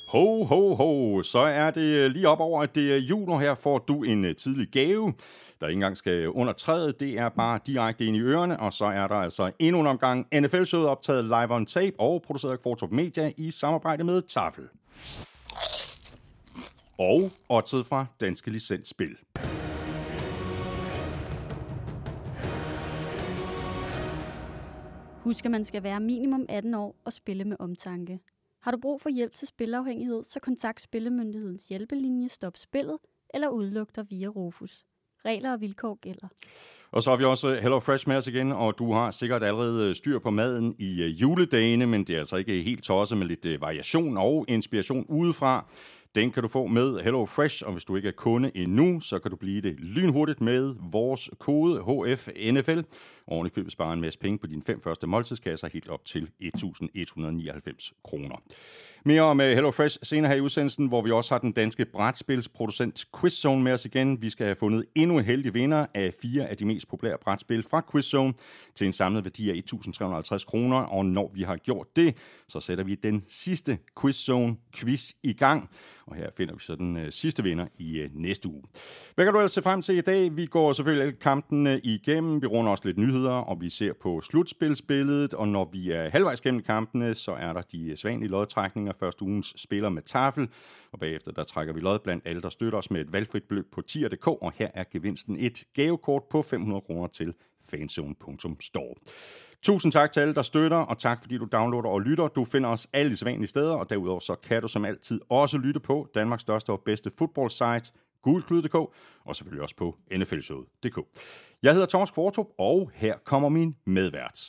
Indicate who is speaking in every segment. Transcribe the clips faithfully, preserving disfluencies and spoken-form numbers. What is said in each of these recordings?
Speaker 1: Ho, ho, ho. Så er det lige op over, at det er jul, og her får du en tidlig gave, der ikke engang skal under træet. Det er bare direkte ind i ørerne, og så er der altså endnu en omgang N F L-showet optaget live on tape og produceret af Kvartrup Media i samarbejde med Tafel. Og oddset fra Danske Licensspil.
Speaker 2: Husk, at man skal være minimum atten år og spille med omtanke. Har du brug for hjælp til spilafhængighed, så kontakt Spillemyndighedens hjælpelinje Stop Spillet eller udluk dig via Rufus. Regler og vilkår gælder. Og
Speaker 1: så har vi også Hello Fresh med os igen, og du har sikkert allerede styr på maden i juledagene, men det er altså ikke helt tosset med lidt variation og inspiration udefra. Den kan du få med Hello Fresh, og hvis du ikke er kunde endnu, så kan du blive det lynhurtigt med vores kode H F N F L. Oven i købet sparer en masse penge på dine fem første måltidskasser helt op til et tusind et hundrede nioghalvfems kroner. Mere om Hello Fresh senere her i udsendelsen, hvor vi også har den danske brætspilsproducent Quizzone med os igen. Vi skal have fundet endnu en heldig vinder af fire af de mest populære brætspil fra Quizzone til en samlet værdi af et tusind tre hundrede og halvtreds kroner. Og når vi har gjort det, så sætter vi den sidste Quizzone-quiz i gang. Og her finder vi så den uh, sidste vinder i uh, næste uge. Hvad kan du ellers se frem til i dag? Vi går selvfølgelig alle kampene igennem. Vi runder også lidt nyheder, og vi ser på slutspilsbilledet. Og når vi er halvvejs gennem kampene, så er der de sædvanlige lodtrækninger. Først ugens spiller med Tafel, og bagefter der trækker vi lod blandt alle, der støtter os med et valgfrit beløb på tier punktum d k. Og her er gevinsten et gavekort på fem hundrede kroner til fanzone punktum store. Tusind tak til alle, der støtter, og tak fordi du downloader og lytter. Du finder os alle de sædvanlige steder, og derudover så kan du som altid også lytte på Danmarks største og bedste fodboldsite, gulklud punktum d k, og selvfølgelig også på N F L showet punktum d k. Jeg hedder Thomas Kvartrup, og her kommer min medvært.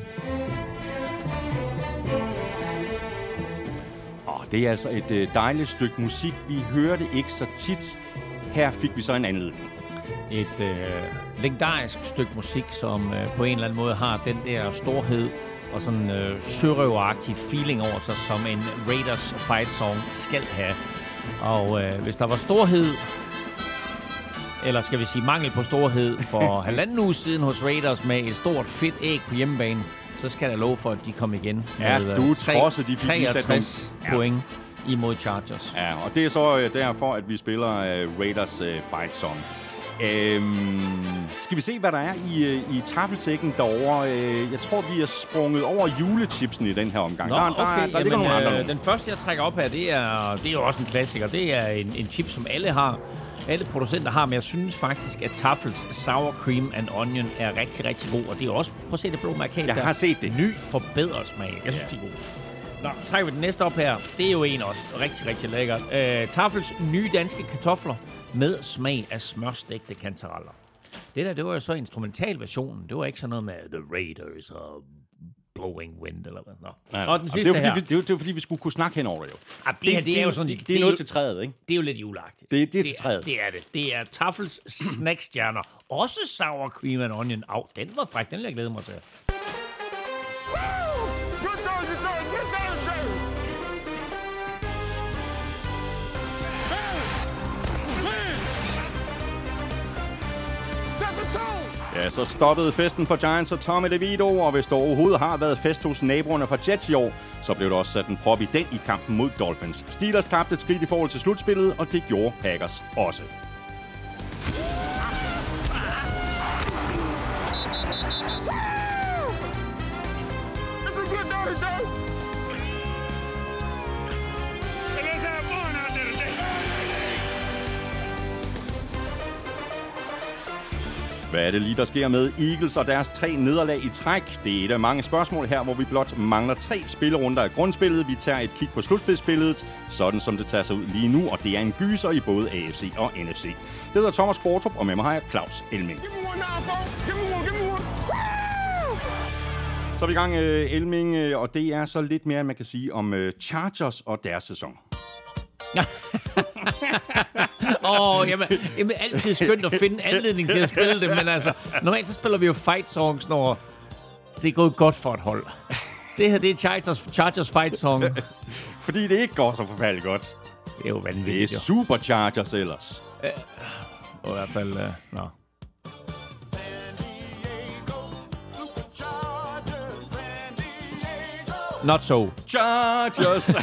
Speaker 1: Og det er altså et dejligt stykke musik. Vi hører det ikke så tit. Her fik vi så en anledning.
Speaker 3: Et øh, legendarisk stykke musik, som øh, på en eller anden måde har den der storhed og sådan øh, sørøveragtig feeling over sig, som en Raiders fight song skal have. Og øh, hvis der var storhed, eller skal vi sige mangel på storhed, for halvanden uge siden hos Raiders med et stort fedt æg på hjemmebane, så skal jeg love for, at de kommer igen
Speaker 1: ja,
Speaker 3: med
Speaker 1: du
Speaker 3: tre,
Speaker 1: de
Speaker 3: treogtres
Speaker 1: nogle...
Speaker 3: point ja. imod Chargers.
Speaker 1: Ja, og det er så øh, derfor, at vi spiller øh, Raiders øh, fight song. Øhm, skal vi se, hvad der er i, i taffelsækken derovre? Øh, jeg tror, vi er sprunget over julechipsen i den her omgang.
Speaker 3: Nå,
Speaker 1: der,
Speaker 3: okay.
Speaker 1: der, der
Speaker 3: Jamen,
Speaker 1: ligger nogle andre.
Speaker 3: Øh, den første, jeg trækker op her, det er, det er jo også en klassiker. Det er en, en chip, som alle har. Alle producenter har, men jeg synes faktisk, at Tafels Sour Cream and Onion er rigtig, rigtig god. Og det er også, prøv at se det blå markat der.
Speaker 1: Jeg har set det.
Speaker 3: Ny forbedret smag. Jeg synes, ja. de er gode. Nå, trækker vi den næste op her. Det er jo en også rigtig, rigtig lækkert. Øh, Tafels nye danske kartofler med smag af smørstegte kantareller. Det der, det var jo så instrumentalversionen. Det var ikke sådan noget med The Raiders og Blowing Wind eller hvad. Nå.
Speaker 1: Nej, nej. Og den sidste det, er, fordi, vi, det, er jo, det er fordi, vi skulle kunne snakke henover det jo.
Speaker 3: Ah, det, det, her, det, det er jo sådan...
Speaker 1: Det, det, det er noget til træet, ikke?
Speaker 3: Det er jo lidt juleagtigt.
Speaker 1: Det, det er til træet.
Speaker 3: Det er det. Det er Tafels snackstjerner. Også Sour Cream and Onion. Au, den var fræk. Den vil jeg glæde mig til. Ja, så stoppede festen for Giants og Tommy DeVito, og hvis der overhovedet har været fest hos naboerne fra Jets i år, så blev der også sat en prop i den i kampen mod Dolphins. Steelers tabte et skridt i forhold til slutspillet, og det gjorde Packers også. Hvad er det lige, der sker med Eagles og deres tre nederlag i træk? Det er et af mange spørgsmål her, hvor vi blot mangler tre spillerunder af grundspillet. Vi tager et kig på slutspilsbilledet, sådan som det tager sig ud lige nu, og det er en gyser i både A F C og N F C. Det hedder Thomas Kvartrup, og med mig har jeg Claus Elming. Så er vi i gang, Elming, og det er så lidt mere, man kan sige om Chargers og deres sæson. Åh, oh, jamen, jamen, altid skønt at finde anledning til at spille det, men altså, normalt så spiller vi jo fight songs, når det er gået godt for et hold. Det her, det er Chargers, Chargers fight song.
Speaker 1: Fordi det ikke går så forfærdeligt godt.
Speaker 3: Det er jo vanvittigt.
Speaker 1: Det er Superchargers ellers.
Speaker 3: Uh, og i hvert fald, uh, nå. Not so.
Speaker 1: Chargers!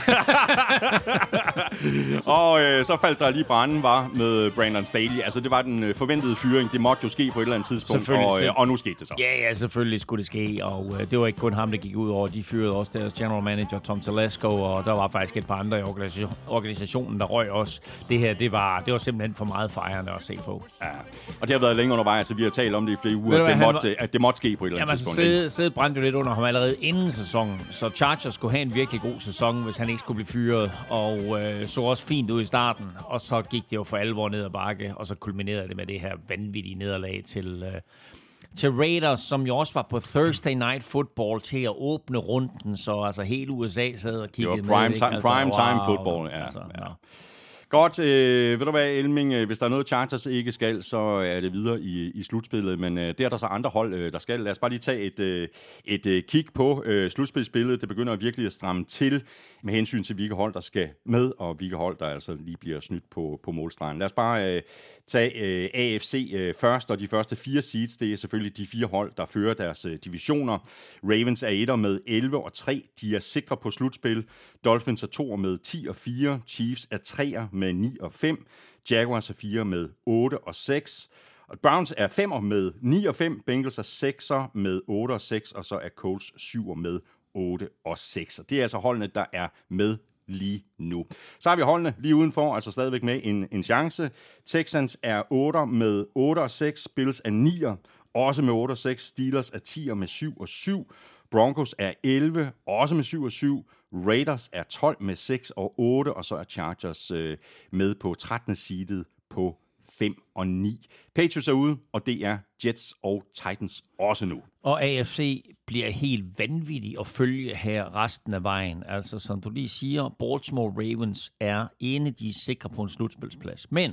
Speaker 1: og øh, så faldt der lige branden var med Brandon Staley. Altså, det var den øh, forventede fyring. Det måtte jo ske på et eller andet tidspunkt, og, øh, og nu skete det så.
Speaker 3: Ja, ja, selvfølgelig skulle det ske, og øh, det var ikke kun ham, der gik ud over. De fyrede også deres general manager, Tom Telesco, og der var faktisk et par andre i organisation, organisationen, der røg også. Det her, det var, det var simpelthen for meget fejrende at se på.
Speaker 1: Ja, og det har været længe undervejs, så vi har talt om det i flere uger, at det, måtte, var... at det måtte ske på et eller andet
Speaker 3: Jamen,
Speaker 1: tidspunkt.
Speaker 3: Jamen, sædet brændte jo lidt under ham allerede inden sæsonen, så Chargers skulle have en virkelig god sæson, hvis han ikke skulle blive fyret, og øh, så også fint ud i starten, og så gik det jo for alvor ned ad bakke, og så kulminerede det med det her vanvittige nederlag til, øh, til Raiders, som jo også var på Thursday Night Football til at åbne runden, så altså hele U S A sad og kiggede med.
Speaker 1: Det var prime, time,
Speaker 3: altså,
Speaker 1: prime
Speaker 3: wow,
Speaker 1: time football, ja.
Speaker 3: Altså, ja.
Speaker 1: Godt, øh, ved du hvad, Elming, hvis der er noget, Chargers ikke skal, så er det videre i, i slutspillet, men øh, det er der så andre hold, øh, der skal. Lad os bare lige tage et, øh, et øh, kig på øh, slutspilsbilledet. Det begynder virkelig at stramme til med hensyn til, hvilke hold, der skal med, og hvilke hold, der altså lige bliver snydt på, på målstregen. Lad os bare øh, tage øh, A F C øh, først, og de første fire seeds, det er selvfølgelig de fire hold, der fører deres øh, divisioner. Ravens er etter med elleve og tre, de er sikre på slutspil. Dolphins er toer med ti og fire, Chiefs er treer med ni og fem, Jaguars er fire med otte og seks, og Browns er femmer med ni og fem, Bengals er sekser med otte og seks, og så er Colts syver med otte og seks. Det er altså holdene, der er med lige nu. Så har vi holdene lige udenfor, altså stadigvæk med en, en chance. Texans er otter med otte og seks, Bills er nier, også med otte og seks, Steelers er tier med syv og syv, Broncos er elleve, også med syv og syv, Raiders er tolv med seks og otte, og så er Chargers øh, med på trettende seedet på fem og ni. Patriots er ude, og det er Jets og Titans også nu.
Speaker 3: Og A F C bliver helt vanvittig at følge her resten af vejen. Altså, som du lige siger, Baltimore Ravens er ene, de er sikre på en slutspilsplads. Men,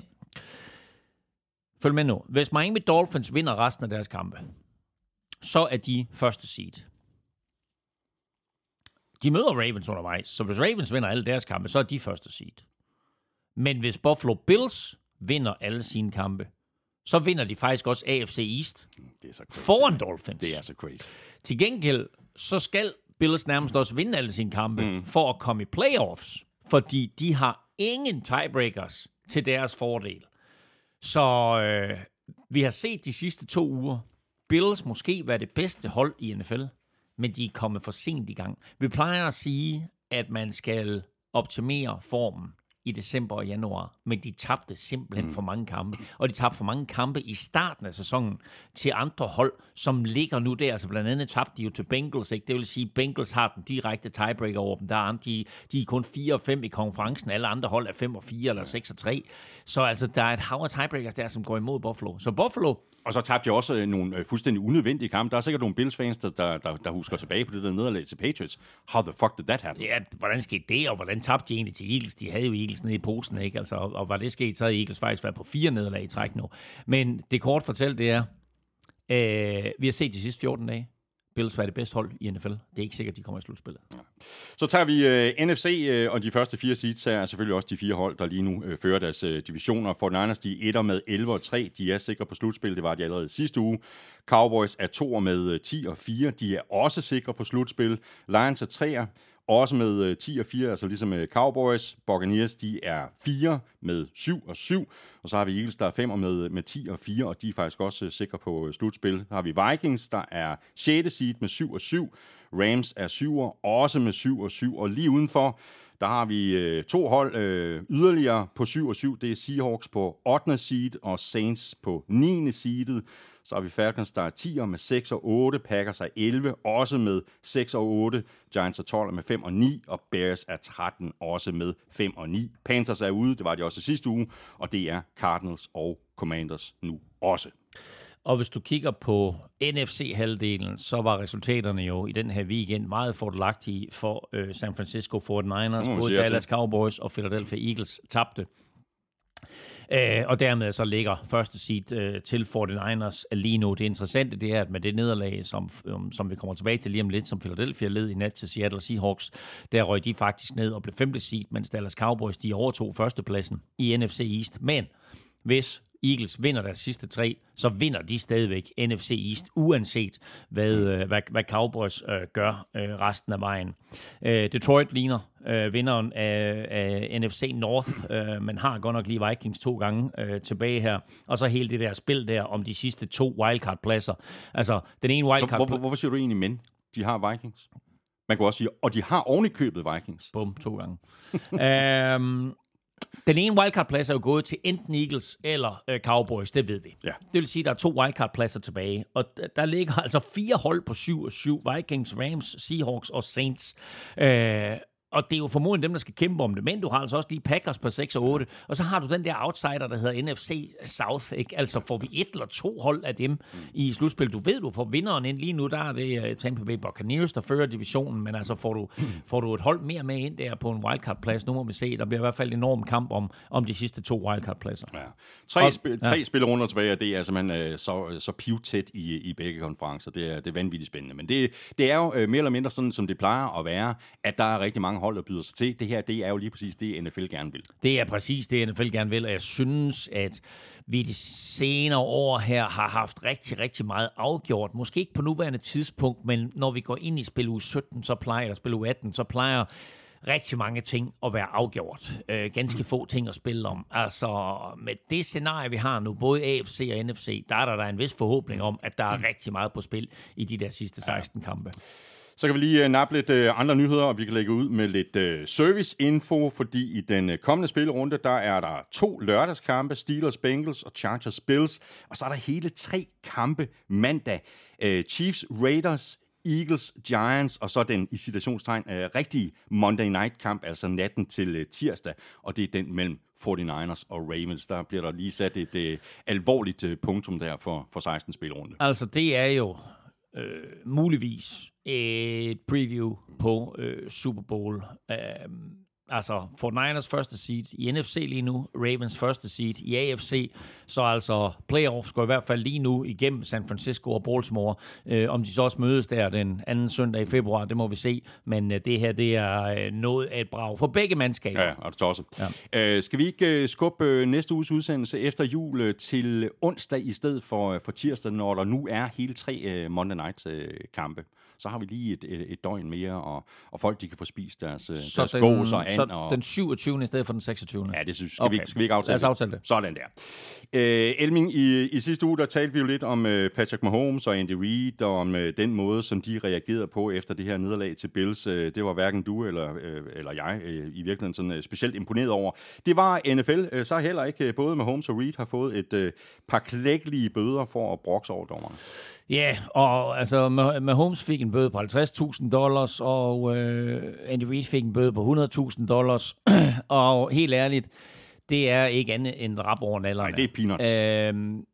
Speaker 3: følg med nu. Hvis Miami Dolphins vinder resten af deres kampe, så er de første seed. De møder Ravens undervejs, så hvis Ravens vinder alle deres kampe, så er de første seed. Men hvis Buffalo Bills vinder alle sine kampe, så vinder de faktisk også A F C East
Speaker 1: det er så crazy.
Speaker 3: Foran Dolphins.
Speaker 1: Det er så crazy.
Speaker 3: Til gengæld, så skal Bills nærmest også vinde alle sine kampe mm. for at komme i playoffs, fordi de har ingen tiebreakers til deres fordel. Så øh, vi har set de sidste to uger, Bills måske være det bedste hold i N F L, men de er kommet for sent i gang. Vi plejer at sige, at man skal optimere formen i december og januar, men de tabte simpelthen mm. for mange kampe, og de tabte for mange kampe i starten af sæsonen til andre hold, som ligger nu der. Altså blandt andet tabte de jo til Bengals, ikke? Det vil sige, at Bengals har den direkte tiebreaker over dem. Der er de, de er kun fire og fem i konferencen, alle andre hold er fem og fire eller seks og tre. Så altså, der er et hav af tiebreakers der, som går imod Buffalo. Så Buffalo...
Speaker 1: Og så tabte jeg også nogle øh, fuldstændig unødvendige kampe. Der er sikkert nogle Bills-fans, der, der, der, der husker tilbage på det der nederlag til Patriots. How the fuck did that happen?
Speaker 3: Ja, hvordan skete det, og hvordan tabte de egentlig til Eagles? De havde jo Eagles nede i posen, ikke? Altså, og, og var det sket, så havde Eagles faktisk været på fire nederlag i træk nu. Men det kort fortalt, det er, øh, vi har set de sidste fjorten dage, Bills var det bedste hold i N F L. Det er ikke sikkert, de kommer i slutspillet. Ja.
Speaker 1: Så tager vi uh, N F C, uh, og de første fire seeds er selvfølgelig også de fire hold, der lige nu uh, fører deres uh, divisioner. forty-niners, de er etter med elleve og tre. De er sikre på slutspil. Det var de allerede sidste uge. Cowboys er toer med uh, ti og fire. De er også sikre på slutspil. Lions er treer. Også med uh, ti og fire, altså ligesom uh, Cowboys. Buccaneers, de er fire med syv og syv. Og så har vi Eagles, der er femmer med, med ti og fire, og de er faktisk også uh, sikre på uh, slutspil. Så har vi Vikings, der er sjette seed med syv og syv. Rams er syver, også med syv og syv. Og lige udenfor, der har vi øh, to hold øh, yderligere på syv og syv. Det er Seahawks på ottende seed og Saints på niende seedet. Så har vi Falcons, der er tier med seks og otte. Packers er elleve, også med seks og otte. Giants er tolv med fem og ni. Og Bears er tretten, også med fem og ni. Panthers er ude, det var de også sidste uge. Og det er Cardinals og Commanders nu også.
Speaker 3: Og hvis du kigger på N F C-halvdelen, så var resultaterne jo i den her weekend meget fordelagtige for øh, San Francisco forty-niners. Mm, Både Dallas Cowboys og Philadelphia Eagles tabte. Øh, og dermed så ligger første seed øh, til forty-niners lige nu. Det interessante det er, at med det nederlag, som, um, som vi kommer tilbage til lige om lidt, som Philadelphia led i nat til Seattle Seahawks, der røg de faktisk ned og blev femte seed, mens Dallas Cowboys de overtog førstepladsen i N F C East. Men hvis Eagles vinder deres sidste tre, så vinder de stadigvæk N F C East, uanset hvad, øh, hvad, hvad Cowboys øh, gør øh, resten af vejen. Øh, Detroit ligner øh, vinderen af, af N F C North, øh, men har godt nok lige Vikings to gange øh, tilbage her. Og så hele det der spil der om de sidste to wildcard-pladser. Altså, den ene wildcard...
Speaker 1: Hvor, hvor, hvorfor siger du egentlig men? De har Vikings. Man kan også sige, og de har ovenikøbet Vikings.
Speaker 3: Bum, to gange. øhm, den ene wildcard-plads er jo gået til enten Eagles eller øh, Cowboys, det ved vi.
Speaker 1: Ja.
Speaker 3: Det vil sige, at der er to wildcard-pladser tilbage, og d- der ligger altså fire hold på syv og syv. Vikings, Rams, Seahawks og Saints. Øh, og det er jo formodentlig dem, der skal kæmpe om det, men du har altså også lige Packers på seks og otte, og så har du den der outsider, der hedder N F C South, ikke? Altså får vi et eller to hold af dem mm. i slutspil. Du ved, du får vinderen ind lige nu, der er det Tampa Bay Buccaneers, der fører divisionen, men altså får du, får du et hold mere med ind der på en wildcard-plads, nu må vi se, der bliver i hvert fald en enorm kamp om, om de sidste to wildcard-pladser.
Speaker 1: Ja. Tre, og, sp- tre ja. spillerunder tilbage, og det er simpelthen uh, så, så pivtæt i, i begge konferencer. Det er, det er vanvittigt spændende, men det, det er jo uh, mere eller mindre sådan, som det plejer at være, at der er rigtig mange hold, der byder sig til. Det her, det er jo lige præcis det, N F L gerne vil.
Speaker 3: Det er præcis det, N F L gerne vil, og jeg synes, at vi de senere år her har haft rigtig, rigtig meget afgjort. Måske ikke på nuværende tidspunkt, men når vi går ind i spil uge sytten, så plejer, eller spil uge atten, så plejer rigtig mange ting at være afgjort. Øh, ganske få ting at spille om. Altså, med det scenarie, vi har nu, både A F C og N F C, der er der, der en vis forhåbning om, at der er rigtig meget på spil i de der sidste seksten kampe.
Speaker 1: Så kan vi lige uh, nappe lidt uh, andre nyheder, og vi kan lægge ud med lidt uh, service-info, fordi i den uh, kommende spillerunde, der er der to lørdagskampe, Steelers, Bengals og Chargers, Bills, og så er der hele tre kampe mandag. Uh, Chiefs, Raiders, Eagles, Giants, og så den i citationstegn uh, rigtige Monday Night-kamp, altså natten til uh, tirsdag, og det er den mellem forty-niners og Ravens. Der bliver der lige sat et uh, alvorligt uh, punktum der for, for seksten spillerunde.
Speaker 3: Altså, det er jo øh, muligvis et preview på øh, Super Bowl. Øh, altså, forty-niners første seed i N F C lige nu, Ravens første seed i A F C, så altså playoffs går i hvert fald lige nu igennem San Francisco og Baltimore. Øh, om de så også mødes der den anden søndag i februar, det må vi se. Men øh, det her, det er øh, noget af et brag for begge mandskaber.
Speaker 1: Ja, og det også. Ja. Øh, skal vi ikke uh, skubbe uh, næste uges udsendelse efter jul uh, til onsdag i stedet for, uh, for tirsdag, når der nu er hele tre uh, Monday Night uh, kampe? Så har vi lige et, et, et døgn mere, og, og folk de kan få spist deres, så deres gås og and.
Speaker 3: Så
Speaker 1: og...
Speaker 3: den syvogtyvende i stedet for den seksogtyvende
Speaker 1: Ja, det synes skal, okay. vi, skal vi ikke aftale
Speaker 3: Lad os aftale det.
Speaker 1: Sådan der. Øh, Elming, i, i sidste uge, der talte vi jo lidt om uh, Patrick Mahomes og Andy Reid, og om uh, den måde, som de reagerede på efter det her nederlag til Bills. Uh, det var hverken du eller, uh, eller jeg uh, i virkeligheden sådan, uh, specielt imponeret over. Det var N F L, uh, så heller ikke. Uh, både Mahomes og Reid har fået et uh, par klækkelige bøder for at brokse over dommerne.
Speaker 3: Ja, yeah, og altså Mahomes fik en bøde på halvtreds tusind dollars, og øh, Andy Reid fik en bøde på hundrede tusind dollars, og helt ærligt, det er ikke andet end rap over nallerne.
Speaker 1: Nej, det er peanuts.
Speaker 3: Øhm,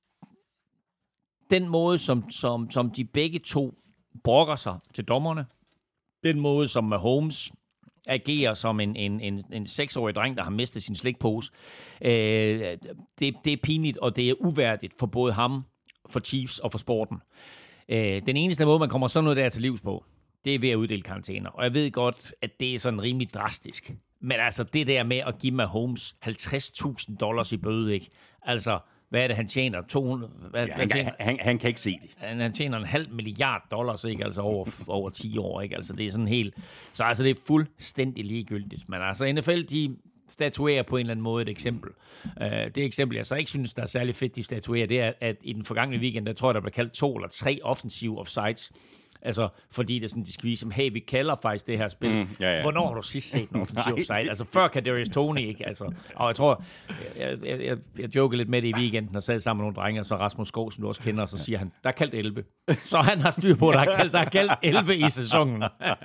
Speaker 3: den måde, som, som, som de begge to brokker sig til dommerne, den måde, som Mahomes agerer som en, en, en, en seksårig dreng, der har mistet sin slikpose, øh, det, det er pinligt, og det er uværdigt for både ham, for Chiefs og for sporten. Øh, den eneste måde, man kommer sådan noget der til livs på, det er ved at uddele karantæner. Og jeg ved godt, at det er sådan rimelig drastisk. Men altså det der med at give Mahomes halvtreds tusind dollars i bøde, ikke? Altså, hvad er det, han tjener? to hundrede Hvad,
Speaker 1: ja,
Speaker 3: hvad
Speaker 1: han,
Speaker 3: tjener?
Speaker 1: Han, han kan ikke se det.
Speaker 3: Han, han tjener en halv milliard dollars, ikke? Altså over, over ti år, ikke? Altså det er sådan helt... Så altså det er fuldstændig ligegyldigt. Men altså N F L, de statuerer på en eller anden måde et eksempel. Uh, det eksempel, jeg så ikke synes, der er særlig fedt, de statuerer, det er, at i den forgangne weekend, der tror jeg, der blev kaldt to eller tre offensive offsides. Altså, fordi det er sådan, de skal vise, som, hey, vi kalder faktisk det her spil. Mm, ja, ja. Hvornår har du sidst set en offensiv offside? Altså, før Kadarius Toney, ikke? Altså, og jeg tror, jeg, jeg, jeg, jeg joker lidt med det i weekenden, og sad sammen med nogle drenge, og så Rasmus Skov, som du også kender, og så siger han, der er kaldt elleve. Så han har styr på, der er kaldt, der er kaldt elleve i sæsonen.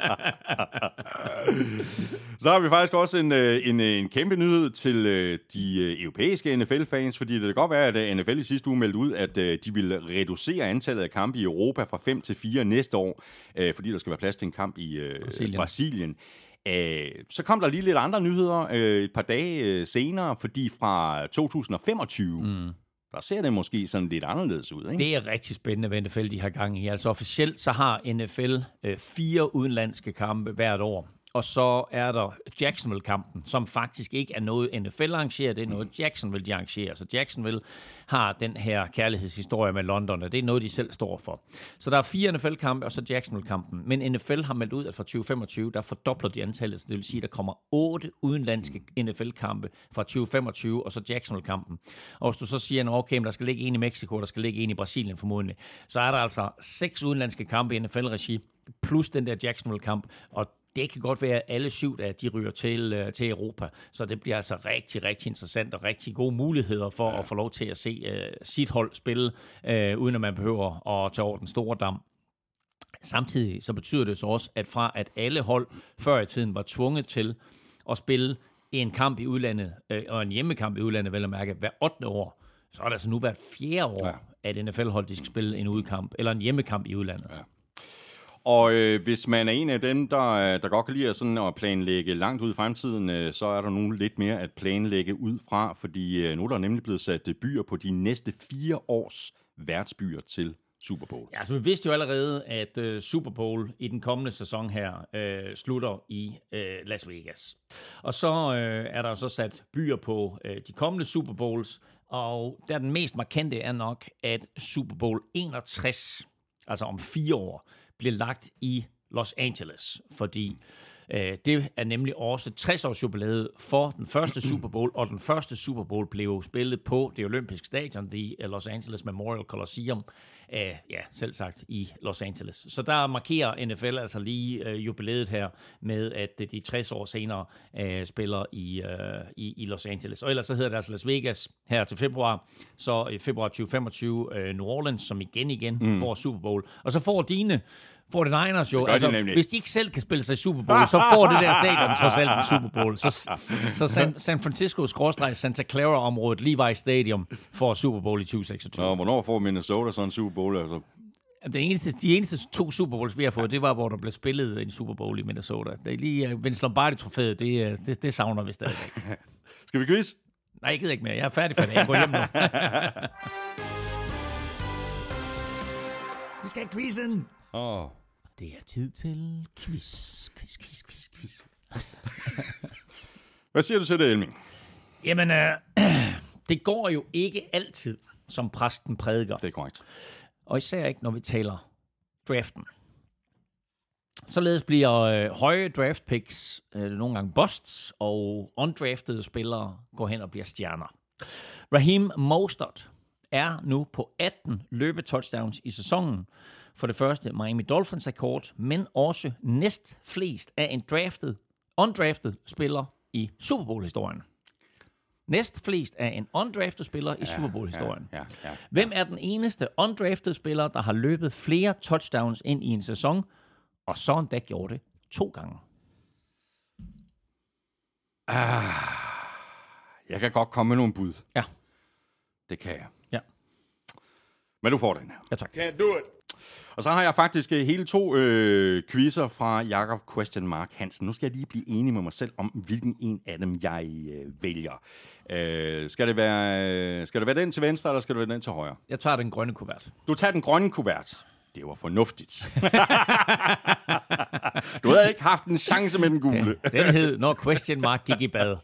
Speaker 1: Så har vi faktisk også en, en, en kæmpe nyhed til de europæiske N F L-fans, fordi det kan godt være, at N F L i sidste uge meldte ud, at de ville reducere antallet af kampe i Europa fra fem til fire næste år, fordi der skal være plads til en kamp i øh, Brasilien. Brasilien. Øh, så kom der lige lidt andre nyheder øh, et par dage øh, senere, fordi fra to tusind og femogtyve, mm. der ser det måske sådan lidt anderledes ud, ikke?
Speaker 3: Det er rigtig spændende, hvad N F L de har gang i. Altså officielt så har N F L øh, fire udenlandske kampe hvert år. Og så er der Jacksonville-kampen, som faktisk ikke er noget N F L arrangerer, det er noget Jacksonville de arrangerer. Så Jacksonville har den her kærlighedshistorie med London, og det er noget, de selv står for. Så der er fire N F L-kampe, og så Jacksonville-kampen. Men N F L har meldt ud, at fra tyve femogtyve, der fordobler de antallet, så det vil sige, at der kommer otte udenlandske N F L-kampe fra tyve femogtyve, og så Jacksonville-kampen. Og hvis du så siger, at okay, der skal ligge en i Mexico, der skal ligge en i Brasilien formodentlig, så er der altså seks udenlandske kampe i N F L-regi, plus den der Jacksonville-kamp, og det kan godt være, at alle syv af de ryger til, til Europa. Så det bliver altså rigtig, rigtig interessant og rigtig gode muligheder for ja. at få lov til at se uh, sit hold spille, uh, uden at man behøver at tage over den store dam. Samtidig så betyder det så også, at fra at alle hold før i tiden var tvunget til at spille en kamp i udlandet, uh, og en hjemmekamp i udlandet, vel at mærke, hver ottende år, så er det altså nu hvert fjerde år, ja. at N F L-hold de skal spille en udkamp, eller en hjemmekamp i udlandet. Ja.
Speaker 1: Og øh, hvis man er en af dem, der, der godt kan lide sådan at planlægge langt ud i fremtiden, øh, så er der nu lidt mere at planlægge ud fra, fordi øh, nu er der nemlig blevet sat byer på de næste fire års værtsbyer til Super Bowl.
Speaker 3: Ja, så vi vidste jo allerede, at øh, Super Bowl i den kommende sæson her øh, slutter i øh, Las Vegas. Og så øh, er der så sat byer på øh, de kommende Super Bowls, og der den mest markante er nok, at Super Bowl enogtres, altså om fire år, bliver lagt i Los Angeles, fordi øh, det er nemlig også tres års jubilæet for den første Super Bowl, og den første Super Bowl blev spillet på det olympiske stadion, The Los Angeles Memorial Coliseum, øh, ja, selv sagt i Los Angeles. Så der markerer N F L altså lige øh, jubilæet her med, at de tres år senere øh, spiller i, øh, i, i Los Angeles. Og ellers så hedder det altså Las Vegas her til februar, så i februar tyve femogtyve øh, New Orleans, som igen igen mm. får Super Bowl. Og så får dine får det Niners jo, altså, de hvis de ikke selv kan spille sig i Super Bowl, så får det der stadion trods alt en Super Bowl. Så, så San, San Francisco-Santa Clara-området, Levi Stadium, får Super Bowl i tyve seksogtyve.
Speaker 1: Nå, hvornår får Minnesota sådan en Super Bowl? Altså?
Speaker 3: Den eneste, de eneste to Super Bowls, vi har fået, det var, hvor der blev spillet en Super Bowl i Minnesota. Det er lige uh, Vince Lombardi-trofæet, det, det, det savner vi stadigvæk.
Speaker 1: Skal vi quiz?
Speaker 3: Nej, jeg gider ikke mere. Jeg er færdig for det. Jeg går hjem nu. Vi skal have quizzen.
Speaker 1: Åh. Oh.
Speaker 3: Det er tid til quiz, quiz, quiz, quiz, quiz.
Speaker 1: Hvad siger du til det, Elming?
Speaker 3: Jamen, øh, det går jo ikke altid, som præsten prædiker.
Speaker 1: Det er korrekt.
Speaker 3: Og især ikke, når vi taler draften. Således bliver øh, høje draft picks øh, nogle gange busts, og undraftede spillere går hen og bliver stjerner. Raheem Mostert er nu på atten løbetouchdowns i sæsonen. For det første Miami Dolphins rekord, men også næst flest af en drafted, undrafted spiller i Super Bowl-historien. Næst flest af en undrafted spiller i ja, Super Bowl-historien. Ja, ja, ja, ja. Hvem er den eneste undrafted spiller, der har løbet flere touchdowns ind i en sæson, og så endda gjorde det to gange?
Speaker 1: Ah, jeg kan godt komme med nogle bud.
Speaker 3: Ja.
Speaker 1: Det kan jeg.
Speaker 3: Ja.
Speaker 1: Men du får den her.
Speaker 3: Ja, tak.
Speaker 4: Can't do it.
Speaker 1: Og så har jeg faktisk hele to øh, quizzer fra Jakob Question Mark Hansen. Nu skal jeg lige blive enig med mig selv om, hvilken en af dem jeg øh, vælger. Øh, skal, det være, skal det være den til venstre, eller skal det være den til højre?
Speaker 3: Jeg tager den grønne kuvert.
Speaker 1: Du tager den grønne kuvert. Det var fornuftigt. Du havde ikke haft en chance med den gule.
Speaker 3: Den, den hed, når Question Mark gik i bad.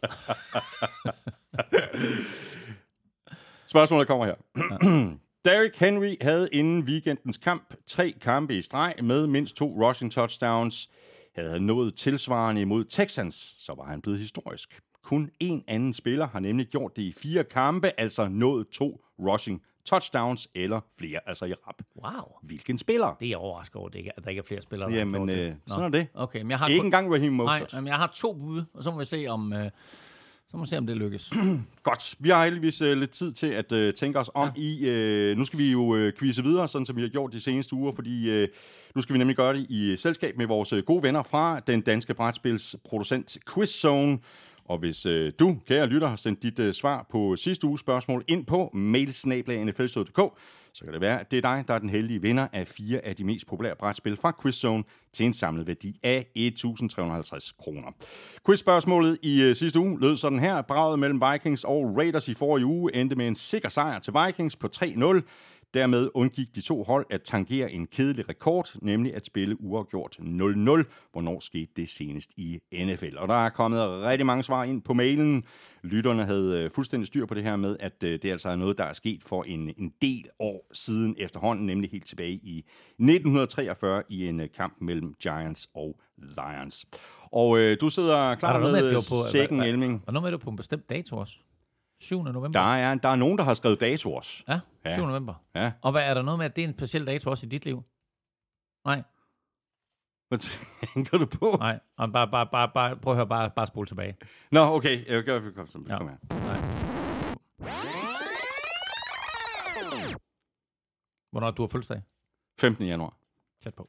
Speaker 1: Spørgsmålet kommer her. Ja. Derrick Henry havde inden weekendens kamp tre kampe i streg med mindst to rushing touchdowns. Havde han nået tilsvarende imod Texans, så var han blevet historisk. Kun én anden spiller har nemlig gjort det i fire kampe, altså nået to rushing touchdowns eller flere, altså i rap.
Speaker 3: Wow.
Speaker 1: Hvilken spiller?
Speaker 3: Det er overrasket over, at der ikke er flere spillere.
Speaker 1: Jamen, øh, sådan er det.
Speaker 3: Okay, men jeg har
Speaker 1: ikke
Speaker 3: kun...
Speaker 1: engang Raheem Mostert.
Speaker 3: Nej, men jeg har to bud, og så må vi se, om... Øh... Så må vi se, om det lykkes.
Speaker 1: Godt. Vi har heldigvis uh, lidt tid til at uh, tænke os om ja. i... Uh, nu skal vi jo uh, quizze videre, sådan som vi har gjort de seneste uger, fordi uh, nu skal vi nemlig gøre det i selskab med vores uh, gode venner fra den danske brætspilsproducent QuizZone. Og hvis uh, du, kære lytter, har sendt dit uh, svar på sidste uges spørgsmål ind på mail snabel-a n f l punktum d k, så kan det være, at det er dig, der er den heldige vinder af fire af de mest populære brætspil fra QuizZone til en samlet værdi af et tusind tre hundrede og halvtreds kroner. Quizspørgsmålet i uh, sidste uge lød sådan her. Braget mellem Vikings og Raiders i forrige uge endte med en sikker sejr til Vikings på tre nul. Dermed undgik de to hold at tangere en kedelig rekord, nemlig at spille uafgjort nul nul. Hvornår skete det senest i N F L? Og der er kommet rigtig mange svar ind på mailen. Lytterne havde fuldstændig styr på det her med, at det altså er noget, der er sket for en, en del år siden efterhånden, nemlig helt tilbage i nitten treogfyrre i en kamp mellem Giants og Lions. Og øh, du sidder klar med, med sækken, Elming.
Speaker 3: Og noget med det på en bestemt dato også? syvende november?
Speaker 1: Der er, der er nogen, der har skrevet dato også.
Speaker 3: Ja, syvende november.
Speaker 1: Ja.
Speaker 3: Og hvad er der noget med, at det er en speciel dato også i dit liv? Nej.
Speaker 1: Hvad tænker du på?
Speaker 3: Nej, bare, bare, bare, bare, prøv at høre, bare, bare spole tilbage.
Speaker 1: Nå, okay. Jeg gør, kom, kom,
Speaker 3: ja.
Speaker 1: kom her.
Speaker 3: Nej. Hvornår du har fødselsdag?
Speaker 1: femtende januar.
Speaker 3: Tæt på.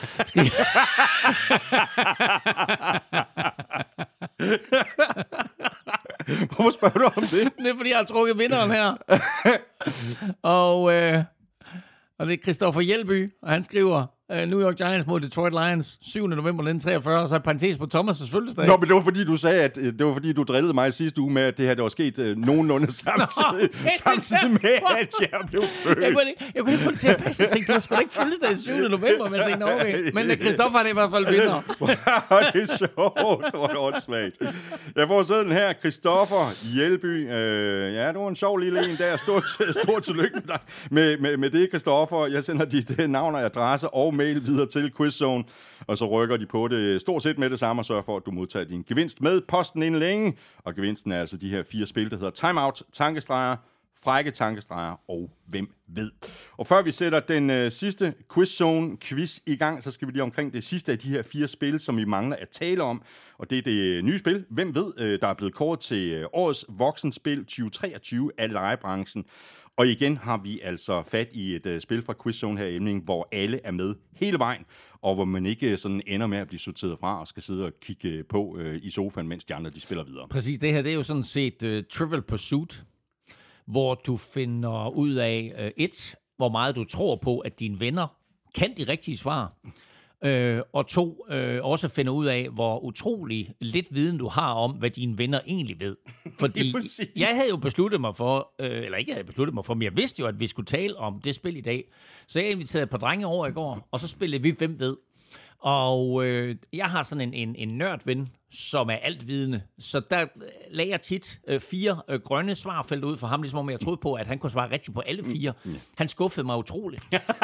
Speaker 1: Hvorfor spørger du om det?
Speaker 3: Det er, fordi jeg har trukket vinderen her. og, øh, og det er Christoffer Hjelby, og han skriver uh, New York Giants mod Detroit Lions, syvende november nitten treogfyrre, og så er parentes på Thomas' fødselsdag.
Speaker 1: Nå, men det var fordi, du sagde, at det var fordi, du drillede mig sidste uge med, at det her, det var sket uh, nogenlunde samtidig, Nå, samtidig med, at jeg blev født.
Speaker 3: Jeg kunne ikke, jeg kunne ikke få det til at passe. Jeg tænkte, du har sgu da ikke fødselsdag syvende november, men jeg tænkte, okay. Men Christoffer er i hvert fald vinder.
Speaker 1: Det er sjovt, det var åndssvagt. Jeg får sådan her, Christoffer Hjelby. Øh, ja, det var en sjov lille en der. Stort, stort tillykke med dig. Med, med, med det, Christoffer. Jeg sender dit navn og adresse og mail videre til Quizzone, og så rykker de på det stort set med det samme og sørger for, at du modtager din gevinst med posten inden længe. Og gevinsten er altså de her fire spil, der hedder Timeout, Tankestreger, Frække Tankestreger og Hvem ved. Og før vi sætter den øh, sidste Quizzone-quiz i gang, så skal vi lige omkring det sidste af de her fire spil, som vi mangler at tale om. Og det er det nye spil, Hvem ved, øh, der er blevet kåret til øh, årets voksenspil tyve treogtyve af legebranchen. Og igen har vi altså fat i et uh, spil fra Quizzone her i Emning, hvor alle er med hele vejen, og hvor man ikke sådan ender med at blive sorteret fra og skal sidde og kigge på uh, i sofaen, mens de andre de spiller videre.
Speaker 3: Præcis, det her det er jo sådan set uh, Trivial Pursuit, hvor du finder ud af uh, et, hvor meget du tror på, at dine venner kan de rigtige svar, øh, og to, øh, også finder ud af, hvor utrolig lidt viden du har om, hvad dine venner egentlig ved. Fordi jeg havde jo besluttet mig for, øh, eller ikke havde besluttet mig for, men jeg vidste jo, at vi skulle tale om det spil i dag. Så jeg inviterede et par drenge over i går, og så spillede vi Hvem ved. Og øh, jeg har sådan en, en, en nørdven, som er altvidende. Så der lagde jeg tit øh, fire øh, grønne svarfelt ud for ham, ligesom om jeg troede på, at han kunne svare rigtigt på alle fire. Han skuffede mig utroligt.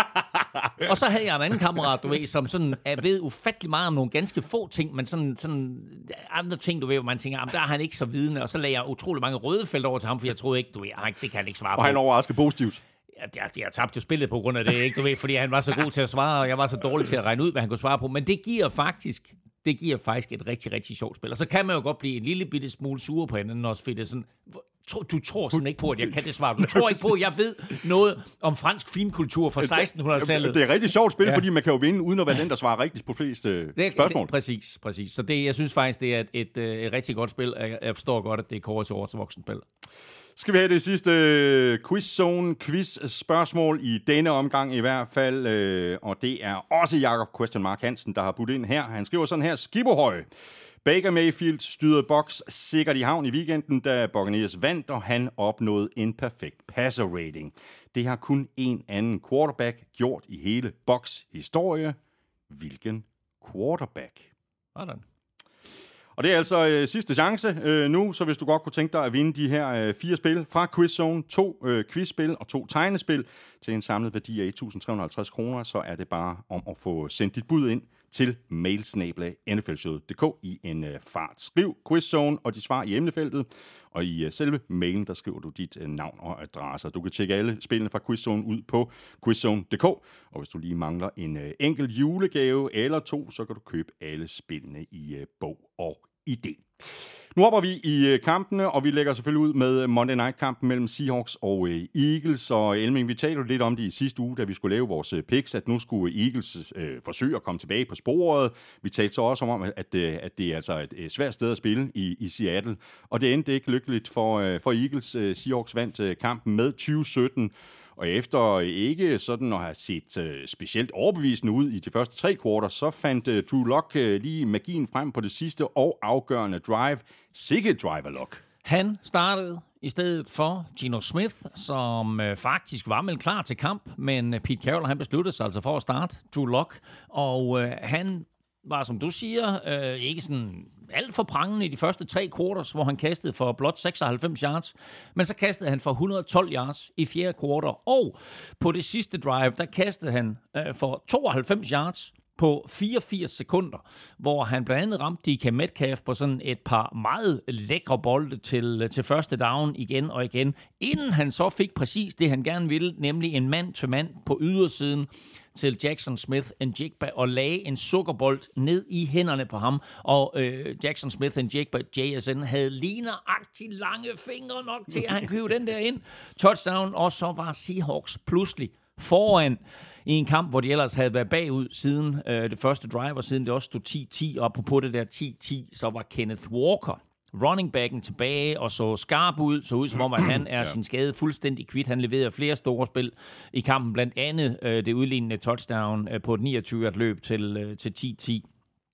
Speaker 3: Og så havde jeg en anden kammerat, du ved, som sådan er ved ufattelig meget om nogle ganske få ting, men sådan, sådan andre ting, du ved, hvor man tænker, der er han ikke så vidende. Og så lagde jeg utrolig mange røde felt over til ham, for jeg troede ikke, du ved, det kan han ikke svare på.
Speaker 1: Og han overrasker positivt.
Speaker 3: Jeg, jeg tabte jo spillet på grund af det, ikke, du ved, fordi han var så god til at svare, og jeg var så dårlig til at regne ud, hvad han kunne svare på. Men det giver faktisk, det giver faktisk et rigtig, rigtig sjovt spil. Og så kan man jo godt blive en lille bitte smule sure på hinanden også, fordi det er sådan, du tror sådan ikke på, at jeg kan det svare. Du tror ikke på, at jeg ved noget om fransk finkultur fra sekstenhundredetallet.
Speaker 1: Det er et rigtig sjovt spil, ja. Fordi man kan jo vinde, uden at være den, der svarer rigtigt på flest det, spørgsmål.
Speaker 3: Det, præcis, præcis. Så det, jeg synes faktisk, det er et, et, et rigtig godt spil. Jeg forstår godt, at det er kåret til årets voksenspil.
Speaker 1: Skal vi have det sidste Quizzone quiz-spørgsmål i denne omgang i hvert fald, og det er også Jakob Question Mark Hansen, der har budt ind her. Han skriver sådan her, Skibberhøj. Baker Mayfield styrede Bucs sikkert i havn i weekenden, da Buccaneers vandt, og han opnåede en perfekt passer rating. Det har kun en anden quarterback gjort i hele Bucs historie. Hvilken quarterback?
Speaker 3: Hvordan?
Speaker 1: Og det er altså øh, sidste chance øh, nu, så hvis du godt kunne tænke dig at vinde de her øh, fire spil fra Quizzone, to øh, quizspil og to tegnespil til en samlet værdi af et tusind tre hundrede og halvtreds kroner, så er det bare om at få sendt dit bud ind til mailsnabel n f l showet punktum d k i en øh, fart. Skriv Quizzone og de svar i emnefeltet, og i øh, selve mailen, der skriver du dit øh, navn og adresse. Du kan tjekke alle spillene fra Quizzone ud på quizzone punktum d k, og hvis du lige mangler en øh, enkelt julegave eller to, så kan du købe alle spillene i øh, bog og idé. Nu hopper vi i kampene, og vi lægger selvfølgelig ud med Monday Night-kampen mellem Seahawks og Eagles. Og Elming, vi talte jo lidt om det i sidste uge, da vi skulle lave vores picks, at nu skulle Eagles øh, forsøge at komme tilbage på sporet. Vi talte så også om, at, at det er altså et svært sted at spille i, i Seattle. Og det endte ikke lykkeligt for, for Eagles. Seahawks vandt kampen med tyve sytten. Og efter ikke sådan at have set uh, specielt overbevisende ud i de første tre kvarter, så fandt uh, Drew Lock uh, lige magien frem på det sidste og afgørende drive. Sikke driver Lock.
Speaker 3: Han startede i stedet for Geno Smith, som øh, faktisk var meldt klar til kamp, men Pete Carroll han besluttede sig altså for at starte Drew Lock, og øh, han var, som du siger, øh, ikke sådan alt for prangende i de første tre quarters, hvor han kastede for blot seksoghalvfems yards, men så kastede han for et hundrede og tolv yards i fjerde quarter, og på det sidste drive, der kastede han øh, for tooghalvfems yards på fireogfirs sekunder, hvor han blandt andet ramte D K Metcalf på sådan et par meget lækre bolde til, til første down igen og igen, inden han så fik præcis det, han gerne ville, nemlig en mand til mand på ydersiden til Jackson Smith-Njigba og lagde en sukkerbold ned i hænderne på ham, og øh, Jackson Smith-Njigba, J S N, havde ligneragtigt lange fingre nok til, at han kunne den der ind. Touchdown, og så var Seahawks pludselig foran i en kamp, hvor de ellers havde været bagud siden øh, det første drive, og siden det også stod ti ti, og på det der ti ti, så var Kenneth Walker, running backen, tilbage og så skarp ud, så ud som om, at han er ja. sin skade fuldstændig kvit. Han leverede flere store spil i kampen, blandt andet øh, det udlignende touchdown øh, på et niogtyve løb til, øh, til ti ti.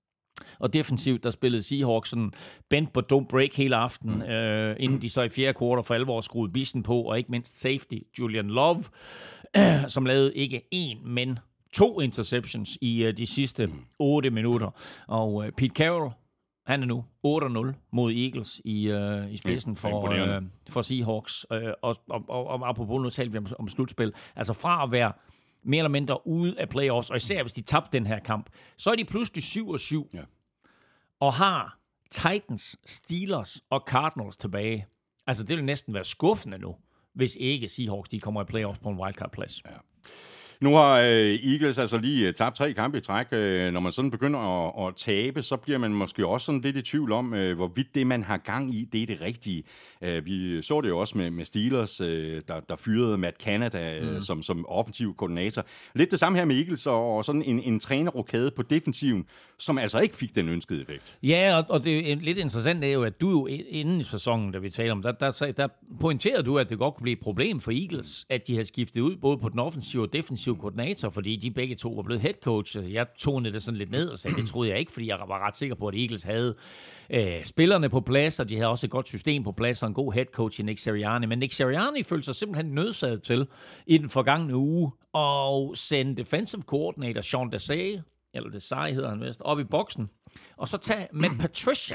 Speaker 3: Og defensivt, der spillede Seahawks sådan bend but don't break hele aftenen, øh, inden de så i fjerde kvartal for alvor skruede bissen på, og ikke mindst safety Julian Love, øh, som lavede ikke én, men to interceptions i øh, de sidste otte minutter. Og øh, Pete Carroll, han er nu otte nul mod Eagles i, øh, i spidsen for, øh, for Seahawks. Øh, og, og, og, og apropos, nu talte vi om, om slutspil. Altså fra at være mere eller mindre ude af playoffs, og især hvis de tabte den her kamp, så er de pludselig syv og syv, ja. og har Titans, Steelers og Cardinals tilbage. Altså det vil næsten være skuffende nu, hvis ikke Seahawks de kommer i playoffs på en wildcard-plads. Ja.
Speaker 1: Nu har øh, Eagles altså lige tabt tre kampe i træk. Øh, når man sådan begynder at, at tabe, så bliver man måske også sådan lidt i tvivl om, øh, hvorvidt det, man har gang i, det er det rigtige. Øh, vi så det jo også med, med Steelers, øh, der, der fyrede Matt Canada øh, mm. som, som offensiv koordinator. Lidt det samme her med Eagles, og, og sådan en, en trænerrokade på defensiven, som altså ikke fik den ønskede effekt.
Speaker 3: Ja, og, og det er lidt interessant er jo, at du jo inden i sæsonen, der vi taler om, der, der, der pointerede du, at det godt kunne blive et problem for Eagles, at de havde skiftet ud både på den offensive og defensive koordinator, fordi de begge to var blevet head coach. Altså, jeg tonede det sådan lidt ned og sagde, det troede jeg ikke, fordi jeg var ret sikker på, at Eagles havde øh, spillerne på plads, og de havde også et godt system på plads, og en god head coach i Nick Sirianni. Men Nick Sirianni følte sig simpelthen nødsaget til i den forgangne uge og sende defensive coordinator Sean Desai, eller Desai hedder han vist, op i boksen, og så tage Matt Patricia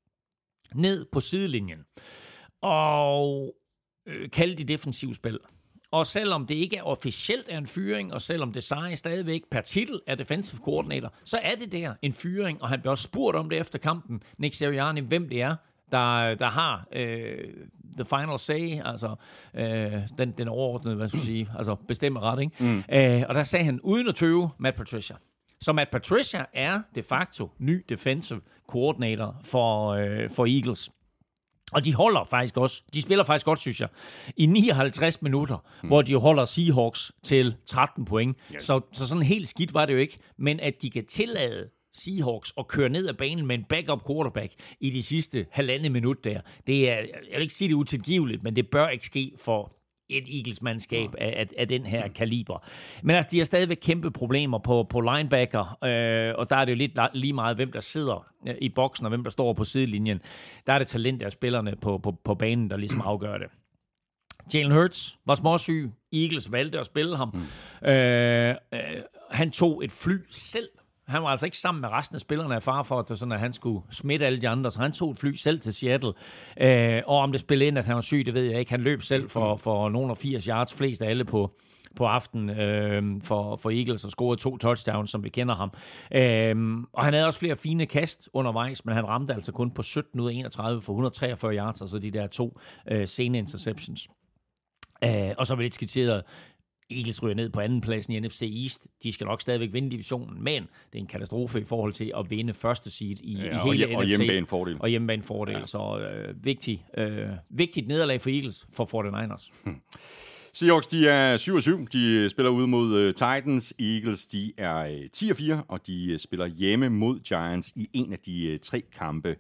Speaker 3: ned på sidelinjen og øh, kalde de defensive spil. Og selvom det ikke er officielt er en fyring, og selvom Desai stadigvæk per titel er defensive coordinator, så er det der en fyring, og han blev også spurgt om det efter kampen, Nick Sirianni, hvem det er, der, der har øh, the final say, altså øh, den, den overordnede, hvad skal jeg sige, altså bestemmer ret, ikke? Mm. Øh, og der sagde han, uden at tøve, Matt Patricia. Så Matt Patricia er de facto ny defensive coordinator for, øh, for Eagles. Og de holder faktisk også, de spiller faktisk godt, synes jeg, i nioghalvtreds minutter, hmm. hvor de jo holder Seahawks til tretten point. Yes. Så, så sådan helt skidt var det jo ikke. Men at de kan tillade Seahawks at køre ned ad banen med en backup quarterback i de sidste halvanden minut der, det er, jeg vil ikke sige det utilgiveligt, men det bør ikke ske for et Eagles-mandskab ja. af, af, af den her kaliber. Men altså, de har stadigvæk kæmpe problemer på, på linebacker, øh, og der er det jo lidt lige meget, hvem der sidder øh, i boksen, og hvem der står på sidelinjen. Der er det talent af spillerne på, på, på banen, der ligesom afgør det. Jalen Hurts var småsyg. Eagles valgte at spille ham. Mm. Øh, øh, han tog et fly selv. Han var altså ikke sammen med resten af spillerne af far for, at, sådan, at han skulle smitte alle de andre, så han tog et fly selv til Seattle. Øh, og om det spillede ind, at han var syg, det ved jeg ikke. Han løb selv for, for nogle af firs yards, flest af alle på, på aftenen øh, for, for Eagles, og scorede to touchdowns, som vi kender ham. Øh, og han havde også flere fine kast undervejs, men han ramte altså kun på sytten ud af enogtredive for et hundrede og treogfyrre yards, altså de der to øh, sene interceptions. Øh, og så var det lidt skitseret, Eagles ryger ned på anden pladsen i N F C East. De skal nok stadigvæk vinde divisionen, men det er en katastrofe i forhold til at vinde første seed i, ja, i hele
Speaker 1: og,
Speaker 3: N F C.
Speaker 1: Og hjemmebanefordel.
Speaker 3: Og hjemmebanefordel, ja. Så øh, vigtigt, øh, vigtigt nederlag for Eagles for forty-niners.
Speaker 1: Hmm. Seahawks, de er syv og syv. De spiller ude mod uh, Titans. Eagles, de er uh, ti og fire, og de uh, spiller hjemme mod Giants i en af de uh, tre kampe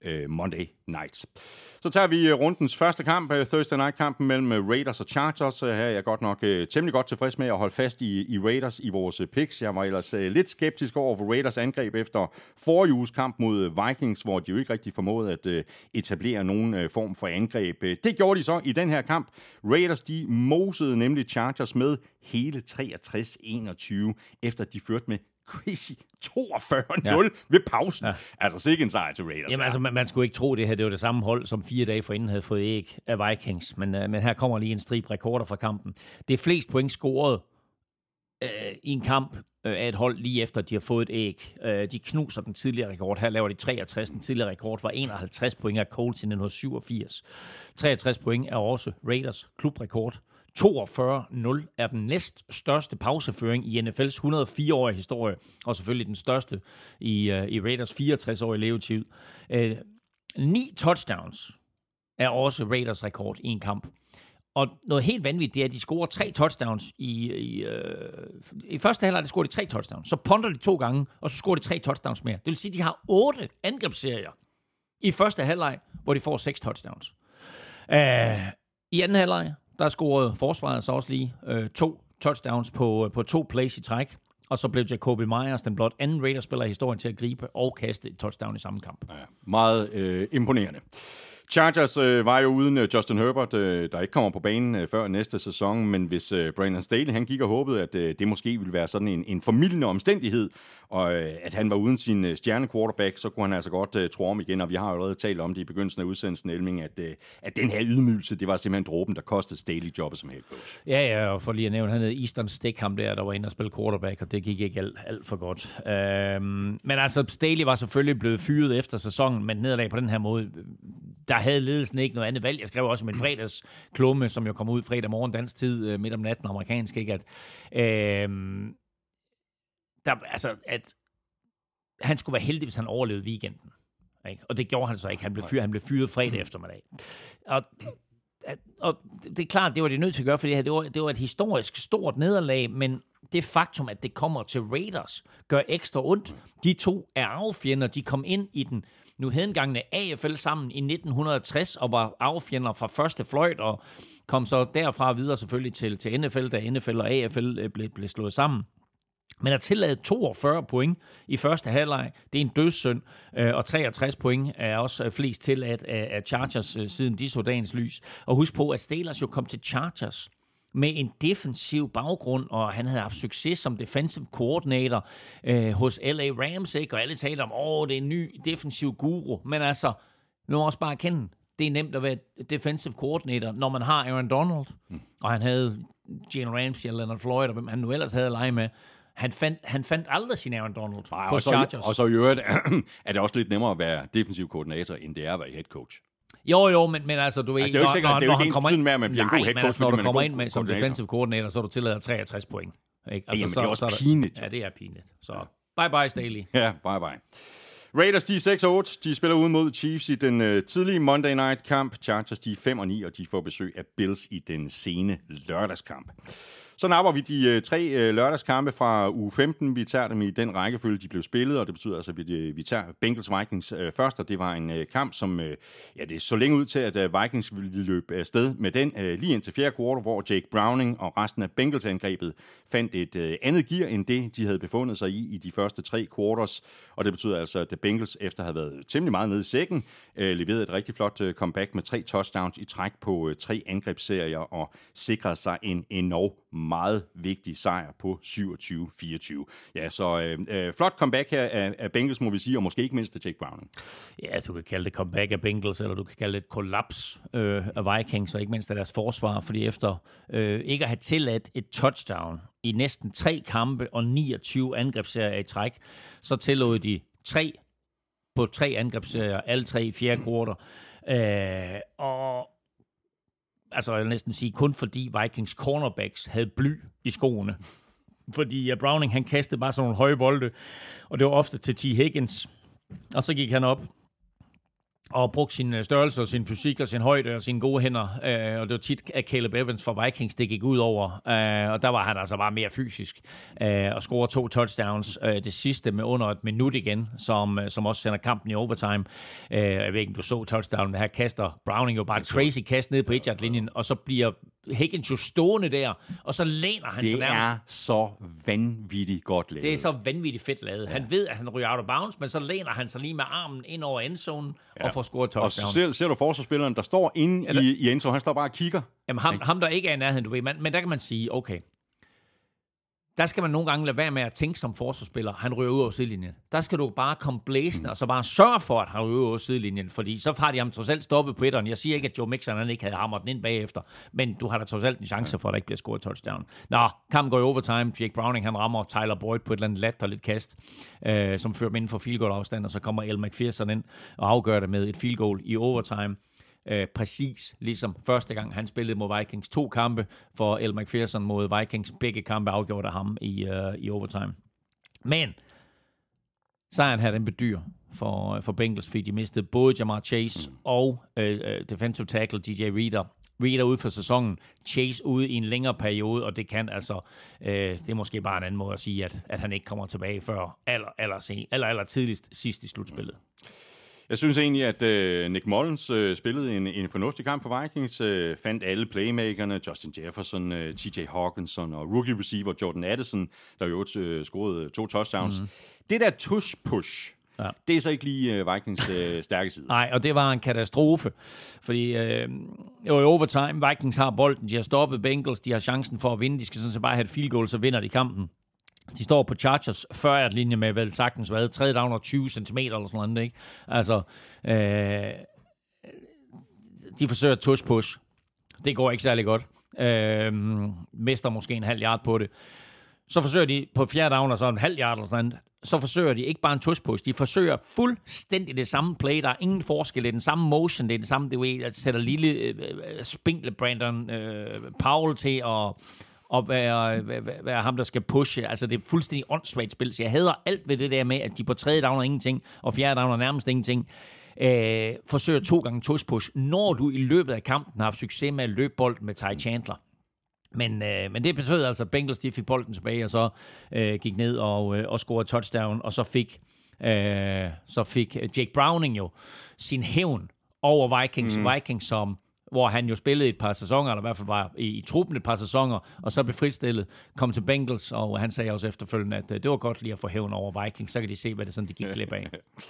Speaker 1: øh, Monday Nights. Så tager vi rundens første kamp, Thursday Night-kampen mellem Raiders og Chargers. Her er jeg godt nok uh, temmelig godt tilfreds med at holde fast i, i Raiders i vores picks. Jeg var ellers uh, lidt skeptisk over for Raiders angreb efter forrige uges kamp mod Vikings, hvor de jo ikke rigtig formåede at uh, etablere nogen uh, form for angreb. Det gjorde de så i den her kamp. Raiders, de mosede nemlig Chargers med hele treogtres enogtyve, efter de førte med crazy toogfyrre nul ja. ved pausen. Ja. Altså sikke en sejr til Raiders.
Speaker 3: Jamen altså, man, man skulle ikke tro det her. Det var det samme hold, som fire dage forinden havde fået æg af Vikings. Men, uh, men her kommer lige en stribe rekorder fra kampen. Det er flest point scoret uh, i en kamp uh, af et hold lige efter, de har fået et æg. Uh, de knuser den tidligere rekord. Her laver de treogtres. Den tidligere rekord var enoghalvtreds point af Colts i nitten syvogfirs. treogtres point er også Raiders klubrekord. toogfyrre nul er den næststørste pauseføring i N F L's hundrede og fire-årige historie, og selvfølgelig den største i, uh, i Raiders fireogtres-årige levetid. Uh, ni touchdowns er også Raiders rekord i en kamp. Og noget helt vanvittigt, det er, at de scorer tre touchdowns i, i, uh, i første halvleg, der scorer de tre touchdowns. Så punter de to gange, og så scorer de tre touchdowns mere. Det vil sige, at de har otte angrebsserier i første halvleg, hvor de får seks touchdowns. Uh, I anden halvleg, der scorede forsvaret så også lige øh, to touchdowns på, på to plays i træk. Og så blev Jacoby Myers den blot anden Raiders-spiller i historien til at gribe og kaste et touchdown i samme kamp.
Speaker 1: Ja, meget øh, imponerende. Chargers øh, var jo uden øh, Justin Herbert, øh, der ikke kommer på banen øh, før næste sæson, men hvis øh, Brandon Staley, han gik og håbede, at øh, det måske ville være sådan en, en formildende omstændighed, og øh, at han var uden sin øh, stjerne-quarterback, så kunne han altså godt øh, tro om igen, og vi har jo allerede talt om det i begyndelsen af udsendelsen, Elming, at, øh, at den her ydmygelse, det var simpelthen dråben, der kostede Staley jobbet som head coach.
Speaker 3: Ja, ja, og for lige at nævne, han hed Easton Stick, ham der, der var inde og spille quarterback, og det gik ikke alt, alt for godt. Øhm, men altså, Staley var selvfølgelig blevet fyret efter sæsonen, men nederlag på den her måde, der havde ledelsen ikke noget andet valg. Jeg skrev også om en fredagsklumme, som jo kom ud fredag morgen dansk tid, midt om natten amerikansk, ikke? At, øh, der, altså, at han skulle være heldig, hvis han overlevede weekenden. Ikke? Og det gjorde han så ikke. Han blev fyret, han blev fyret fredag eftermiddag. Og, og det er klart, det var det nødt til at gøre, for det, her, det, var, det var et historisk stort nederlag, men det faktum, at det kommer til Raiders, gør ekstra ondt. De to er arvefjender. De kom ind i den nu hedengangne A F L sammen i nitten tres og var arvefjender fra første fløjt og kom så derfra videre selvfølgelig til, til N F L, da N F L og A F L blev, blev slået sammen. Men at tillade toogfyrre point i første halvleg, det er en dødssynd, og treogtres point er også flest tilladt af Chargers, siden de så dagens lys. Og husk på, at Steelers jo kom til Chargers med en defensiv baggrund, og han havde haft succes som defensive coordinator øh, hos L A Rams, ikke? Og alle talte om, åh, det er en ny defensiv guru. Men altså, nu må også bare erkende, det er nemt at være defensive coordinator, når man har Aaron Donald, mm. og han havde Jalen Ramsey og Leonard Floyd, og hvem han nu ellers havde at lege med. Han fandt, han fandt aldrig sin Aaron Donald
Speaker 1: Nej,
Speaker 3: på
Speaker 1: og
Speaker 3: Chargers.
Speaker 1: Så, og så i øvrigt er det også lidt nemmere at være defensiv koordinator, end det er at være head coach.
Speaker 3: Jo, jo, men, men altså, du ved...
Speaker 1: Altså, det er jo ikke sikkert,
Speaker 3: når,
Speaker 1: det er jo ikke
Speaker 3: ens
Speaker 1: betydende med, at man bliver
Speaker 3: nej,
Speaker 1: en god head coach,
Speaker 3: altså, når du kommer ind med som
Speaker 1: koordinator.
Speaker 3: defensive coordinator, så er du tilladet treogtres point. Ikke? Altså,
Speaker 1: Jamen,
Speaker 3: så,
Speaker 1: det er også
Speaker 3: så
Speaker 1: pinligt.
Speaker 3: Ja, det er pinligt. Så ja. Bye bye, Staley.
Speaker 1: Ja, bye bye. Raiders, de er seks og otte. De spiller ude mod Chiefs i den uh, tidlige Monday Night kamp. Chargers, de er fem og ni, og de får besøg af Bills i den sene lørdagskamp. Så napper vi de uh, tre uh, lørdagskampe fra uge femten. Vi tager dem i den rækkefølge, de blev spillet, og det betyder altså, at vi, vi tager Bengals-Vikings uh, først, og det var en uh, kamp, som uh, ja, det så længe ud til, at uh, Vikings ville løbe afsted med den uh, lige indtil fjerde kvartal, hvor Jake Browning og resten af Bengals-angrebet fandt et uh, andet gear end det, de havde befundet sig i i de første tre quarters, og det betyder altså, at Bengals efter at have været temmelig meget nede i sækken, uh, leverede et rigtig flot uh, comeback med tre touchdowns i træk på uh, tre angrebsserier og sikrede sig en enorm meget vigtig sejr på syvogtyve fireogtyve. Ja, så øh, flot comeback her af, af Bengals, må vi sige, og måske ikke mindst af Jake Browning.
Speaker 3: Ja, du kan kalde det comeback af Bengals, eller du kan kalde det et kollaps øh, af Vikings, og ikke mindst af deres forsvar, fordi efter øh, ikke at have tilladt et touchdown i næsten tre kampe og niogtyve angrebsserier i træk, så tillod de tre på tre angrebsserier, alle tre i fjerde kvartal. Øh, og altså, jeg vil næsten sige, kun fordi Vikings cornerbacks havde bly i skoene. Fordi uh, Browning, han kastede bare sådan nogle høje bolde, og det var ofte til T. Higgins. Og så gik han op og brugt sin størrelse og sin fysik og sin højde og sine gode hænder. Øh, og det var tit, at Caleb Evans fra Vikings, det gik ud over. Øh, og der var han altså bare mere fysisk. Øh, og scorede to touchdowns. Øh, det sidste med under et minut igen, som, som også sender kampen i overtime. Øh, jeg ved ikke, om du så touchdownen. Det her kaster Browning jo bare et crazy kast ned på et-yard-linjen, og så bliver Higgins jo stående der, og så læner han
Speaker 1: det
Speaker 3: sig nærmest.
Speaker 1: Det er så vanvittigt godt lavet.
Speaker 3: Det er så vanvittigt fedt lavet. Ja. Han ved, at han ryger out of bounds, men så læner han sig lige med armen ind over endzonen, ja. og får scoret touchdown.
Speaker 1: Og så ser, ser du forsvarsspilleren, der står inde ja, i, i endzone, han står bare og kigger.
Speaker 3: Jamen ham, ham der ikke er i nærheden, du ved, men, men der kan man sige, okay, der skal man nogle gange lade være med at tænke som forsvarsspiller, han ryger ud over sidelinjen. Der skal du bare komme blæsende, mm. og så bare sørge for, at han ryger ud over sidelinjen, fordi så har de ham trods alt stoppet på etteren. Jeg siger ikke, at Joe Mixon han ikke havde hamret den ind bagefter, men du har da trods alt en chance for, at der ikke bliver scoret touchdown. Nå, kampen går i overtime. Jake Browning, han rammer Tyler Boyd på et eller andet latterligt kast, øh, som fører dem inden for field goal afstand, og så kommer El McPherson ind og afgør det med et field goal i overtime. Øh, præcis ligesom første gang han spillede mod Vikings. To kampe for El McPherson mod Vikings. Begge kampe afgjorde ham i, øh, i overtime. Men sejren her, den bedyr for, for Bengals, fordi de mistede både Jamar Chase mm. og øh, defensive tackle D J Reader. Reader ude for sæsonen, Chase ude i en længere periode, og det kan altså, øh, det er måske bare en anden måde at sige, at, at han ikke kommer tilbage før aller, aller, sen, aller, aller tidligst sidst i slutspillet.
Speaker 1: Jeg synes egentlig, at øh, Nick Mullins øh, spillede en, en fornuftig kamp for Vikings, øh, fandt alle playmakerne, Justin Jefferson, øh, T J Hawkinson og rookie receiver Jordan Addison, der jo øh, scorede to touchdowns. Mm-hmm. Det der tush-push, ja. det er så ikke lige øh, Vikings øh, stærke side.
Speaker 3: Nej, og det var en katastrofe, fordi øh, i overtime, Vikings har bolden, de har stoppet Bengals, de har chancen for at vinde, de skal sådan set bare have et field goal, så vinder de kampen. De står på Chargers fyrre-linje med vel sagtens hvad, tredje down og tyve centimeter eller sådan noget, ikke? Altså, øh, de forsøger tush-push. Det går ikke særlig godt. Øh, mister måske en halv yard på det. Så forsøger de på fjerde down og så en halv yard eller sådan noget. Så forsøger de ikke bare en tush-push. De forsøger fuldstændig det samme play. Der er ingen forskel. Det er den samme motion. Det er det samme, det ved, at sætter lille øh, spinkle Brandon øh, Powell til at og være, være, være ham, der skal pushe. Altså, det er fuldstændig åndssvagt spil. Så jeg hader alt ved det der med, at de på tredje down er ingenting, og fjerde down er nærmest ingenting. Øh, forsøger to gange tush-push, når du i løbet af kampen har haft succes med at løbe bolden med Ty Chandler. Men, øh, men det betød altså, at Bengals de fik bolden tilbage, og så øh, gik ned og, øh, og scorede touchdown, og så fik, øh, så fik Jake Browning jo sin hævn over Vikings. Mm. Vikings, som hvor han jo spillede et par sæsoner, eller i hvert fald var i, i truppen et par sæsoner, og så blev fritstillet, kom til Bengals, og han sagde også efterfølgende, at det var godt lige at få hævn over Vikings, så kan de se, hvad det sådan, de gik glip af.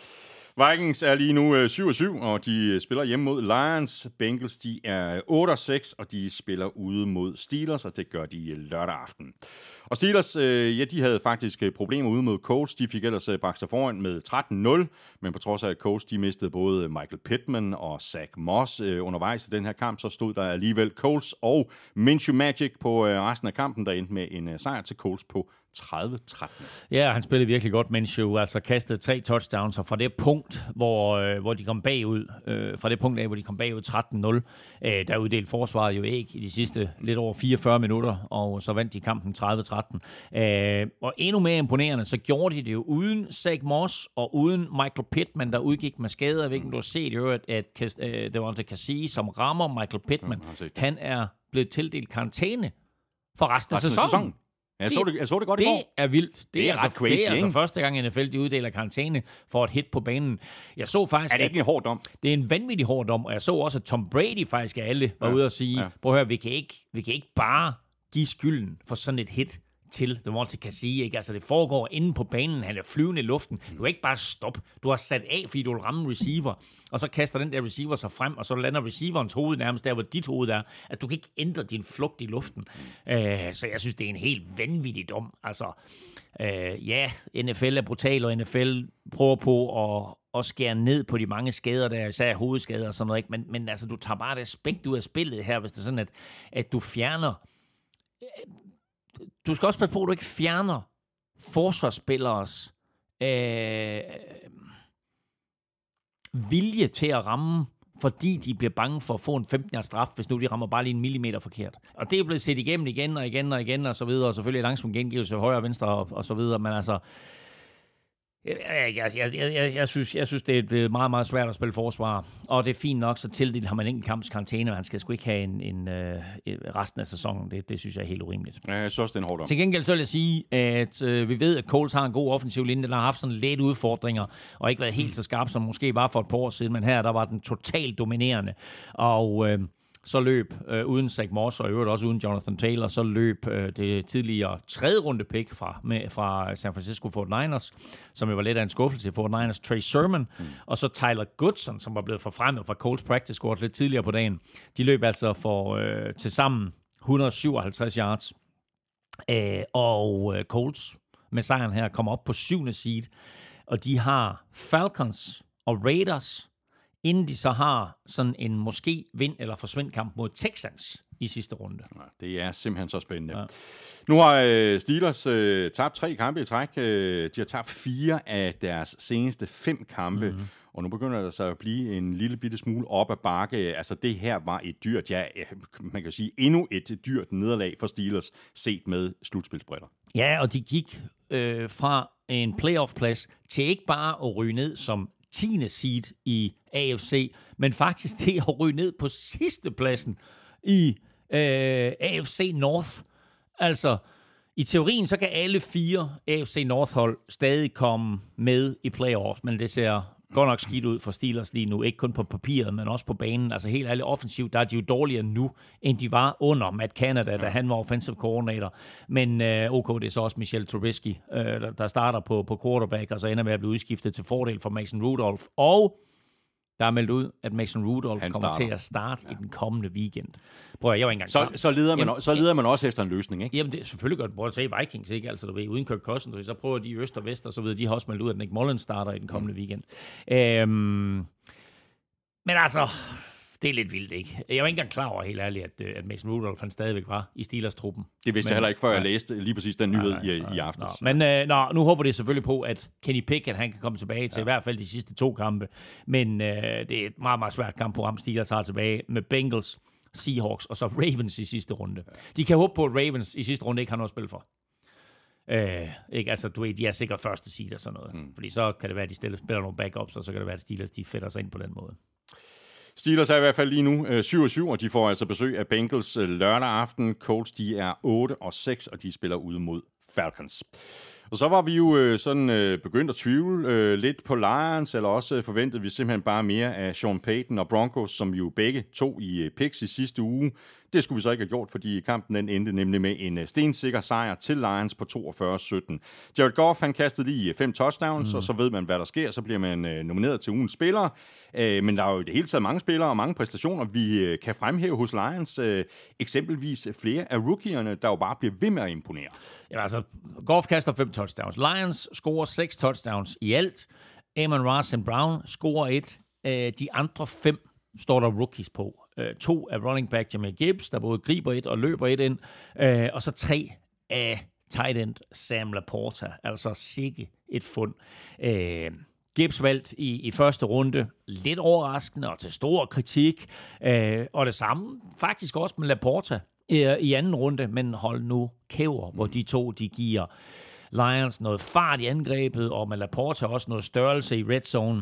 Speaker 1: Vikings er lige nu syv og syv, og de spiller hjemme mod Lions. Bengals, de er otte og seks, og de spiller ude mod Steelers, og det gør de lørdag aften. Og Steelers, øh, ja, de havde faktisk problemer ude mod Colts. De fik ellers bragt sig foran med tretten nul, men på trods af, at Colts, de mistede både Michael Pittman og Zach Moss øh, undervejs i den her kamp, så stod der alligevel Colts og Minshew Magic på øh, resten af kampen, der endte med en øh, sejr til Colts på tredive tretten.
Speaker 3: Ja, han spillede virkelig godt, Minshew. Altså kastede tre touchdowns, og fra det punkt, hvor, øh, hvor de kom bagud, øh, fra det punkt af, hvor de kom bagud tretten nul, øh, der uddelte forsvaret jo ikke i de sidste lidt over fireogfyrre minutter, og så vandt de kampen tredive tretten. Øh, og endnu mere imponerende, så gjorde de det jo uden Zach Moss og uden Michael Pittman, der udgik med skader. Hvilken du har set jo, at, at øh, det var altså Cassie, som rammer Michael Pittman. Ja, han er blevet tildelt karantæne for resten af sæsonen. sæsonen.
Speaker 1: Jeg så det, jeg så det godt
Speaker 3: det
Speaker 1: i går.
Speaker 3: Det er vildt. Det, det er, altså,
Speaker 1: ret crazy,
Speaker 3: det er altså første gang, N F L de uddeler karantæne for et hit på banen. Jeg så faktisk,
Speaker 1: er det ikke en hård dom?
Speaker 3: Det er en vanvittig hård dom, og jeg så også, at Tom Brady faktisk af alle var ja, ude og sige, ja. prøv at høre, vi kan, ikke, vi kan ikke bare give skylden for sådan et hit til Devontae Cassie, ikke? Altså, det foregår inde på banen, han er flyvende i luften. Du kan ikke bare stoppe. Du har sat af, fordi du vil ramme receiver, og så kaster den der receiver sig frem, og så lander receiverens hoved nærmest der, hvor dit hoved er. Altså, du kan ikke ændre din flugt i luften. Mm. Uh, så jeg synes, det er en helt vanvittig dom. Altså, uh, ja, N F L er brutal, og N F L prøver på at, at skære ned på de mange skader, der især hovedskader og sådan noget, ikke? Men, men altså, du tager bare det aspekt ud af spillet her, hvis det er sådan, at, at du fjerner... Du skal også passe på, at du ikke fjerner forsvarsspilleres øh, vilje til at ramme, fordi de bliver bange for at få en femten-yards straf, hvis nu de rammer bare lige en millimeter forkert. Og det er blevet set igennem igen og igen og igen og så videre, og selvfølgelig langsomt gengivelse højre og venstre og, og så videre, men altså, Jeg, jeg, jeg, jeg, jeg, synes, jeg synes, det er meget, meget svært at spille forsvar. Og det er fint nok, så tildelt har man en kamps karantæne, og han skal sgu ikke have en, en, øh, resten af sæsonen. Det, det synes jeg er helt urimeligt.
Speaker 1: Ja, jeg synes også, det er en hård om.
Speaker 3: Til gengæld så vil jeg sige, at øh, vi ved, at Colts har en god offensiv linje. Den har haft sådan lidt udfordringer, og ikke været helt så skarp, som måske var for et par år siden. Men her, der var den totalt dominerende. Og... Øh, Så løb, øh, uden Zach Moss og i øvrigt også uden Jonathan Taylor, så løb øh, det tidligere tredje runde pick fra, med, fra San Francisco forty-niners, som jo var lidt af en skuffelse i forty-niners, Trey Sermon, mm. og så Tyler Goodson, som var blevet forfremmet fra Colts practice squad lidt tidligere på dagen. De løb altså for øh, til sammen et hundrede syvoghalvtreds yards. Øh, og øh, Colts med sejren her kommer op på syvende seed, og de har Falcons og Raiders, inden de så har sådan en måske vind- eller forsvind-kamp mod Texans i sidste runde.
Speaker 1: Ja, det er simpelthen så spændende.
Speaker 3: Ja.
Speaker 1: Nu har øh, Steelers øh, tabt tre kampe i træk. Øh, de har tabt fire af deres seneste fem kampe, mm-hmm. og nu begynder der så at blive en lille bitte smule op ad bakke. Altså, det her var et dyrt, ja, man kan sige endnu et dyrt nederlag for Steelers, set med slutspilsbrætter.
Speaker 3: Ja, og de gik øh, fra en playoff-plads til ikke bare at ryge ned som tiende seed i A F C, men faktisk til at ryge ned på sidste pladsen i øh, A F C North. Altså, i teorien, så kan alle fire A F C North-hold stadig komme med i playoff, men det ser godt nok skidt ud for Steelers lige nu. Ikke kun på papiret, men også på banen. Altså helt ærligt offensivt, der er de jo dårligere nu, end de var under Matt Canada, da han var offensive coordinator. Men øh, OK, det er så også Michelle Trubisky, øh, der, der starter på, på quarterback, og så ender med at blive udskiftet til fordel for Mason Rudolph. Og der er meldt ud, at Mason Rudolph han kommer til at starte ja. i den kommende weekend. Prøv at, jeg var ikke engang
Speaker 1: så, så, leder man,
Speaker 3: jamen,
Speaker 1: så leder man også efter en løsning, ikke?
Speaker 3: Jamen, det selvfølgelig godt. Prøv at tage Vikings, ikke? Altså, du ved, uden Kirk Cousins, så prøver de øst og vest, og så videre. De har også meldt ud, at Nick Mullins starter i den kommende mm. weekend. Øhm, men altså, det er lidt vildt, ikke? Jeg var ikke engang klar over, helt ærligt, at, at Mason Rudolph han stadigvæk var i Steelers-truppen. Det
Speaker 1: vidste men, jeg heller ikke, før jeg nej. læste lige præcis den nyhed nej, nej, nej, i, i aftes.
Speaker 3: Nå. Men øh, nå, nu håber det selvfølgelig på, at Kenny Pickett han kan komme tilbage til ja. i hvert fald de sidste to kampe. Men øh, det er et meget, meget svært kampprogram, Steelers tager tilbage med Bengals, Seahawks og så Ravens i sidste runde. Ja. De kan håbe på, at Ravens i sidste runde ikke har noget at spille for. Øh, ikke? Altså, du ved, de er sikkert første seed og sådan noget. Mm. Fordi så kan det være, at de stiller, spiller nogle backups, og så kan det være, at Steelers de fætter sig ind på den måde.
Speaker 1: Steelers er i hvert fald lige nu øh, syv og syv, og de får altså besøg af Bengals øh, lørdag aften. Colts, de er otte og seks, og de spiller ude mod Falcons. Og så var vi jo øh, sådan øh, begyndt at tvivle øh, lidt på Lions, eller også øh, forventede vi simpelthen bare mere af Sean Payton og Broncos, som vi jo begge tog i øh, picks i sidste uge. Det skulle vi så ikke have gjort, fordi kampen den endte nemlig med en øh, stensikker sejr til Lions på toogfyrre sytten. Jared Goff, han kastede lige fem touchdowns, mm. og så ved man, hvad der sker. Så bliver man øh, nomineret til ugens spillere. Øh, men der er jo i det hele taget mange spillere og mange præstationer, vi øh, kan fremhæve hos Lions. Øh, eksempelvis flere af rookierne, der jo bare bliver ved med at imponere.
Speaker 3: Ja, altså, Goff kaster fem touchdowns. Lions scorer seks touchdowns i alt. Amon-Ra Saint Brown scorer et. Øh, de andre fem står der rookies på. Øh, to af running back Jameer Gibbs, der både griber et og løber et ind. Øh, og så tre af tight end Sam Laporta. Altså sikke et fund. Øh, Gibbs valgt i, i første runde. Lidt overraskende og til stor kritik. Øh, og det samme faktisk også med Laporta i, i anden runde. Men hold nu kæver, hvor de to de giver Lions noget fart i angrebet, og med Laporta også noget størrelse i red zone.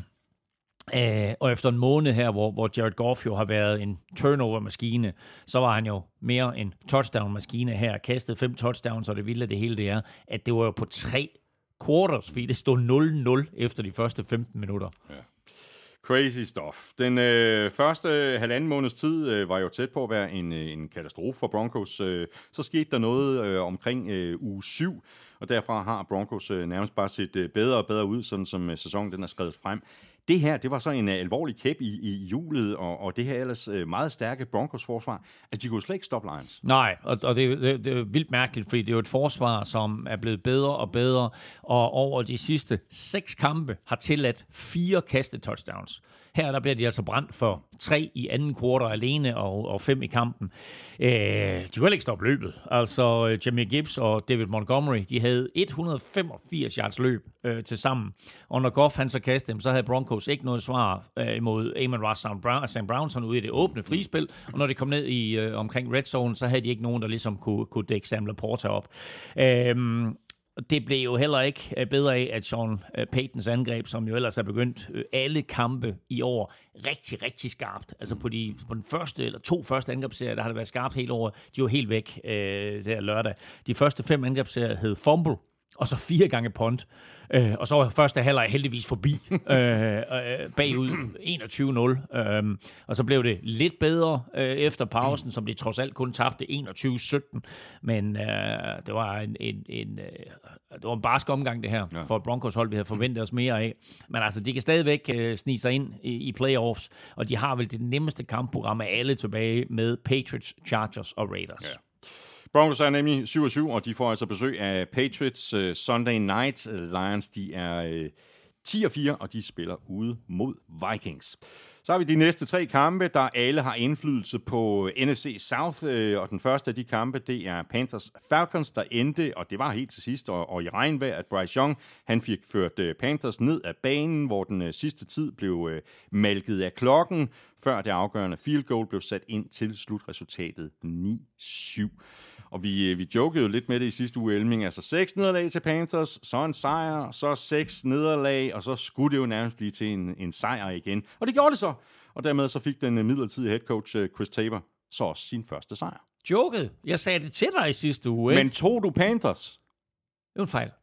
Speaker 3: Uh, og efter en måned her, hvor, hvor Jared Goff jo har været en turnover-maskine, så var han jo mere en touchdown-maskine her, kastet fem touchdowns, og det vilde det hele det er, at det var jo på tre quarters, fordi det stod nul nul efter de første femten minutter. Ja.
Speaker 1: Crazy stuff. Den øh, første halvanden måneds tid øh, var jo tæt på at være en, en katastrofe for Broncos. Øh, så skete der noget øh, omkring øh, uge syv, og derfra har Broncos øh, nærmest bare set øh, bedre og bedre ud, sådan som øh, sæsonen den er skrevet frem. Det her, det var så en uh, alvorlig kæp i, i hjulet, og, og det her ellers uh, meget stærke Broncos-forsvar, at de kunne slet ikke stoppe Lions.
Speaker 3: Nej, og, og det, det, det er vildt mærkeligt, fordi det er jo et forsvar, som er blevet bedre og bedre, og over de sidste seks kampe har tilladt fire kastet touchdowns. Her der bliver de altså brændt for tre i anden kvartal alene og, og fem i kampen. Øh, de kunne ikke stoppe løbet. Altså Jameer Gibbs og David Montgomery, de havde et hundrede femogfirs yards løb øh, til sammen. Og når Goff han så kastede dem, så havde Broncos ikke noget svar øh, imod Amon-Ra Saint Brown, Saint Brown sådan ude i det åbne frispil. Og når de kom ned i øh, omkring red zone, så havde de ikke nogen, der ligesom kunne, kunne dække Sam Laporta op. Øh, det blev jo heller ikke bedre af, at Sean Paytons angreb, som jo ellers er begyndt alle kampe i år, rigtig, rigtig skarpt. Altså på, de, på den første eller to første angrebsserier, der har det været skarpt hele året. De var helt væk øh, der lørdag. De første fem angrebsserier hed fumble, og så fire gange punt. Øh, og så var første halvleg heldigvis forbi øh, øh, bagud enogtyve nul. Øh, og så blev det lidt bedre øh, efter pausen, som de trods alt kun tabte enogtyve sytten. Men øh, det var en, en, en, øh, det var en barsk omgang det her ja. for Broncos hold, vi havde forventet os mere af. Men altså, de kan stadigvæk øh, snige sig ind i, i playoffs, og de har vel det nemmeste kampprogram af alle tilbage med Patriots, Chargers og Raiders. Ja.
Speaker 1: Broncos er nemlig syv og syv, og de får altså besøg af Patriots uh, Sunday Night. Lions, de er uh, ti og fire, og de spiller ude mod Vikings. Så har vi de næste tre kampe, der alle har indflydelse på N F C South, uh, og den første af de kampe, det er Panthers Falcons, der endte, og det var helt til sidst, og, og i regnvejr, at Bryce Young, han fik ført uh, Panthers ned af banen, hvor den uh, sidste tid blev uh, malket af klokken, før det afgørende field goal blev sat ind til slutresultatet ni syv. Og vi, vi jokede jo lidt med det i sidste uge, Elming. Altså seks nederlag til Panthers, så en sejr, så seks nederlag, og så skulle det jo nærmest blive til en, en sejr igen. Og det gjorde det så. Og dermed så fik den midlertidige headcoach Chris Tabor så også sin første sejr.
Speaker 3: Joket? Jeg sagde det til dig i sidste uge, ikke?
Speaker 1: Men tog du Panthers?
Speaker 3: Det var en fejl.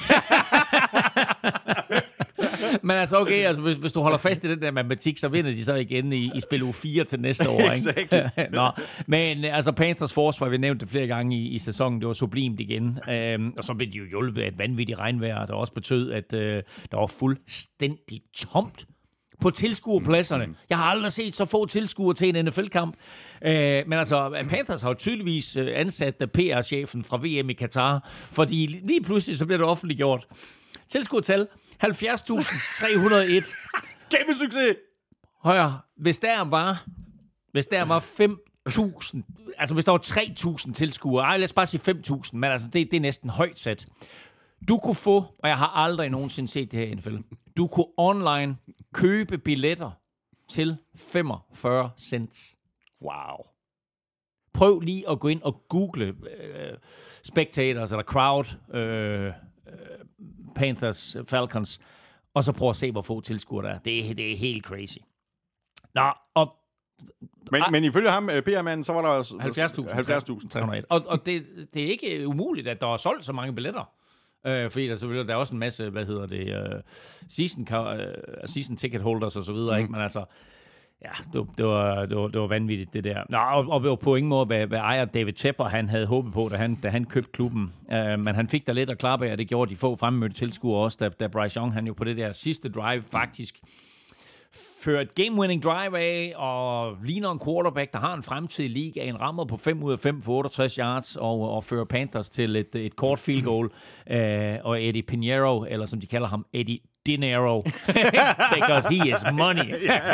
Speaker 3: Men altså okay, altså, hvis, hvis du holder fast i den der matematik, så vinder de så igen i, i spil uge fire til næste år. Ikke? Nå, men altså Panthers forsvar, vi nævnte det flere gange i, i sæsonen, det var sublimt igen. Øhm, og så blev de jo hjulpet af et vanvittigt regnvejr, der også betød, at øh, der var fuldstændig tomt på tilskuerpladserne. Jeg har aldrig set så få tilskuere til en N F L-kamp. Øh, men altså, Panthers har jo tydeligvis ansat P R-chefen fra V M i Katar, fordi lige pludselig så bliver det offentliggjort. Tilskuertal halvfjerds tusind tre hundrede og en.
Speaker 1: Kæmpe succes!
Speaker 3: Højre, hvis der var, hvis der var fem tusind, altså hvis der var tre tusind tilskuere, ej, lad os bare sige fem tusind, men altså det, det er næsten højt sat. Du kunne få, og jeg har aldrig nogensinde set det her i N F L, du kunne online købe billetter til femogfyrre cents.
Speaker 1: Wow.
Speaker 3: Prøv lige at gå ind og google øh, spectators eller crowd, øh, Panthers, Falcons, og så prøv at se, hvor få tilskuere der er. Det er, det er helt crazy. Nå, og...
Speaker 1: Men, ah, men ifølge ham, P R-manden, så var der...
Speaker 3: halvfjerds tusind tre hundrede og en. Og, og det, det er ikke umuligt, at der er solgt så mange billetter. Øh, fordi der, selvfølgelig, der er også en masse, hvad hedder det, uh, season, uh, season ticket holders og så videre, mm. ikke? Men altså... Ja, det, det, var, det, var, det var vanvittigt, det der. Nå, og, og det var på ingen måde, hvad, hvad ejer David Tepper, han havde håbet på, da han, da han købte klubben. Uh, men han fik der lidt at klappe af, og det gjorde de få fremmødte tilskuere også, da, da Bryce Young, han jo på det der sidste drive faktisk fører et game-winning drive af, og ligner en quarterback, der har en fremtid i ligaen, rammer på fem ud af fem for otteogtres yards, og, og fører Panthers til et, et kort field goal. Uh, og Eddie Pinheiro, eller som de kalder ham, Eddie Dinero, because he is money.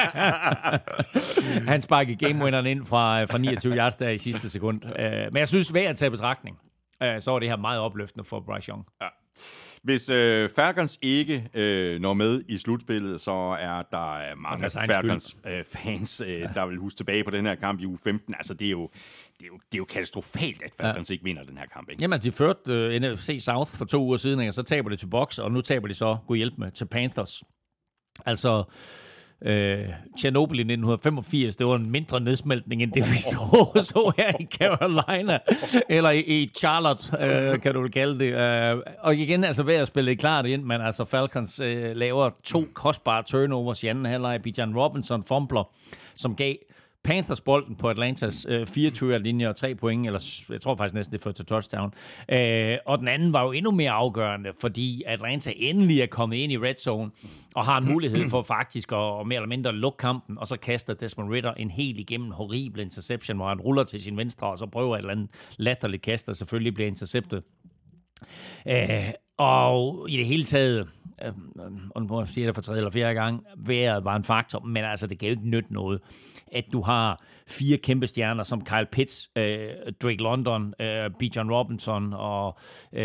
Speaker 3: Han sparkede game-winneren ind fra, fra niogtyve yards der i sidste sekund. Uh, men jeg synes, ved at tage betragtning, uh, så var det her meget opløftende for Bryce Young. Ja.
Speaker 1: Hvis øh, Falcons ikke øh, når med i slutspillet, så er der mange Falcons-fans, øh, øh, der vil huske tilbage på den her kamp i uge femten. Altså, det er jo, det er jo, det er jo katastrofalt, at Falcons ja. ikke vinder den her kamp. Ikke?
Speaker 3: Jamen, altså, de førte øh, N F C South for to uger siden, og så taber de til Bucks, og nu taber de så, god hjælp med, til Panthers. Altså... Øh, Chernobyl i nitten femogfirs, det var en mindre nedsmeltning, end det vi så, så her i Carolina, eller i, i Charlotte, øh, kan du vel kalde det. Øh, og igen, altså ved at spille det klart ind, men altså Falcons øh, laver to kostbare turnovers i anden halvleg. Bijan Robinson fumbler, som gav Panthers bolden på Atlantas øh, fireogtyve-linje og tre point, eller jeg tror faktisk næsten det førte til touchdown. Øh, og den anden var jo endnu mere afgørende, fordi Atlanta endelig er kommet ind i red zone og har en mulighed for faktisk at og mere eller mindre lukke kampen, og så kaster Desmond Ridder en helt igennem horribel interception, hvor han ruller til sin venstre, og så prøver et eller andet latterligt kast, og selvfølgelig bliver interceptet. Øh, og i det hele taget, øh, og nu siger det for tredje eller fjerde gang, vejret var en faktor, men altså det kan jo ikke nytte noget, at du har fire kæmpe stjerner som Kyle Pitts, øh, Drake London, øh, Bijan Robinson og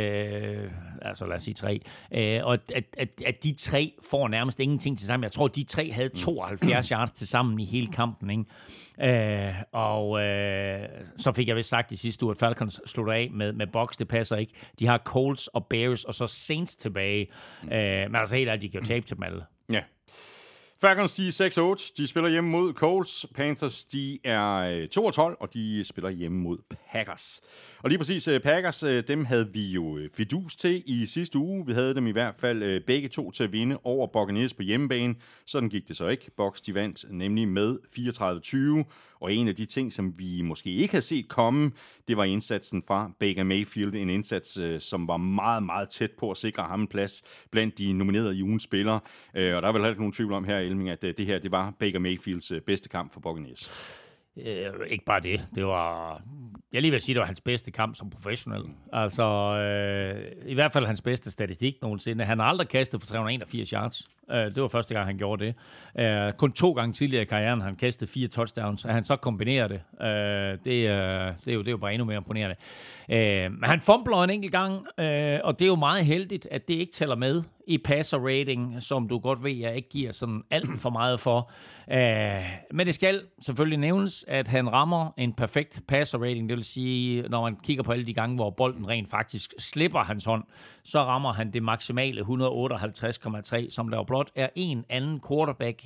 Speaker 3: øh, altså lad os sige tre. Øh, og at, at, at de tre får nærmest ingenting til sammen. Jeg tror, de tre havde tooghalvfjerds yards til sammen i hele kampen, ikke? Øh, og øh, så fik jeg vist sagt i sidste uge, at Falcons slutter af med, med Bucks. Det passer ikke. De har Colts og Bears og så Saints tilbage. Øh, men altså helt ærligt, de kan jo tabe til dem alle.
Speaker 1: Ja. Falcons, de er seks og otte. De spiller hjemme mod Colts. Panthers, de er to og tolv, og de spiller hjemme mod Packers. Og lige præcis Packers, dem havde vi jo fidus til i sidste uge. Vi havde dem i hvert fald begge to til at vinde over Buccaneers på hjemmebane. Sådan gik det så ikke. Bucs, de vandt nemlig med fireogtredive tyve. Og en af de ting, som vi måske ikke havde set komme, det var indsatsen fra Baker Mayfield. En indsats, som var meget, meget tæt på at sikre ham en plads blandt de nominerede i ugens spillere. Og der er vel heller ikke nogen tvivl om her, Elming, at det her det var Baker Mayfields bedste kamp for Buccaneers.
Speaker 3: Øh, ikke bare det. Det var... Jeg lige vil sige, det var hans bedste kamp som professionel. Altså, øh, i hvert fald hans bedste statistik nogensinde. Han har aldrig kastet for tre hundrede og enogfirs yards. Øh, det var første gang, han gjorde det. Øh, kun to gange tidligere i karrieren har han kastet fire touchdowns. At han så kombinerer det, øh, det, øh, det, er jo, det er jo bare endnu mere imponerende. Øh, men han fumbler en enkelt gang, øh, og det er jo meget heldigt, at det ikke tæller med i passer rating, som du godt ved, jeg ikke giver sådan alt for meget for. Øh, men det skal selvfølgelig nævnes, at han rammer en perfekt passer rating. Det vil sige, når man kigger på alle de gange, hvor bolden rent faktisk slipper hans hånd, så rammer han det maksimale et hundrede og otteoghalvtreds komma tre, som der jo blot er en anden quarterback,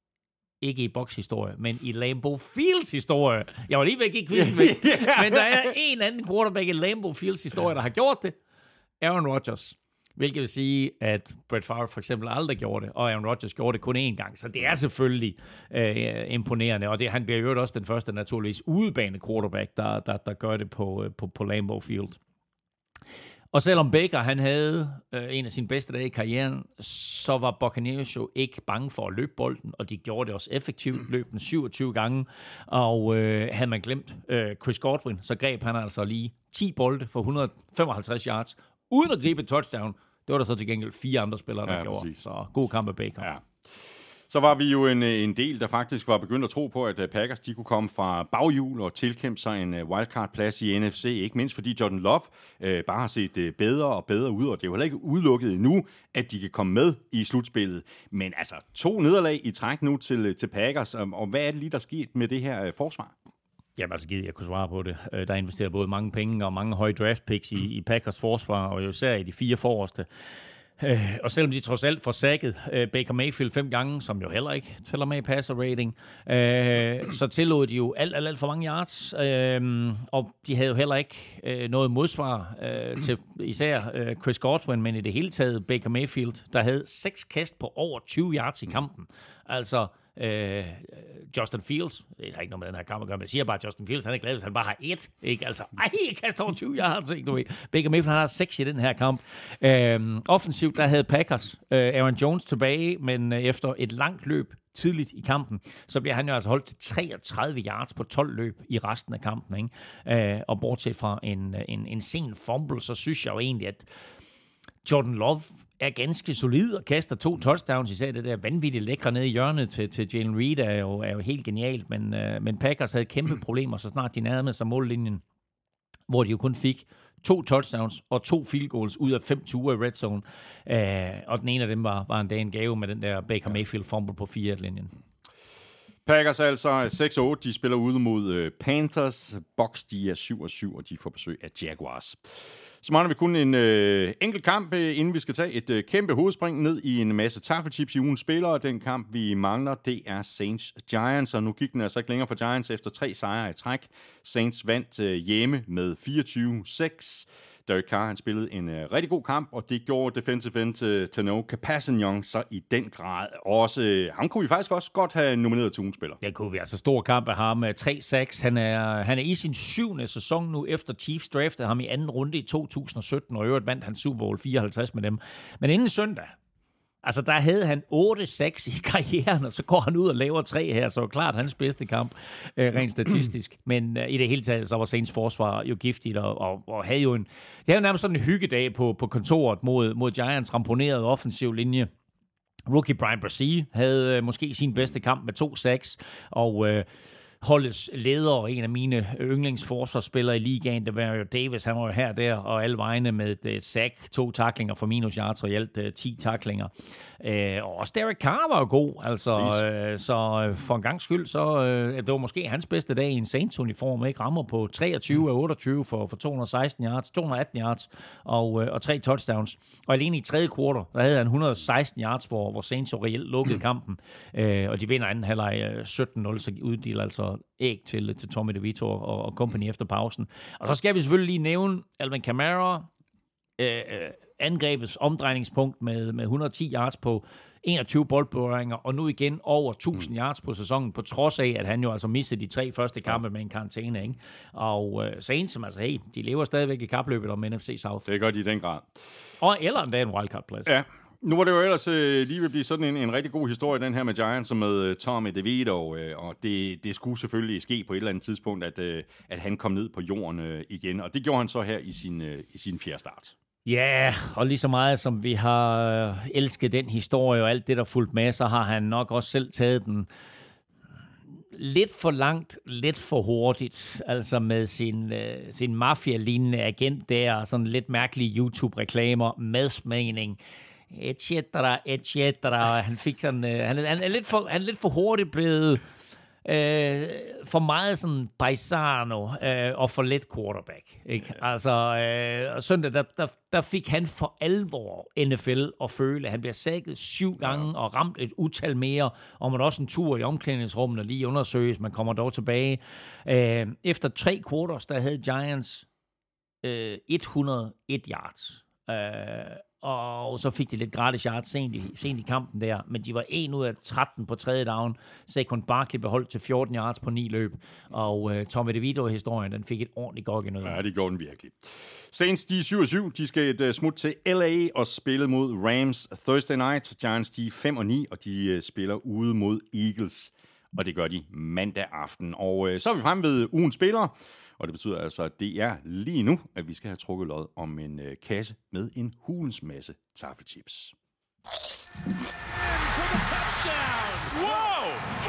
Speaker 3: ikke i Bucs historie, men i Lambeau Fields historie. Jeg var lige ved at give quizzen med, men der er en anden quarterback i Lambeau Fields historie, der har gjort det. Aaron Rodgers. Hvilket vil sige, at Brett Favre for eksempel aldrig gjorde det, og Aaron Rodgers gjorde det kun én gang. Så det er selvfølgelig øh, imponerende, og det, han bliver jo også den første naturligvis udebane quarterback, der, der, der gør det på, på, på Lambeau Field. Og selvom Baker han havde øh, en af sine bedste dage i karrieren, så var Buccaneers jo ikke bange for at løbe bolden, og de gjorde det også effektivt, løb den syvogtyve gange, og øh, havde man glemt øh, Chris Godwin, så greb han altså lige ti bolde for et hundrede og femoghalvtreds yards, uden at gribe et touchdown. Det var der så til gengæld fire andre spillere, der ja, gjorde. Præcis. Så god kamp af Baker. Ja.
Speaker 1: Så var vi jo en, en del, der faktisk var begyndt at tro på, at Packers de kunne komme fra baghjul og tilkæmpe sig en wildcard-plads i N F C. Ikke mindst fordi Jordan Love øh, bare har set bedre og bedre ud, og det er jo heller ikke udelukket endnu, at de kan komme med i slutspillet. Men altså, to nederlag i træk nu til, til Packers, og hvad er det lige, der skete med det her øh, forsvar?
Speaker 3: Jamen altså, jeg kunne svare på det. Der er investeret både mange penge og mange høje draft picks i, i Packers forsvar, og jo især i de fire forreste. Øh, og selvom de trods alt får sækket øh, Baker Mayfield fem gange, som jo heller ikke tæller med i passer rating, øh, så tillod de jo alt, alt, alt for mange yards, øh, og de havde jo heller ikke øh, noget modsvar øh, til især øh, Chris Godwin, men i det hele taget Baker Mayfield, der havde seks kast på over tyve yards i kampen. Altså, Øh, Justin Fields, det har ikke noget med den her kamp at gøre, men jeg siger bare, at Justin Fields, han er glad, hvis han bare har et, ikke? Altså, ej, jeg kaster over tyve yards, ikke du ved. Baker Mayfield, han har seks i den her kamp. Øh, offensivt, der havde Packers øh, Aaron Jones tilbage, men øh, efter et langt løb tidligt i kampen, så bliver han jo altså holdt til treogtredive yards på tolv løb i resten af kampen, ikke? Øh, og bortset fra en, en, en sen fumble, så synes jeg jo egentlig, at Jordan Love er ganske solid og kaster to touchdowns, især det der vanvittigt lækre nede i hjørnet til, til Jalen Reed er jo, er jo helt genialt, men, øh, men Packers havde kæmpe problemer, så snart de nærmede sig mållinjen, hvor de jo kun fik to touchdowns og to field goals ud af fem ture i red zone, øh, og den ene af dem var, var en dag en gave med den der Baker Mayfield fumble på fire-linjen.
Speaker 1: Packers altså seks og otte, de spiller ude mod Panthers. Bucs, de er syv og syv, og de får besøg af Jaguars. Så mangler vi kun en øh, enkelt kamp, inden vi skal tage et øh, kæmpe hovedspring ned i en masse taffelchips i ugens spillere. Den kamp, vi mangler, det er Saints-Giants, og nu gik den altså ikke længere for Giants efter tre sejre i træk. Saints vandt øh, hjemme med fireogtyve seks. Derek Carr, han spillede en øh, rigtig god kamp, og det gjorde defensive end til Tanoh Kpassagnon så i den grad også. Øh, ham kunne vi faktisk også godt have nomineret til ugens spiller.
Speaker 3: Det kunne vi, altså stor kamp af ham, tre seks. Han er, han er i sin syvende sæson nu, efter Chiefs draftede ham i anden runde i to tusind og sytten, og i øvrigt vandt han Super Bowl fireoghalvtreds med dem. Men inden søndag, altså der havde han otte seks i karrieren, og så går han ud og laver tre her, så klart hans bedste kamp, øh, rent statistisk. Men øh, i det hele taget, så var Saints forsvar jo giftigt, og, og, og havde jo en, det havde jo nærmest sådan en hyggedag på, på kontoret mod, mod Giants, ramponeret offensiv linje. Rookie Brian Brzee havde øh, måske sin bedste kamp med to seks, og øh, holdets leder og en af mine yndlingsforsvarsspillere i ligaen, det var jo Davis, han var jo her der, og alle vegne med et sack, to tacklinger for minus yards, og i alt uh, ti tacklinger. Uh, og også Derek Carr var jo god, altså, uh, så uh, for en gang skyld, så uh, det var måske hans bedste dag i en Saints-uniform, ikke? Rammer på treogtyve af otteogtyve for, for to hundrede og seksten yards, to hundrede og atten yards og, uh, og tre touchdowns. Og alene i tredje kvartal, der havde han et hundrede og seksten yards, hvor, hvor Saints jo reelt lukkede kampen, uh, og de vinder anden halvleg uh, sytten nul, så uddeler altså æg til, til Tommy DeVito og, og company efter pausen. Og så skal vi selvfølgelig lige nævne Alvin Kamara, øh, angrebets omdrejningspunkt med, med et hundrede og ti yards på enogtyve boldberøringer, og nu igen over tusind yards på sæsonen, på trods af, at han jo altså mistede de tre første kampe med en karantæne, ikke? Og øh, Saints, som altså, hey, de lever stadigvæk i kapløbet om N F C South.
Speaker 1: Det gør de i den grad.
Speaker 3: Og eller endda en wildcard-plads.
Speaker 1: Ja. Nu var det jo ellers øh, lige ved at blive sådan en, en rigtig god historie, den her med Giants, og med øh, Tommy DeVito, øh, og det, det skulle selvfølgelig ske på et eller andet tidspunkt, at, øh, at han kom ned på jorden øh, igen, og det gjorde han så her i sin, øh, i sin fjerde start.
Speaker 3: Ja, yeah, og lige så meget som vi har øh, elsket den historie og alt det, der fulgt med, så har han nok også selv taget den lidt for langt, lidt for hurtigt, altså med sin, øh, sin mafia-lignende agent der, og sådan lidt mærkelige YouTube-reklamer, madsmagning, et cetera, et cetera. Han fik sådan, øh, han, han, er lidt for, han er lidt for hurtigt blevet øh, for meget sådan paisano øh, og for lidt quarterback. Ikke? Altså, øh, og søndag, der, der, der fik han for alvor N F L at føle. Han bliver sækket syv gange ja. og ramt et utal mere, og man også en tur i omklædningsrummet og lige undersøges. Man kommer dog tilbage. Øh, efter tre quarters, der havde Giants øh, et hundrede og en yards. Øh, og så fik de lidt gratis yards sent i, sent i kampen der, men de var en ud af tretten på tredje down. Saquon Barkley beholdt til fjorten yards på ni løb, og uh, Tommy DeVito-historien, den fik et ordentligt gok i noget.
Speaker 1: Ja, det gjorde den virkelig. Saints, de er syv og syv, de skal et uh, smut til L A og spille mod Rams Thursday night. Giants, de er fem og ni, og de uh, spiller ude mod Eagles, og det gør de mandag aften. Og uh, så er vi fremme ved ugens spillere. Og det betyder altså, at det er lige nu, at vi skal have trukket lod om en øh, kasse med en hulens masse taffelchips.
Speaker 4: Wow!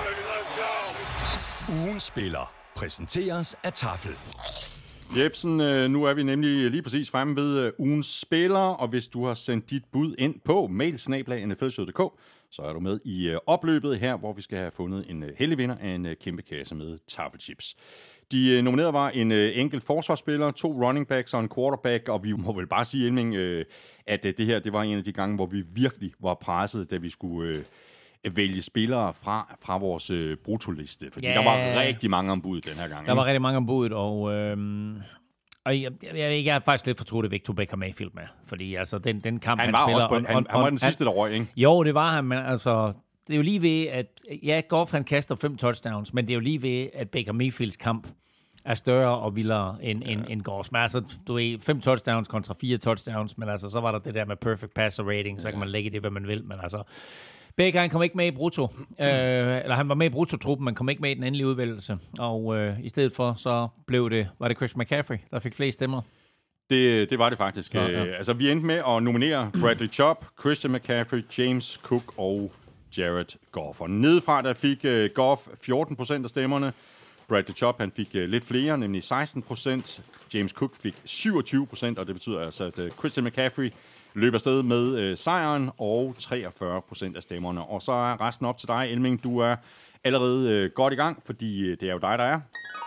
Speaker 4: Ugens spiller præsenteres af Tafel.
Speaker 1: Jebsen, øh, nu er vi nemlig lige præcis fremme ved øh, ugens spiller, og hvis du har sendt dit bud ind på mail snabel-a n f l punktum d k, så er du med i øh, opløbet her, hvor vi skal have fundet en øh, heldig vinder af en øh, kæmpe kasse med taffelchips. De nominerede var en øh, enkelt forsvarsspiller, to running backs og en quarterback, og vi må vel bare sige, Elming, øh, at øh, det her det var en af de gange, hvor vi virkelig var presset, da vi skulle øh, vælge spillere fra, fra vores øh, brutoliste. Fordi yeah. der var rigtig mange ombud den her gang.
Speaker 3: Der ikke? var rigtig mange ombud, og, øh, og jeg, jeg, jeg er faktisk lidt fortrudt, at Victor Baker Mayfield med. Fordi altså, den, den kamp, han,
Speaker 1: han
Speaker 3: var
Speaker 1: spiller...
Speaker 3: Også
Speaker 1: på, han, han, han var den sidste, der røg, ikke?
Speaker 3: Jo, det var han, men altså... Det er jo lige ved, at... Ja, Goff, han kaster fem touchdowns, men det er jo lige ved, at Baker Mayfields kamp er større og vildere end, ja. end, end Goffs. Men altså, du ved, fem touchdowns kontra fire touchdowns, men altså, så var der det der med perfect passer rating, så ja. kan man lægge det, hvad man vil, men altså... Baker, han kom ikke med i brutto. Øh, eller han var med i bruttotruppen, men kom ikke med i den endelige udvælgelse. Og øh, i stedet for, så blev det... Var det Chris McCaffrey, der fik flest stemmer?
Speaker 1: Det, det var det faktisk. Så, ja. Altså, vi endte med at nominere Bradley Chubb, Christian McCaffrey, James Cook og Jared Goff. Og nedefra, der fik uh, Goff fjorten procent af stemmerne. Bradley Chubb, han fik uh, lidt flere, nemlig seksten procent. James Cook fik syvogtyve procent, og det betyder altså, at uh, Christian McCaffrey løber afsted med uh, sejren og treogfyrre procent af stemmerne. Og så er resten op til dig, Elming. Du er allerede uh, godt i gang, fordi uh, det er jo dig, der er.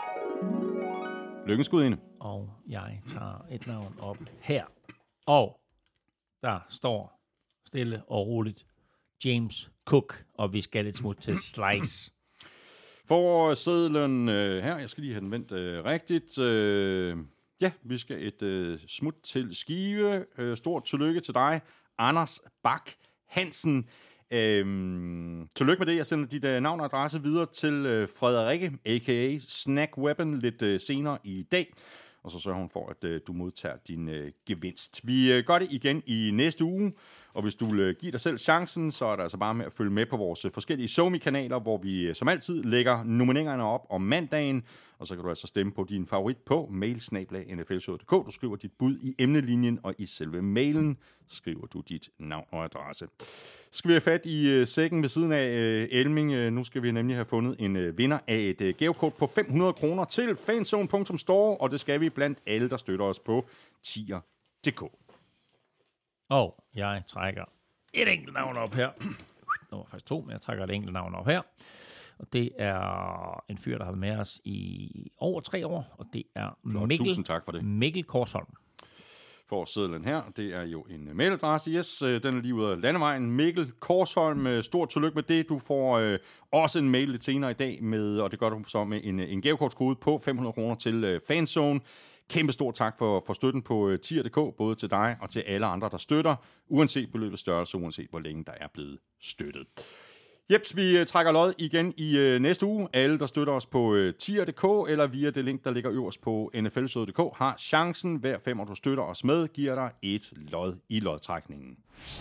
Speaker 1: Lykkens skud ind.
Speaker 3: Og jeg tager et navn op her. Og der står stille og roligt James Cook, og vi skal lidt smut til Slice.
Speaker 1: For sedlen øh, her, jeg skal lige have den vendt øh, rigtigt. Øh, ja, vi skal et øh, smut til Skive. Øh, stort tillykke til dig, Anders Bak Hansen. Øh, tillykke med det. Jeg sender dit øh, navn og adresse videre til øh, Frederikke, a k a. Snack Weapon, lidt øh, senere i dag. Og så sørger hun for, at øh, du modtager din øh, gevinst. Vi øh, gør det igen i næste uge, og hvis du vil øh, give dig selv chancen, så er det altså bare med at følge med på vores øh, forskellige SoMe-kanaler, hvor vi øh, som altid lægger nomineringerne op om mandagen, og så kan du altså stemme på din favorit på mail snabel-a n f l showet punktum d k. Du skriver dit bud i emnelinjen, og i selve mailen skriver du dit navn og adresse. Så skal vi have fat i uh, sækken ved siden af uh, Elming. Uh, nu skal vi nemlig have fundet en uh, vinder af et uh, gavekort på fem hundrede kroner til fanzone punktum store, og det skal vi blandt alle, der støtter os på tier punktum d k.
Speaker 3: Og jeg trækker et enkelt navn op her. Der var faktisk to, men jeg trækker et enkelt navn op her. Og det er en fyr, der har været med os i over tre år, og det er Mikkel,
Speaker 1: Tusind tak for det.
Speaker 3: Mikkel Korsholm.
Speaker 1: For sedlen her, det er jo en mailadresse. Yes, den er lige ude af landevejen. Mikkel Korsholm, stort tillykke med det. Du får øh, også en mail lidt senere i dag, med, og det gør du så med en, en gavekortskode på fem hundrede kroner til øh, Fanzone. Kæmpe stor tak for, for støtten på tier punktum d k, både til dig og til alle andre, der støtter, uanset beløbets størrelse, uanset hvor længe der er blevet støttet. Jeps, vi trækker lod igen i øh, næste uge. Alle, der støtter os på øh, tier punktum d k eller via det link, der ligger øverst på n f l showet punktum d k, har chancen. Hver femmer, du støtter os med, giver dig et lod i lodtrækningen.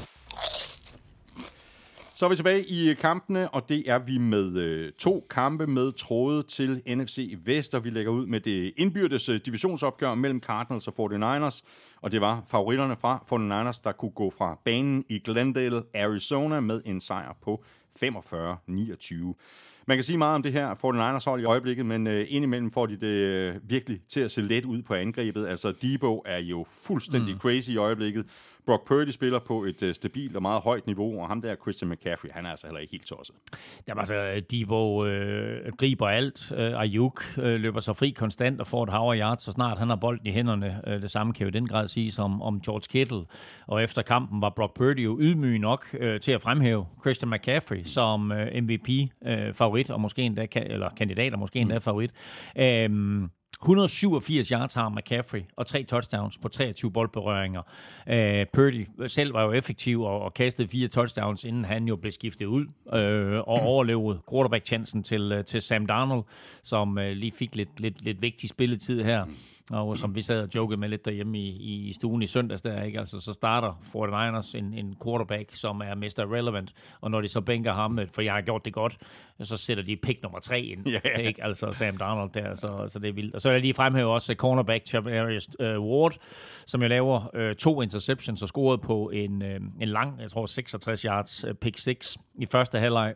Speaker 1: Så er vi tilbage i kampene, og det er vi med øh, to kampe med tråde til N F C Vest, og vi lægger ud med det indbyrdes øh, divisionsopgør mellem Cardinals og forty-niners, og det var favoritterne fra forty-niners, der kunne gå fra banen i Glendale, Arizona med en sejr på femogfyrre niogtyve. Man kan sige meget om det her forty-niners hold i øjeblikket, men øh, indimellem får de det øh, virkelig til at se let ud på angrebet. Altså Debo er jo fuldstændig mm. crazy i øjeblikket. Brock Purdy spiller på et øh, stabilt og meget højt niveau, og ham der Christian McCaffrey, han er altså heller ikke helt tosset.
Speaker 3: Jamen altså, Debo øh, griber alt. Øh, Ayuk øh, løber sig fri konstant og får et hav af yards, så snart han har bolden i hænderne. Øh, det samme kan jo i den grad siges om, om George Kittle. Og efter kampen var Brock Purdy jo ydmyg nok øh, til at fremhæve Christian McCaffrey som øh, M V P-favorit, øh, og måske endda, eller kandidat, og måske endda favorit. Øh, et hundrede og syvogfirs yards har McCaffrey, og tre touchdowns på treogtyve boldberøringer. Uh, Purdy selv var jo effektiv og, og kastede fire touchdowns, inden han jo blev skiftet ud uh, og overlevede quarterback-chancen til, uh, til Sam Darnold, som uh, lige fik lidt, lidt, lidt vigtig spilletid her. Og som vi sad og jokede med lidt derhjemme i, i stuen i søndags, der, ikke? Altså, så starter forty-niners en, en quarterback, som er mister Relevant, og når de så bænker ham, for jeg har gjort det godt, så sætter de pick nummer tre ind, yeah. ikke? Altså Sam Darnold der, så, så det er vildt. Og så er jeg lige fremhæve også cornerback Charvarius uh, Ward, som jeg laver uh, to interceptions og scorede på en, uh, en lang, jeg tror seksogtres yards uh, pick seks i første halvleg.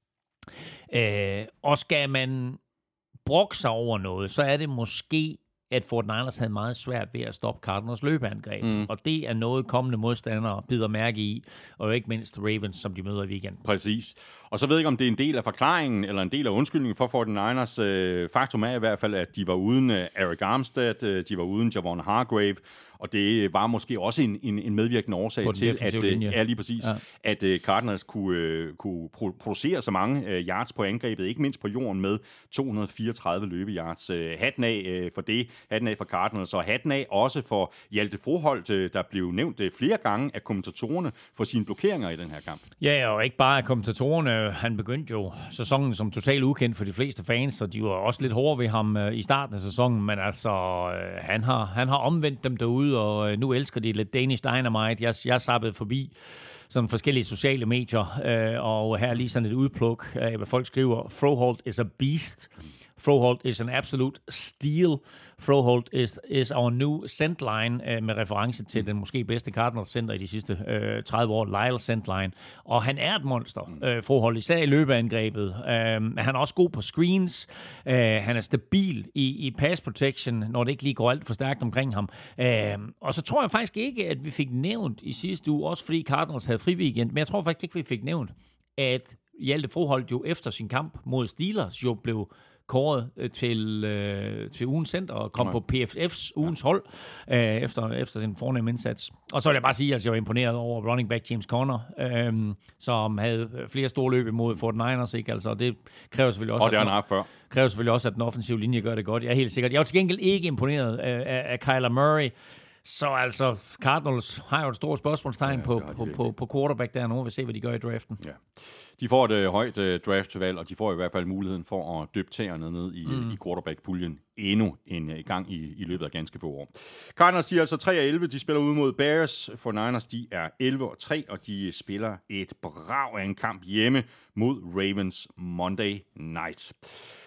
Speaker 3: Uh, og skal man brokke sig over noget, så er det måske at forty-niners havde meget svært ved at stoppe Cardinals løbeangreb. Mm. Og det er noget, kommende modstandere bider mærke i, og ikke mindst Ravens, som de møder i weekenden.
Speaker 1: Præcis. Og så ved jeg ikke, om det er en del af forklaringen, eller en del af undskyldningen for forty-niners. Faktum er i hvert fald, at de var uden Eric Armstead, de var uden Javon Hargrave, og det var måske også en, en, en medvirkende årsag til, at, ja, lige præcis, ja. at uh, Cardinals kunne, uh, kunne producere så mange uh, yards på angrebet, ikke mindst på jorden med to hundrede og fireogtredive løbeyards. Uh, hatten af uh, for det, hatten af for Cardinals, og hatten af også for Hjalte Froholt, uh, der blev nævnt uh, flere gange af kommentatorerne for sine blokeringer i den her kamp. Ja,
Speaker 3: og ikke bare af kommentatorerne. Han begyndte jo sæsonen som totalt ukendt for de fleste fans, og de var også lidt hårde ved ham uh, i starten af sæsonen, men altså, uh, han, har, han har omvendt dem derude, og nu elsker de lidt Danish Dynamite. Jeg, jeg sappede forbi sådan forskellige sociale medier, øh, og her er lige sådan et udpluk af, hvad folk skriver. Froholt is a beast. Froholt is an absolute steal. Froholt is, is our new centline, øh, med reference til den måske bedste Cardinals center i de sidste øh, tredive år, Lyle Centline. Og han er et monster, øh, Froholt, især i løbeangrebet. Øh, han er også god på screens. Øh, han er stabil i, i pass protection, når det ikke lige går alt for stærkt omkring ham. Øh, og så tror jeg faktisk ikke, at vi fik nævnt i sidste uge, også fordi Cardinals havde fri weekend, men jeg tror faktisk ikke, vi fik nævnt, at Hjalte Froholt jo efter sin kamp mod Steelers jo blev kåret til, øh, til ugens center og kom ja. på P F F's ugens ja. hold øh, efter, efter sin fornemme indsats. Og så vil jeg bare sige, at jeg var imponeret over running back James Conner, øh, som havde flere store løb imod forty-niners, ikke? Altså, det kræver selvfølgelig også,
Speaker 1: og det er han før.
Speaker 3: kræver selvfølgelig også, at den offensive linje gør det godt. Jeg er helt sikkert. Jeg er til gengæld ikke imponeret af, af, af Kyler Murray. Så altså, Cardinals har jo et stort spørgsmålstegn ja, på, på, på, på quarterback der nu. Vi vil se, hvad de gør i draften. Ja.
Speaker 1: De får et uh, højt uh, draftvalg, og de får i hvert fald muligheden for at dyppe tæerne ned i, mm. i quarterback-puljen endnu en uh, gang i, i løbet af ganske få år. Cardinals, de er altså tre og elleve. De spiller ud mod Bears. forty-niners, de er elleve og tre, og de spiller et brag af en kamp hjemme mod Ravens Monday Night.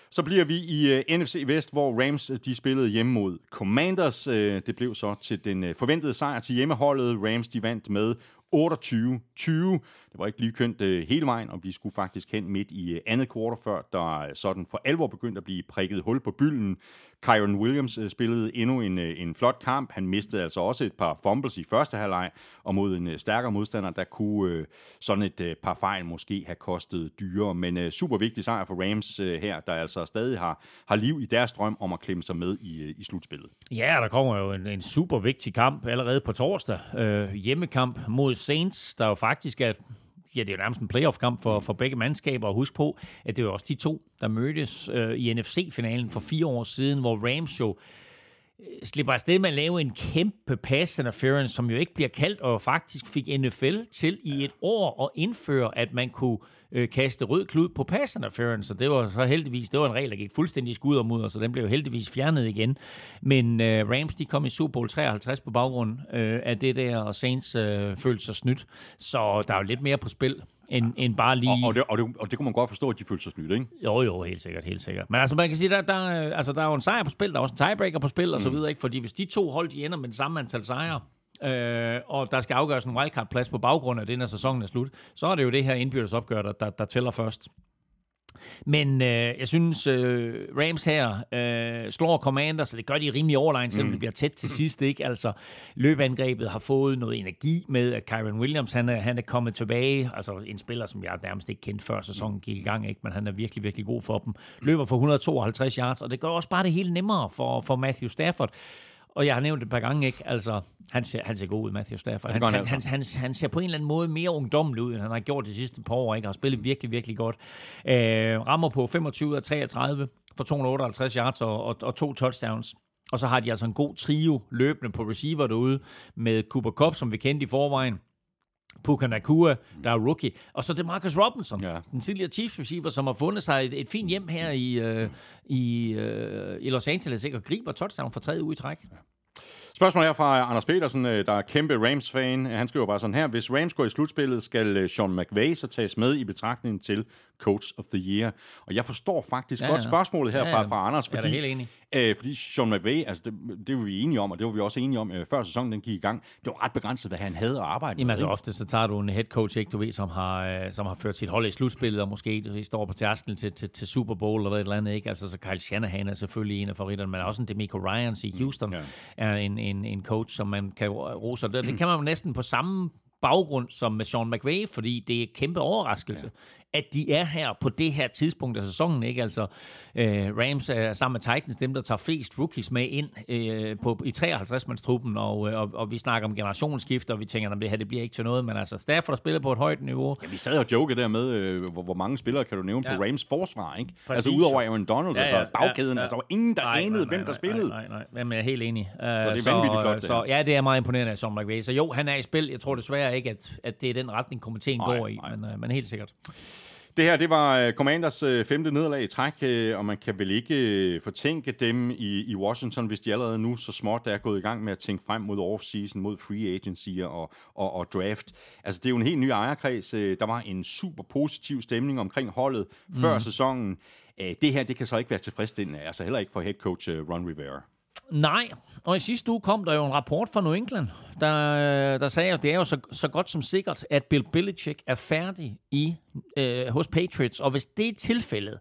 Speaker 1: Så bliver vi i uh, N F C Vest, hvor Rams de spillede hjemme mod Commanders. Uh, det blev så til den uh, forventede sejr til hjemmeholdet. Rams de vandt med otteogtyve tyve. Det var ikke lige kønt uh, hele vejen, og vi skulle faktisk hen midt i uh, andet kvartal, før der sådan for alvor begyndte at blive prikket hul på bylden. Kyren Williams uh, spillede endnu en, uh, en flot kamp. Han mistede altså også et par fumbles i første halvleg, og mod en uh, stærkere modstander, der kunne uh, sådan et uh, par fejl måske have kostet dyre. Men uh, super vigtig sejr for Rams uh, her, der altså stadig har, har liv i deres drøm om at klemme sig med i, uh, i slutspillet.
Speaker 3: Ja, der kommer jo en, en super vigtig kamp allerede på torsdag. Uh, hjemmekamp mod Saints, der jo faktisk er, ja, det er jo nærmest en playoff-kamp for, for begge mandskaber. Og husk på, at det er jo også de to, der mødtes øh, i N F C-finalen for fire år siden, hvor Rams jo øh, slipper afsted med at lave en kæmpe pass interference, som jo ikke bliver kaldt, og faktisk fik N F L til i et år at indføre, at man kunne øh, kaste rød klud på pass interference. Og det var så heldigvis, det var en regel, der gik fuldstændig skud og mudder, så den blev heldigvis fjernet igen. Men øh, Rams, de kom i Super Bowl treoghalvtreds på baggrund øh, af det der, og Saints øh, følte sig snydt. Så der er jo lidt mere på spil, end, ja. end bare lige...
Speaker 1: Og, og, det, og, det, og det kunne man godt forstå, at de følte sig snydt, ikke?
Speaker 3: Jo, jo, helt sikkert, helt sikkert. Men altså, man kan sige, der, der, altså, der er jo en sejr på spil, der er også en tiebreaker på spil, og så videre, ikke? Fordi hvis de to hold, de ender med det samme antal sejre, Øh, og der skal afgøres en wildcard-plads på baggrund af det, når sæsonen er slut, så er det jo det her indbyrdes opgør, der, der, der tæller først. Men øh, jeg synes, øh, Rams her øh, slår Commanders, så det gør de rimelig overlegnet, selvom mm. det bliver tæt til sidst, ikke? Altså, løbeangrebet har fået noget energi med, at Kyren Williams, han er, han er kommet tilbage. Altså, en spiller, som jeg nærmest ikke kendte før sæsonen gik i gang, ikke? Men han er virkelig, virkelig god for dem. Løber for et hundrede og tooghalvtreds yards, og det gør også bare det hele nemmere for, for Matthew Stafford. Og jeg har nævnt det et par gange, ikke? Altså, han ser, han ser god ud, Matthew Stafford. Han, han, han, han, han ser på en eller anden måde mere ungdommelig ud, end han har gjort de sidste par år, ikke? Han har spillet virkelig, virkelig godt. Øh, rammer på femogtyve af treogtredive for to hundrede og otteoghalvtreds yards og, og, og to touchdowns. Og så har de altså en god trio løbende på receiver derude med Cooper Kupp, som vi kendte i forvejen. Puka Nacua, der er rookie. Og så det Marcus Robinson, ja. Den tidligere Chiefs receiver, som har fundet sig et, et fint hjem her i, øh, i, øh, i Los Angeles, ikke? Og griber touchdown for tredje uge i træk. Ja.
Speaker 1: Spørgsmål her fra Anders Petersen, der er kæmpe Rams-fan. Han skriver bare sådan her: hvis Rams går i slutspillet, skal Sean McVay så tages med i betragtning til Coach of the Year. Og jeg forstår faktisk ja, ja. godt spørgsmålet her ja, ja. Fra, fra Anders, fordi,
Speaker 3: jeg er helt enig.
Speaker 1: Øh, fordi Sean McVay, altså det, det var vi enige om, og det var vi også enige om, øh, før sæsonen den gik i gang. Det var ret begrænset, hvad han havde at arbejde
Speaker 3: Jamen,
Speaker 1: med.
Speaker 3: altså ofte så tager du en head coach, ikke, du ved, som har, øh, som har ført sit hold i slutspillet, og måske står på tærsklen til, til, til Super Bowl eller et eller andet, ikke? Altså så Kyle Shanahan er selvfølgelig en af favoritterne, men også en DeMeco Ryans i Houston ja. er en, en, en coach, som man kan rose. Det, det kan man jo næsten på samme baggrund som med Sean McVay, fordi det er en kæmpe overraskelse, ja. at de er her på det her tidspunkt af sæsonen, ikke? Altså, øh, Rams er sammen med Titans dem, der tager flest rookies med ind øh, på, i treoghalvtreds-mandstruppen, og, og, og vi snakker om generationsskifter, og vi tænker, at det her det bliver ikke til noget, men altså, Stafford der spiller på et højt niveau.
Speaker 1: Ja, vi sad og jokede der med, øh, hvor, hvor mange spillere kan du nævne ja. på Rams forsvar, ikke?
Speaker 3: Præcis.
Speaker 1: Altså, udover Aaron Donald, ja, ja, altså bagkæden, ja, ja. altså, ingen der nej, anede, nej, nej, hvem der spillede.
Speaker 3: Nej, nej, nej, nej. Jeg er helt enig. Uh,
Speaker 1: så det er så, vanvittigt flot, det
Speaker 3: så, ja, det er meget imponerende af Sean McVay. Så jo, han er i spil. Jeg tror desværre ikke, at, at det er den retning, komiteen går i, men, uh, men helt sikkert.
Speaker 1: Det her, det var Commanders femte nederlag i træk, og man kan vel ikke fortænke dem i, i Washington, hvis de allerede nu så småt er gået i gang med at tænke frem mod off-season, mod free agency og, og, og draft. Altså, det er jo en helt ny ejerkreds. Der var en super positiv stemning omkring holdet mm. før sæsonen. Det her, det kan så ikke være tilfredsstillende, altså heller ikke for head coach Ron Rivera.
Speaker 3: Nej, og i sidste uge kom der jo en rapport fra New England, der, der sagde, at det er jo så, så godt som sikkert, at Bill Belichick er færdig i, øh, hos Patriots. Og hvis det er tilfældet,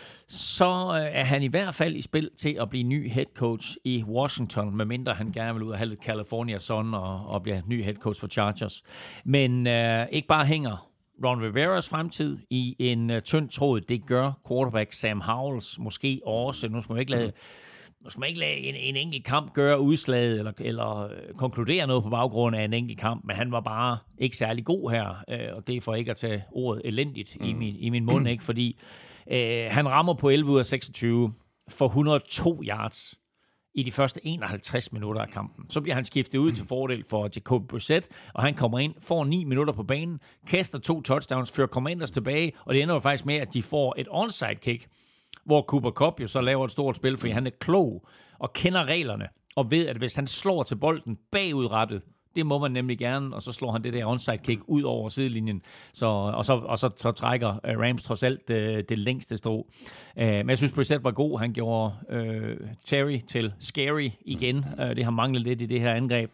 Speaker 3: så er han i hvert fald i spil til at blive ny head coach i Washington, medmindre han gerne vil ud og have lidt California Sun og, og blive ny head coach for Chargers. Men øh, ikke bare hænger Ron Riveras fremtid i en uh, tynd tråd, det gør quarterback Sam Howells måske også. Nu skal man ikke lade Nu skal man ikke lade en, en enkelt kamp gøre udslaget eller, eller øh, konkludere noget på baggrund af en enkelt kamp, men han var bare ikke særlig god her, øh, og det er for ikke at tage ordet elendigt mm. i, min, i min mund, ikke? Fordi øh, han rammer på elleve ud af seksogtyve for et hundrede og to yards i de første enoghalvtreds minutter af kampen. Så bliver han skiftet ud til fordel for Jacoby Brissett, og han kommer ind, får ni minutter på banen, kaster to touchdowns, fører Commanders tilbage, og det ender jo faktisk med, at de får et onside kick, hvor Cooper Kupp jo så laver et stort spil, fordi han er klog og kender reglerne, og ved, at hvis han slår til bolden bagudrettet Det må man nemlig gerne, og så slår han det der onside kick ud over sidelinjen, så, og, så, og så, så trækker uh, Rams trods alt uh, det længste strå. Uh, men jeg synes, Brissett var god. Han gjorde uh, Terry til scary igen. Uh, det har manglet lidt i det her angreb.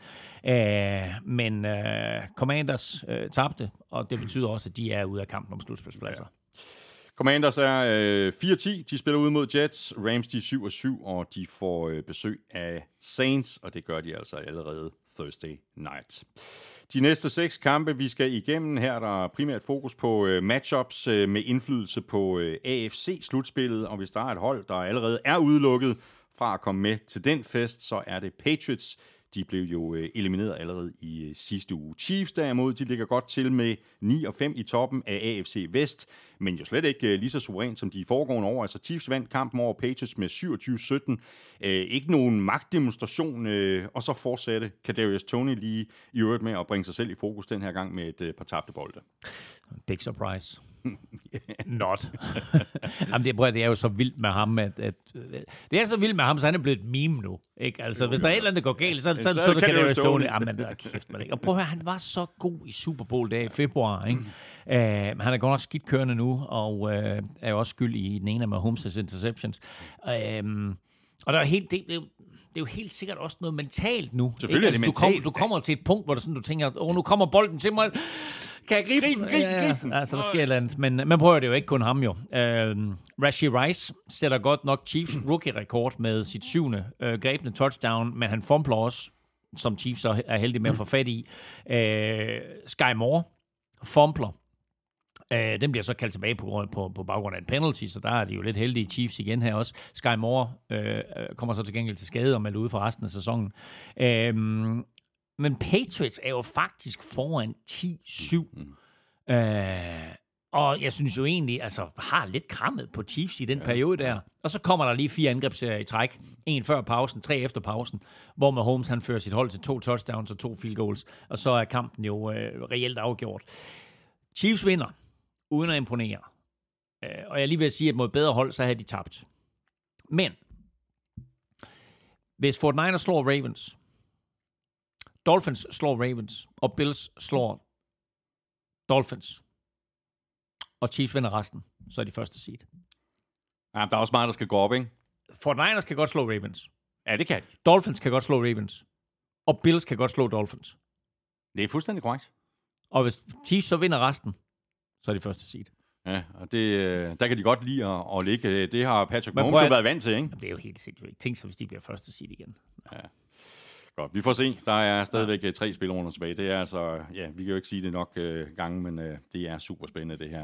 Speaker 3: Uh, men uh, Commanders uh, tabte, og det betyder også, at de er ude af kampen om slutspilspladser. Ja.
Speaker 1: Commanders er øh, fire ti, de spiller ud mod Jets. Rams, de er syv og syv, og de får øh, besøg af Saints, og det gør de altså allerede Thursday night. De næste seks kampe, vi skal igennem, her er der primært fokus på øh, matchups øh, med indflydelse på øh, A F C-slutspillet, og hvis der er et hold, der allerede er udelukket fra at komme med til den fest, så er det Patriots. De blev jo øh, elimineret allerede i øh, sidste uge. Chiefs derimod, de ligger godt til med ni og fem i toppen af A F C Vest, men jo slet ikke øh, lige så suverænt som de foregående år. Altså Chiefs vandt kampen over Patriots med syvogtyve sytten. Øh, ikke nogen magtdemonstration, øh, og så fortsatte Kadarius Toney lige i øvrigt med at bringe sig selv i fokus den her gang med et øh, par tabte bolde.
Speaker 3: Big surprise. Not. Jamen det, det er jo så vildt med ham, at, at det er så vildt med ham, så han er blevet et meme nu. Ikke? Altså, jo, hvis der er et eller andet, der går galt, så, så, så, så, så kan det jo stå det. Jamen, der kæft man ikke. Og prøv at høre, han var så god i Super Bowl der i februar. Ikke? Mm. Uh, men han er godt nok skidt kørende nu, og uh, er jo også skyld i den ene af Mahomes' interceptions. Uh, og der er helt... Det, det, det er jo helt sikkert også noget mentalt nu.
Speaker 1: Selvfølgelig er det
Speaker 3: altså,
Speaker 1: mentalt.
Speaker 3: Du, kom, du kommer til et punkt, hvor du, sådan, du tænker, åh, nu kommer bolden til mig. Kan jeg gribe den?
Speaker 1: Grib, grib, grib.
Speaker 3: Ja, altså, der sker et eller andet. Men man prøver det jo ikke kun ham jo. Uh, Rashee Rice sætter godt nok Chiefs rookie-rekord med sit syvende uh, grebne touchdown, men han fumbler også, som Chiefs er heldig med at få fat i. Uh, Sky Moore fumbler. Uh, den bliver så kaldt tilbage på, på, på baggrund af en penalty, så der er de jo lidt heldige Chiefs igen her også. Sky Moore uh, kommer så til gengæld til skade og melder ud for resten af sæsonen. Uh, men Patriots er jo faktisk foran ti syv. Mm. Uh, og jeg synes jo egentlig, altså har lidt krammet på Chiefs i den ja. periode der. Og så kommer der lige fire angrebsserier i træk. En før pausen, tre efter pausen, hvor Mahomes han fører sit hold til to touchdowns og to field goals. Og så er kampen jo uh, reelt afgjort. Chiefs vinder uden at imponere. Uh, og jeg lige vil sige, at mod bedre hold, så havde de tabt. Men hvis forty-niners slår Ravens, Dolphins slår Ravens, og Bills slår Dolphins, og Chiefs vinder resten, så er de første seed.
Speaker 1: Ja, der er også meget, der skal gå op, ikke?
Speaker 3: forty-niners kan godt slå Ravens.
Speaker 1: Ja, det kan de.
Speaker 3: Dolphins kan godt slå Ravens. Og Bills kan godt slå Dolphins.
Speaker 1: Det er fuldstændig korrekt.
Speaker 3: Og hvis Chiefs så vinder resten, så er de første seed.
Speaker 1: Ja, og det, der kan de godt lide at, at ligge. Det har Patrick Mahomes jo været vant til, ikke?
Speaker 3: Jamen, det er jo helt sindssygt. Tænk så, hvis de bliver første seed igen.
Speaker 1: Ja. Godt, vi får se. Der er stadigvæk ja. tre spillerunder tilbage. Det er altså, ja, vi kan jo ikke sige det nok øh, gange, men øh, det er super spændende, det her.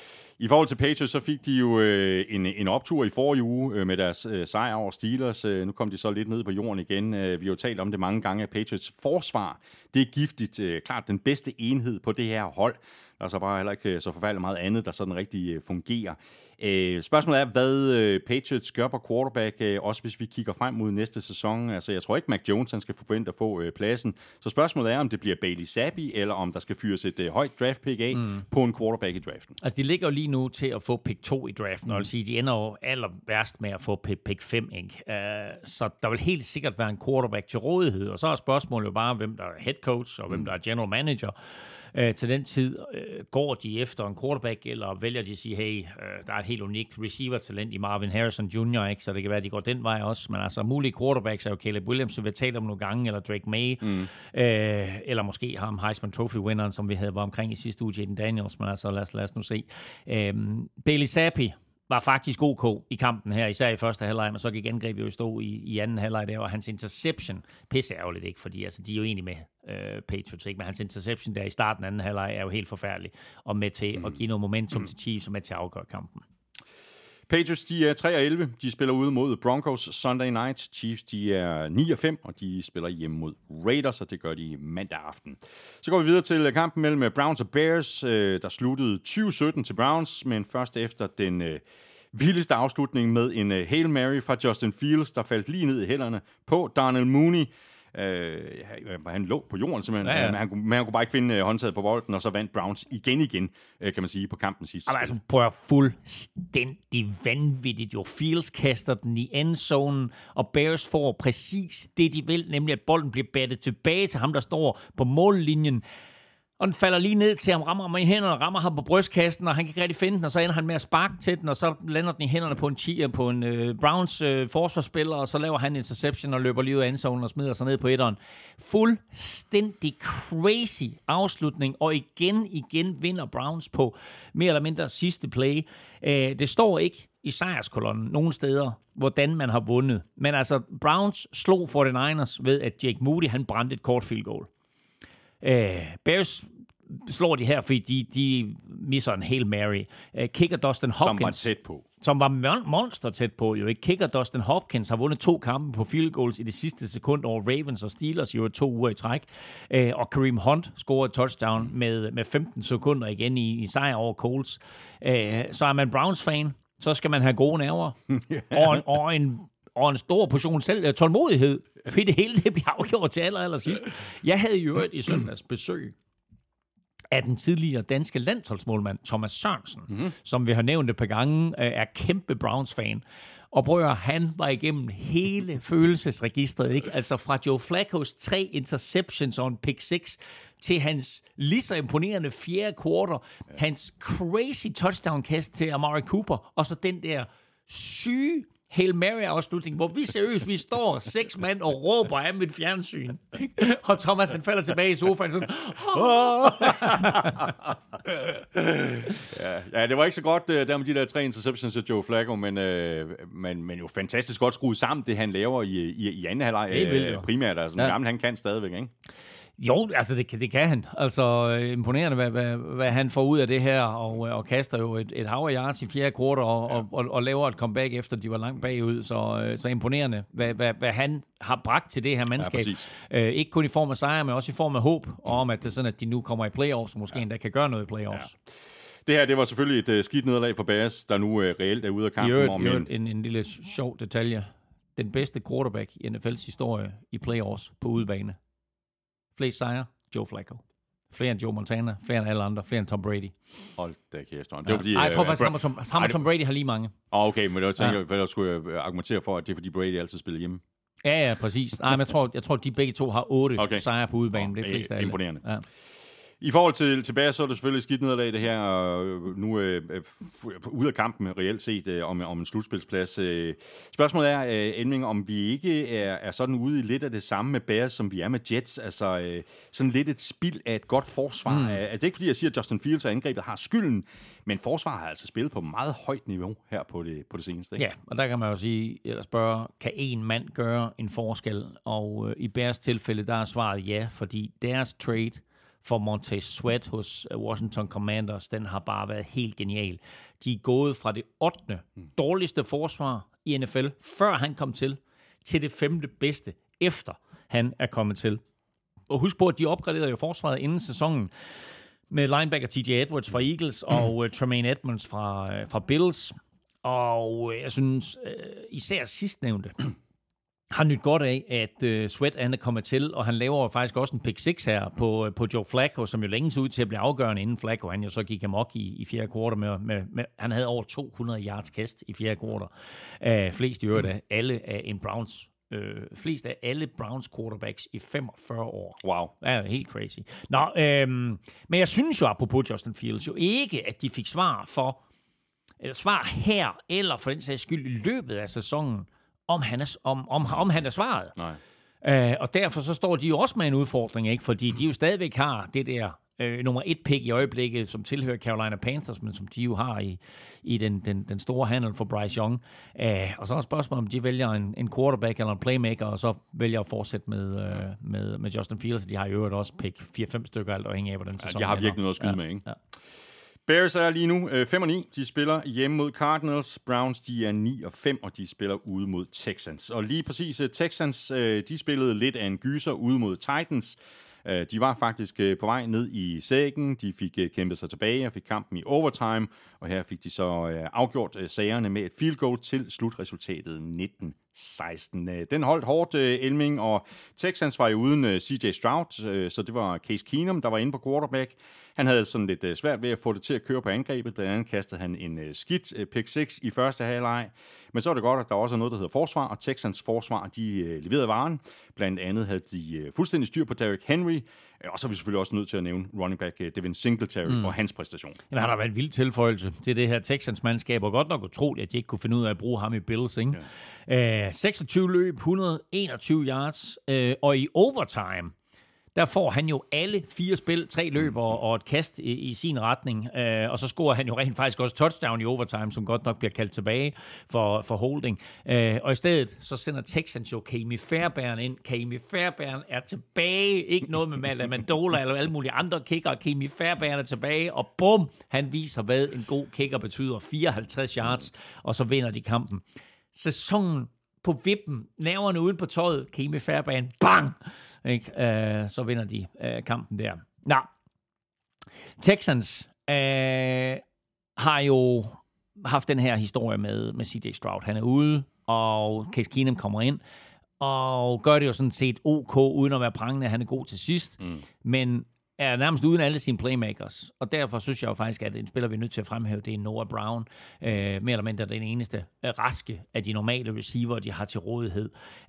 Speaker 1: I forhold til Patriots, så fik de jo øh, en, en optur i forrige uge øh, med deres øh, sejr over Steelers. Øh, nu kom de så lidt ned på jorden igen. Øh, vi har jo talt om det mange gange, at Patriots forsvar, det er giftigt. Øh, klart den bedste enhed på det her hold. Der er så bare heller ikke så forfærdeligt meget andet, der sådan rigtig fungerer. Øh, spørgsmålet er, hvad Patriots gør på quarterback, øh, også hvis vi kigger frem mod næste sæson. Altså, jeg tror ikke, Mac Jones han skal forvente at få øh, pladsen. Så spørgsmålet er, om det bliver Bailey Zappi, eller om der skal fyres et øh, højt draft pick af mm. på en quarterback i draften.
Speaker 3: Altså, de ligger jo lige nu til at få pick to i draften, mm. og vil sige, de ender jo aller værst med at få pick fem, ikke? Uh, så der vil helt sikkert være en quarterback til rådighed, og så er spørgsmålet jo bare, hvem der er head coach, og mm. hvem der er general manager. Uh, til den tid uh, går de efter en quarterback, eller vælger de at sige, hey, uh, der er et helt unikt receiver-talent i Marvin Harrison junior, ikke? Så det kan være, at de går den vej også. Men altså, mulige quarterbacks er jo Caleb Williams, som vi har talt om nogle gange, eller Drake May, mm. uh, eller måske ham Heisman Trophy-winderen, som vi havde været omkring i sidste uge, Jaden Daniels, men altså, lad os, lad os nu se. Uh, Bailey Zappi var faktisk ok i kampen her, især i første halvleg, men så gik angrebet jo i stå i, i anden halvleg der, og hans interception, pisse ærgerligt ikke, fordi altså, de er jo egentlig med øh, Patriots, ikke? Men hans interception der i starten af anden halvleg er jo helt forfærdelig, og med til mm. at give noget momentum mm. til Chiefs, og med til at afgøre kampen.
Speaker 1: Patriots, de er tre og elleve. De spiller ude mod Broncos Sunday night. Chiefs, de er ni og fem, og de spiller hjemme mod Raiders, og det gør de mandag aften. Så går vi videre til kampen mellem Browns og Bears, der sluttede tyve sytten til Browns, men først efter den øh, vildeste afslutning med en øh, Hail Mary fra Justin Fields, der faldt lige ned i hænderne på Darnell Mooney. Øh, han lå på jorden simpelthen,
Speaker 3: ja, ja.
Speaker 1: Men, han, men han kunne bare ikke finde håndtaget på bolden, og så vandt Browns igen igen, kan man sige, på kampen sidste.
Speaker 3: Jamen, altså, prøv at fuldstændig vanvittigt. Jo, Fields kaster den i endzonen, og Bears får præcis det, de vil, nemlig at bolden bliver battet tilbage til ham, der står på mållinjen. Og den falder lige ned til ham, rammer ham i hænderne, rammer ham på brystkassen, og han kan ikke rigtig finde den, og så ender han med at sparke til den, og så lander den i hænderne på en, chi- på en uh, Browns uh, forsvarsspiller, og så laver han interception og løber lige ud af endzonen og smider sig ned på etteren. Fuldstændig crazy afslutning, og igen, igen vinder Browns på mere eller mindre sidste play. Uh, det står ikke i sejrskolonnen nogen steder, hvordan man har vundet. Men altså, Browns slog forty-niners ved, at Jake Moody, han brændte et kort field goal. Uh, Bears slår de her, fordi de, de misser en Hail Mary. Uh, kicker Dustin Hopkins,
Speaker 1: som var tæt på.
Speaker 3: Som var mon- monster tæt på, jo ikke. Kicker Dustin Hopkins har vundet to kampe på field goals i det sidste sekund over Ravens og Steelers, jo to uger i træk. Uh, og Kareem Hunt scorede et touchdown med, med femten sekunder igen i, i sejr over Colts. Uh, så er man Browns-fan, så skal man have gode nerver. og, en, og en og en stor portion selv tålmodighed, fordi det hele det bliver afgjort til aller, aller sidst. Jeg havde jo et i søndags besøg af den tidligere danske landsholdsmålmand Thomas Sørensen, mm-hmm. som vi har nævnt et par gange, er kæmpe Browns-fan. Og prøv at, han var igennem hele følelsesregistret, ikke? Altså fra Joe Flacco's tre interceptions og en pick six til hans lige så imponerende fjerde quarter, ja. Hans crazy touchdown-kast til Amari Cooper, og så den der syge Hail Mary-afslutning, hvor vi seriøst, vi står seks mand og råber af mit fjernsyn. Og Thomas, han falder tilbage i sofaen sådan. Oh.
Speaker 1: ja, ja, det var ikke så godt der med de der tre interceptions af Joe Flacco, men, øh, men, men jo fantastisk godt skruet sammen, det han laver i, i, i anden halvleg øh, primært. Altså, ja. Gammel, han kan stadigvæk, ikke?
Speaker 3: Jo, altså det, det kan han. Altså imponerende, hvad, hvad, hvad han får ud af det her, og, og kaster jo et, et hav af yards i fjerde kvartal, og, ja. og, og, og laver et comeback efter, de var langt bagud. Så, så imponerende, hvad, hvad, hvad han har bragt til det her mandskab. Ja, øh, ikke kun i form af sejr, men også i form af håb, mm. om at det er sådan, at de nu kommer i playoffs, og måske ja. endda kan gøre noget i playoffs. Ja.
Speaker 1: Det her, det var selvfølgelig et uh, skidt nederlag for Bears, der nu uh, reelt er ude af kampen.
Speaker 3: I øvrigt,
Speaker 1: om
Speaker 3: i øvrigt en, en lille sjov detalje. Den bedste quarterback i N F L's historie i playoffs på udebane. Flest sejre, Joe Flacco. Flere end Joe Montana, flere end alle andre, flere end Tom Brady.
Speaker 1: Hold da kæft. Det var
Speaker 3: ja.
Speaker 1: fordi...
Speaker 3: Ej, jeg tror
Speaker 1: uh,
Speaker 3: faktisk, ham og Tom, ham og Tom Brady har lige mange.
Speaker 1: Okay, men jeg tænker, ja. jeg skulle argumentere for, at det er fordi Brady altid spiller hjemme.
Speaker 3: Ja, ja, præcis. Nej, men jeg tror, jeg tror de begge to har otte okay. sejre på udebane. Oh, det er flest af alle.
Speaker 1: Imponerende. Ja. I forhold til, til Bears, så er det selvfølgelig skidt nederlag det her, og nu øh, ude af kampen reelt set øh, om, om en slutspilsplads. Øh, spørgsmålet er, øh, Elming, om vi ikke er, er sådan ude i lidt af det samme med Bears, som vi er med Jets. Altså øh, sådan lidt et spild af et godt forsvar. Mm. Er det ikke fordi, jeg siger, at Justin Fields og angrebet har skylden, men forsvaret har altså spillet på meget højt niveau her på det, på det seneste. Ikke?
Speaker 3: Ja, og der kan man jo sige, eller spørge, kan en mand gøre en forskel? Og øh, i Bears tilfælde, der er svaret ja, fordi deres trade for Montez Sweat hos Washington Commanders, den har bare været helt genial. De er gået fra det ottende dårligste forsvar i N F L, før han kom til, til det femte bedste, efter han er kommet til. Og husk på, at de opgraderede jo forsvaret inden sæsonen med linebacker T J Edwards fra Eagles og uh, Tremaine Edmonds fra, uh, fra Bills. Og uh, jeg synes, uh, især sidstnævnte har nyt godt af, at uh, Sweat er kommet til, og han laver faktisk også en pick six her på, uh, på Joe Flacco, som jo længe så ud til at blive afgørende inden Flacco. Han jo så gik amok i, i fjerde kvartal med, med, med, han havde over to hundrede yards kast i fjerde kvartal. Uh, flest i øvrigt af alle af en Browns, uh, flest af alle Browns quarterbacks i femogfyrre år.
Speaker 1: Wow.
Speaker 3: Det er helt crazy. Nå, øhm, men jeg synes jo, apropos Justin Fields, jo ikke, at de fik svar for, eller svar her, eller for den sags skyld i løbet af sæsonen, om han er, om, om, om han er svaret. Nej. Øh, og derfor så står de jo også med en udfordring, ikke? Fordi de jo stadigvæk har det der øh, nummer et pick i øjeblikket, som tilhører Carolina Panthers, men som de jo har i, i den, den, den store handel for Bryce Young. Øh, og så er spørgsmålet, om de vælger en, en quarterback eller en playmaker, og så vælger at fortsætte med, øh, med, med Justin Fields. De har jo øvrigt også pick fire fem stykker, alt afhængig af, hvordan sæsonen
Speaker 1: ja, de har virkelig noget at skyde ja, med, ikke? Ja. Bears er lige nu fem og ni. De spiller hjemme mod Cardinals. Browns, de er ni og fem, og de spiller ude mod Texans. Og lige præcis Texans, de spillede lidt af en gyser ude mod Titans. De var faktisk på vej ned i sækken. De fik kæmpet sig tilbage og fik kampen i overtime. Og her fik de så afgjort sagerne med et field goal til slutresultatet nitten seksten. Den holdt hårdt, Elming, og Texans var jo uden C J Stroud, så det var Case Keenum, der var inde på quarterback. Han havde sådan lidt svært ved at få det til at køre på angrebet. Blandt andet kastede han en skidt pick seks i første halvleg. Men så er det godt, at der også er noget, der hedder forsvar, og Texans forsvar, de leverede varen. Blandt andet havde de fuldstændig styr på Derrick Henry, og så er vi selvfølgelig også nødt til at nævne running back Devin Singletary mm. og hans præstation.
Speaker 3: Jamen, han har været en vild tilføjelse til det her Texans-mandskab, og godt nok utroligt, at de ikke kunne finde ud af at bruge ham i Bills, ikke? Ja. Uh, seksogtyve løb, et hundrede og enogtyve yards, uh, og i overtime, der får han jo alle fire spil, tre løb og, og et kast i, i sin retning. Øh, og så scorer han jo rent faktisk også touchdown i overtime, som godt nok bliver kaldt tilbage for, for holding. Øh, og i stedet så sender Texans jo Ka'imi Fairbairn ind. Ka'imi Fairbairn er tilbage. Ikke noget med Matt Amendola eller alle mulige andre kicker. Ka'imi Fairbairn er tilbage, og bum! Han viser, hvad en god kicker betyder. fireoghalvtreds yards, og så vinder de kampen. Sæsonen på vippen, nerverne uden på tøjet, Ka'imi Fairbairn, bang! Ikke? Uh, så vinder de uh, kampen der. Nå, Texans uh, har jo haft den her historie med, med C J Stroud. Han er ude, og Case Keenum kommer ind, og gør det jo sådan set ok, uden at være prangende. Han er god til sidst, mm. men er nærmest uden alle sine playmakers. Og derfor synes jeg jo faktisk, at en spiller, vi er nødt til at fremhæve, det er Noah Brown. Øh, mere eller mindre den eneste øh, raske af de normale receiver, de har til rådighed.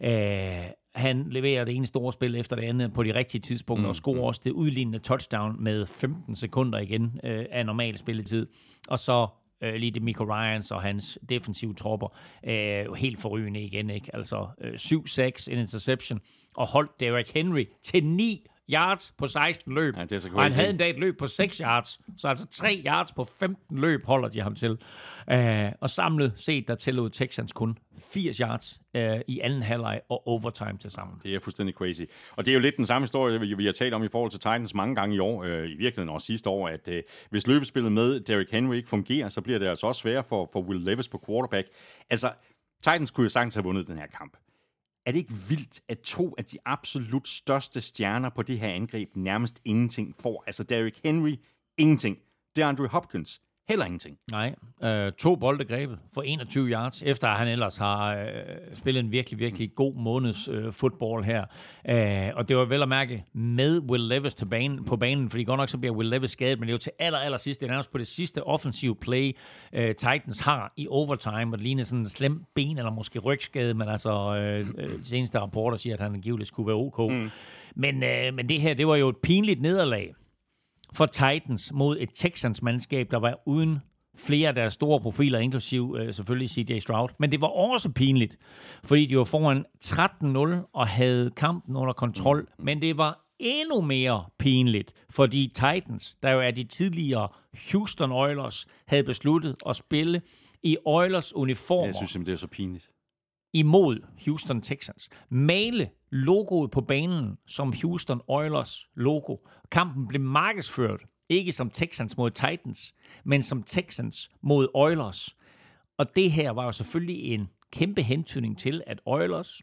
Speaker 3: Øh, han leverer det ene store spil efter det andet på de rigtige tidspunkter, mm. og scorer også det udlignende touchdown med femten sekunder igen øh, af normal spilletid. Og så øh, lige det Miko Ryans og hans defensive tropper øh, helt forrygende igen, ikke? Altså øh, syv seks, en interception, og holdt Derrick Henry til ni yards på seksten løb. Ja, det er så og han havde endda et løb på seks yards, så altså tre yards på femten løb holder de ham til. Uh, og samlet set, der tillod Texans kun firs yards uh, i anden halvleg og overtime til sammen.
Speaker 1: Det er fuldstændig crazy. Og det er jo lidt den samme historie, vi har talt om i forhold til Titans mange gange i år, uh, i virkeligheden også sidste år, at uh, hvis løbespillet med Derrick Henry ikke fungerer, så bliver det altså også sværere for, for Will Levis på quarterback. Altså, Titans kunne jo sagtens have vundet den her kamp. Er det ikke vildt, at to af de absolut største stjerner på det her angreb nærmest ingenting får? Altså Derrick Henry, ingenting. DeAndre Hopkins, heller ingenting.
Speaker 3: Nej, øh, to bolde grebet for enogtyve yards, efter at han ellers har øh, spillet en virkelig, virkelig god måneds øh, fodbold her. Øh, og det var vel at mærke med Will Levis til banen, på banen, fordi godt nok så bliver Will Levis skadet, men det er jo til aller, aller sidst, det er nærmest på det sidste offensive play, øh, Titans har i overtime, og det ligner sådan en slem ben, eller måske rygskade, men altså øh, øh, de seneste rapporter siger, at han angiveligt skulle være ok. Mm. Men, øh, men det her, det var jo et pinligt nederlag for Titans mod et Texans-mandskab, der var uden flere af deres store profiler, inklusiv øh, selvfølgelig C J Stroud. Men det var også pinligt, fordi de var foran tretten nul og havde kampen under kontrol. Men det var endnu mere pinligt, fordi Titans, der jo er de tidligere Houston Oilers, havde besluttet at spille i Oilers uniformer.
Speaker 1: Jeg synes simpelthen, det er så pinligt.
Speaker 3: Imod Houston Texans. Male logoet på banen som Houston Oilers logo. Kampen blev markedsført ikke som Texans mod Titans, men som Texans mod Oilers. Og det her var jo selvfølgelig en kæmpe hentydning til, at Oilers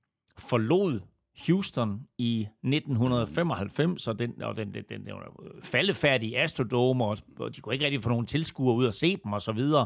Speaker 3: forlod Houston i nitten femoghalvfems, og den, og den, den, den, den faldefærdige Astrodome, og de kunne ikke rigtig få nogen tilskuere ud og se dem og så videre.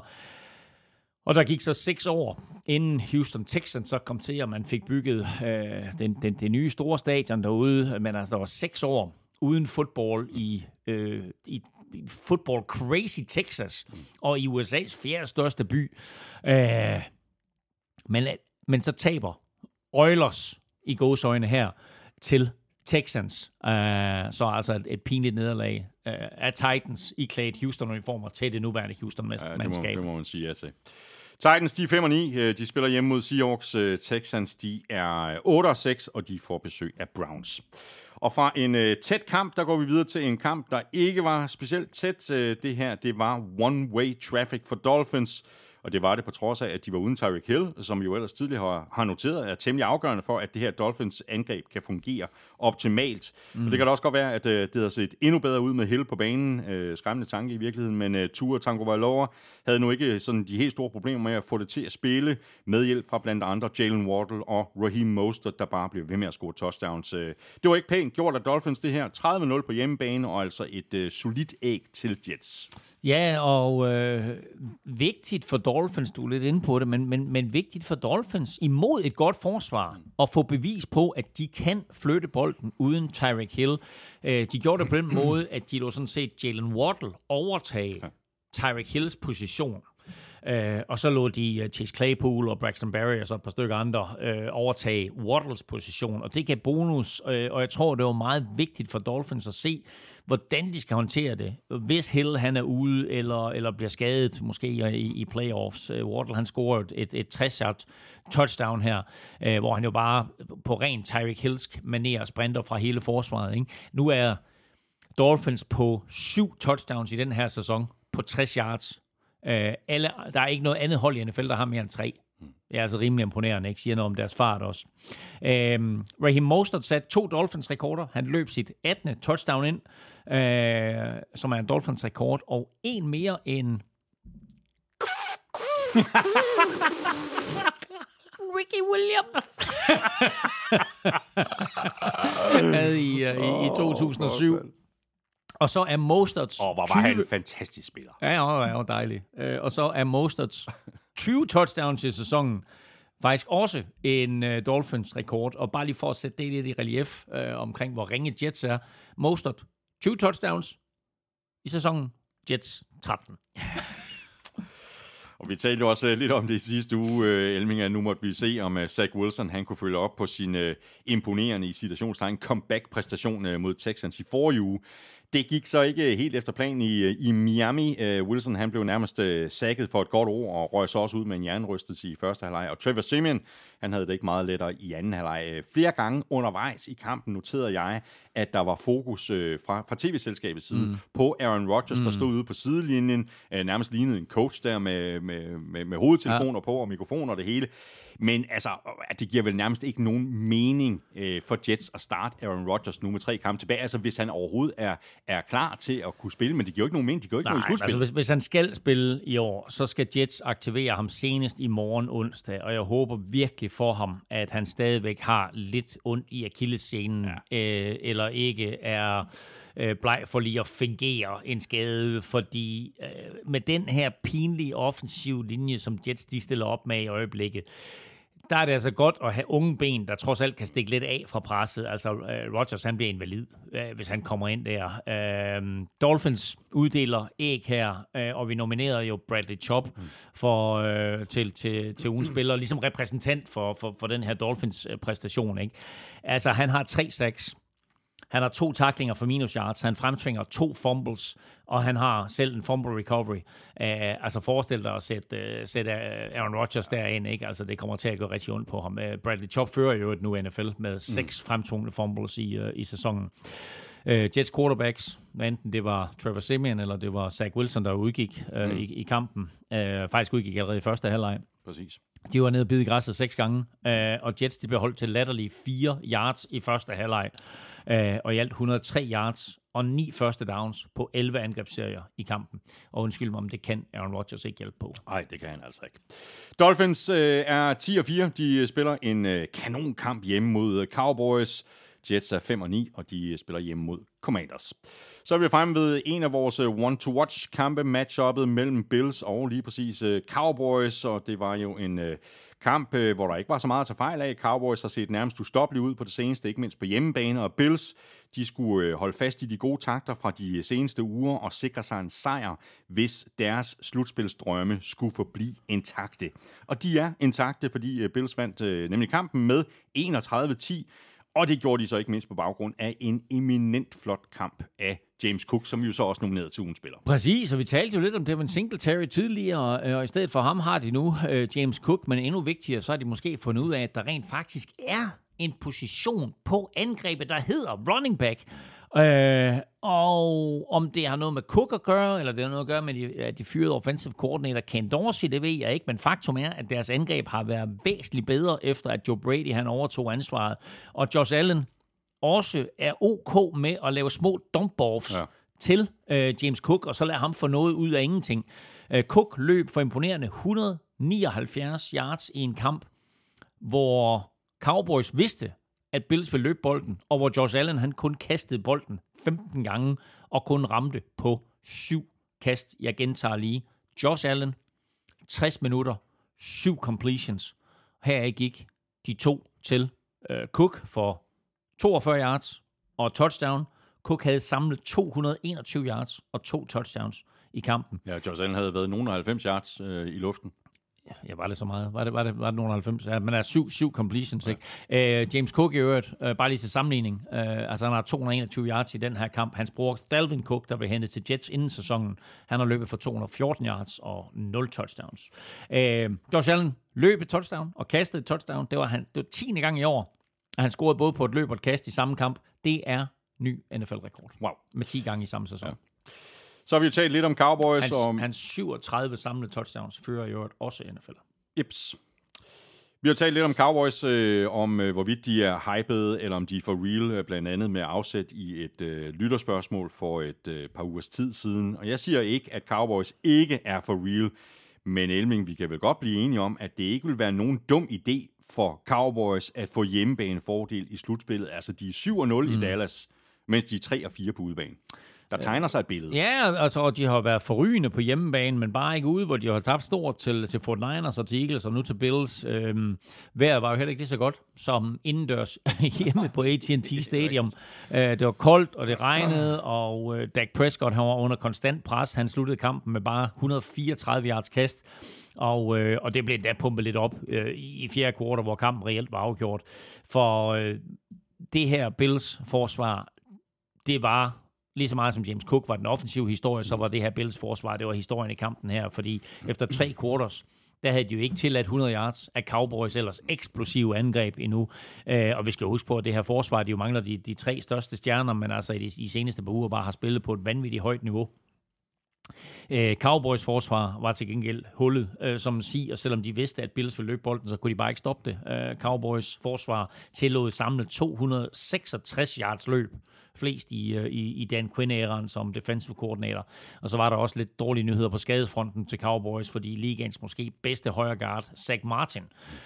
Speaker 3: Og der gik så seks år, inden Houston Texans så kom til, og man fik bygget øh, den, den, det nye store stadion derude. Men altså, der var seks år uden fodbold i, øh, i, i football crazy Texas, og i U S A's fjerde største by. Øh, men, men så taber Oilers i gåseøjne her til Texans. Uh, så altså et, et pinligt nederlag uh, af Titans i klædt Houston-uniformer til det nuværende Houston-mandskab.
Speaker 1: Ja, det, må, det må man sige ja til. Titans, de er fem og ni. De spiller hjemme mod Seahawks. Texans, de er otte og seks, og de får besøg af Browns. Og fra en uh, tæt kamp, der går vi videre til en kamp, der ikke var specielt tæt. Uh, det her, det var one-way traffic for Dolphins. Og det var det på trods af, at de var uden Tyreek Hill, som jo ellers tidligere har, har noteret, er temmelig afgørende for, at det her Dolphins angreb kan fungere optimalt. Mm. Og det kan da også godt være, at uh, det har set endnu bedre ud med Hill på banen. Uh, skræmmende tanke i virkeligheden, men uh, Tua Tagovailoa havde nu ikke sådan de helt store problemer med at få det til at spille med hjælp fra blandt andre Jalen Waddle og Raheem Mostert, der bare blev ved med at score touchdowns. Uh, det var ikke pænt gjort af Dolphins det her. tredive nul på hjemmebane, og altså et uh, solidt æg til Jets.
Speaker 3: Ja, og øh, vigtigt for Dolphins Dolphins, du er lidt inde på det, men, men, men vigtigt for Dolphins imod et godt forsvar at få bevis på, at de kan flytte bolden uden Tyreek Hill. Øh, de gjorde det på den måde, at de lå sådan set Jalen Waddle overtage Tyreek Hills position. Uh, og så lå de uh, Chase Claypool og Braxton Berry og så et par stykker andre uh, overtage Waddles position, og det gav bonus, uh, og jeg tror, det var meget vigtigt for Dolphins at se, hvordan de skal håndtere det, hvis Hill han er ude, eller, eller bliver skadet, måske i, i playoffs. Uh, Waddle han scorer et, et tres-yard touchdown her, uh, hvor han jo bare på ren Tyreek Hillsk manér sprinter fra hele forsvaret. Ikke? Nu er Dolphins på syv touchdowns i den her sæson, på tres yards. Uh, alle, der er ikke noget andet hold i N F L, der har mere end tre. Det er altså rimelig imponerende, ikke? Siger noget om deres fart også. Uh, Raheem Mostert satte to Dolphins-rekorder. Han løb sit attende touchdown ind, uh, som er en Dolphins-rekord, og en mere end Ricky Williams havde i, uh, i, i to tusind og syv. Og så er Mosterts...
Speaker 1: Åh, oh, hvor var han en fantastisk spiller.
Speaker 3: Ja, ja, ja, dejlig. Uh, og så er Mosterts tyve touchdowns i sæsonen faktisk også en uh, Dolphins-rekord. Og bare lige for at sætte det lidt i relief uh, omkring, hvor ringe Jets er. Mostert, tyve touchdowns i sæsonen. Jets, tretten.
Speaker 1: Og vi talte også uh, lidt om det i sidste uge, uh, Elming, nu måtte vi se, om uh, Zach Wilson han kunne følge op på sin uh, imponerende i citationstegn comeback-præstation uh, mod Texans i forrige uge. Det gik så ikke helt efter planen i, i Miami. Uh, Wilson han blev nærmest uh, sacket for et godt ord og røg så også ud med en hjernerystelse i første halvleg. Og Trevor Siemian, han havde det ikke meget lettere i anden halvleg. Flere gange undervejs i kampen noterede jeg, at der var fokus uh, fra, fra tv-selskabets side mm. på Aaron Rodgers, mm. der stod ude på sidelinjen, uh, nærmest lignede en coach der med, med, med, med hovedtelefoner ja. på og mikrofoner og det hele. Men altså, det giver vel nærmest ikke nogen mening øh, for Jets at starte Aaron Rodgers nu med tre kampe tilbage. Altså, hvis han overhovedet er, er klar til at kunne spille, men det giver jo ikke nogen mening. De giver jo ikke
Speaker 3: Nej,
Speaker 1: noget i slutspil.
Speaker 3: Altså, hvis, hvis han skal spille i år, så skal Jets aktivere ham senest i morgen onsdag, og jeg håber virkelig for ham, at han stadigvæk har lidt ondt i akillessenen, ja. øh, eller ikke er øh, bleg for lige at fingere en skade, fordi øh, med den her pinlige offensive linje, som Jets de stiller op med i øjeblikket, der er det altså godt at have unge ben, der trods alt kan stikke lidt af fra presset. Altså, uh, Rodgers, han bliver invalid, uh, hvis han kommer ind der. Uh, Dolphins uddeler æg her, uh, og vi nominerede jo Bradley Chubb for, uh, til, til, til ugens spiller, ligesom repræsentant for, for, for den her Dolphins-præstation. Ikke? Altså, han har tre sacks. Han har to tacklinger for minus yards, han fremtvinger to fumbles, og han har selv en fumble recovery. Uh, altså forestil dig at sætte, uh, sætte Aaron Rodgers derind, ikke? Altså det kommer til at gå rigtig ondt på ham. Uh, Bradley Chubb fører jo et nu N F L med mm. seks fremtvungne fumbles i, uh, i sæsonen. Uh, Jets quarterbacks, enten det var Trevor Siemian eller det var Zach Wilson, der udgik uh, mm. i, i kampen. Uh, faktisk udgik allerede i første halvleg.
Speaker 1: Præcis.
Speaker 3: De var nede og bide i græsset seks gange, uh, og Jets de blev holdt til latterlige fire yards i første halvleg. Uh, og i alt et hundrede og tre yards og ni første downs på elleve angrebsserier i kampen. Og undskyld mig, om det kan Aaron Rodgers ikke hjælpe på.
Speaker 1: Nej, det kan han altså ikke. Dolphins øh, er ti og fire. De spiller en øh, kanonkamp hjemme mod Cowboys. Jets er fem og ni, og de spiller hjemme mod Commanders. Så er vi fremme ved en af vores one-to-watch-kampe, matchuppet mellem Bills og lige præcis øh, Cowboys, og det var jo en øh, kamp, øh, hvor der ikke var så meget at tage fejl af. Cowboys har set nærmest ustoppeligt ud på det seneste, ikke mindst på hjemmebane, og Bills, de skulle øh, holde fast i de gode takter fra de seneste uger og sikre sig en sejr, hvis deres slutspilsdrømme skulle forblive intakte. Og de er intakte, fordi øh, Bills vandt øh, nemlig kampen med enogtredive ti, og det gjorde de så ikke mindst på baggrund af en eminent flot kamp af James Cook, som jo så også nomineret til ugens spiller.
Speaker 3: Præcis, og vi talte jo lidt om Devin Singletary tidligere, og i stedet for ham har de nu uh, James Cook, men endnu vigtigere, så har de måske fundet ud af, at der rent faktisk er en position på angrebet, der hedder running back. Uh, og om det har noget med Cook at gøre, eller det har noget at gøre med de, de fyrede offensive coordinator Ken Dorsey, det ved jeg ikke, men faktum er, at deres angreb har været væsentligt bedre, efter at Joe Brady han overtog ansvaret. Og Josh Allen også er ok med at lave små dump-offs ja. til uh, James Cook, og så lade ham få noget ud af ingenting. Uh, Cook løb for imponerende et hundrede og nioghalvfjerds yards i en kamp, hvor Cowboys vidste, at Bills ville løbe bolden, og hvor Josh Allen han kun kastede bolden femten gange, og kun ramte på syv kast. Jeg gentager lige. Josh Allen, tres minutter, syv completions. Her gik de to til øh, Cook for toogfyrre yards og touchdown. Cook havde samlet to hundrede og enogtyve yards og to touchdowns i kampen.
Speaker 1: Ja, Josh Allen havde været nogen af halvfems yards øh, i luften.
Speaker 3: Ja, var det så meget? Var det, var det, var det nogen halvfems? Ja, men er syv, syv completions, ja. Ikke? Uh, James Cook i øvrigt, uh, bare lige til sammenligning, uh, altså han har to hundrede og enogtyve yards i den her kamp. Hans bror Dalvin Cook, der blev hentet til Jets inden sæsonen, han har løbet for to hundrede og fjorten yards og nul touchdowns. Uh, Josh Allen løb et touchdown og kastede et touchdown. Det var, han, det var tiende gang i år, at han scorede både på et løb og et kast i samme kamp. Det er ny N F L-rekord.
Speaker 1: Wow.
Speaker 3: Med ti gange i samme sæson. Ja.
Speaker 1: Så har vi jo talt lidt om Cowboys.
Speaker 3: Hans,
Speaker 1: og...
Speaker 3: hans syvogtredive samlede touchdowns fører i øvrigt også N F L.
Speaker 1: Ips. Vi har talt lidt om Cowboys, øh, om øh, hvorvidt de er hyped, eller om de er for real, øh, blandt andet med afsæt i et øh, lytterspørgsmål for et øh, par ugers tid siden. Og jeg siger ikke, at Cowboys ikke er for real, men Elming, vi kan vel godt blive enige om, at det ikke vil være nogen dum idé for Cowboys at få hjemmebanefordel i slutspillet. Altså, de er syv og nul mm. i Dallas, mens de er tre og fire på udebane. Der tegner sig et billede.
Speaker 3: Ja, altså, de har været forrygende på hjemmebane, men bare ikke ude, hvor de har tabt stort til, til forty-niners og til Eagles og nu til Bills. Øhm, vejret var jo heller ikke lige så godt som indendørs hjemme på A T and T Stadium. Øh, det var koldt, og det regnede, og øh, Dak Prescott han var under konstant pres. Han sluttede kampen med bare et hundrede og fireogtredive yards kast, og, øh, og det blev endda pumpet lidt op øh, i fjerde kvartal, hvor kampen reelt var afgjort. For øh, det her Bills forsvar, det var... Lige så meget som James Cook var den offensive historie, så var det her Bills forsvar, det var historien i kampen her, fordi efter tre quarters, der havde de jo ikke tilladt hundrede yards af Cowboys ellers eksplosive angreb endnu. Øh, og vi skal huske på, at det her forsvar, de jo mangler de, de tre største stjerner, men altså i de, de seneste par uger bare har spillet på et vanvittigt højt niveau. Øh, Cowboys forsvar var til gengæld hullet, øh, som man siger, og selvom de vidste, at Bills ville løbe bolden, så kunne de bare ikke stoppe det. Øh, Cowboys forsvar tillod samlet to hundrede og seksogtres yards løb, flest i, i, i Dan Quinn-æraen som defensive coordinator. Og så var der også lidt dårlige nyheder på skadesfronten til Cowboys, fordi ligaens måske bedste højre guard, Zach Martin,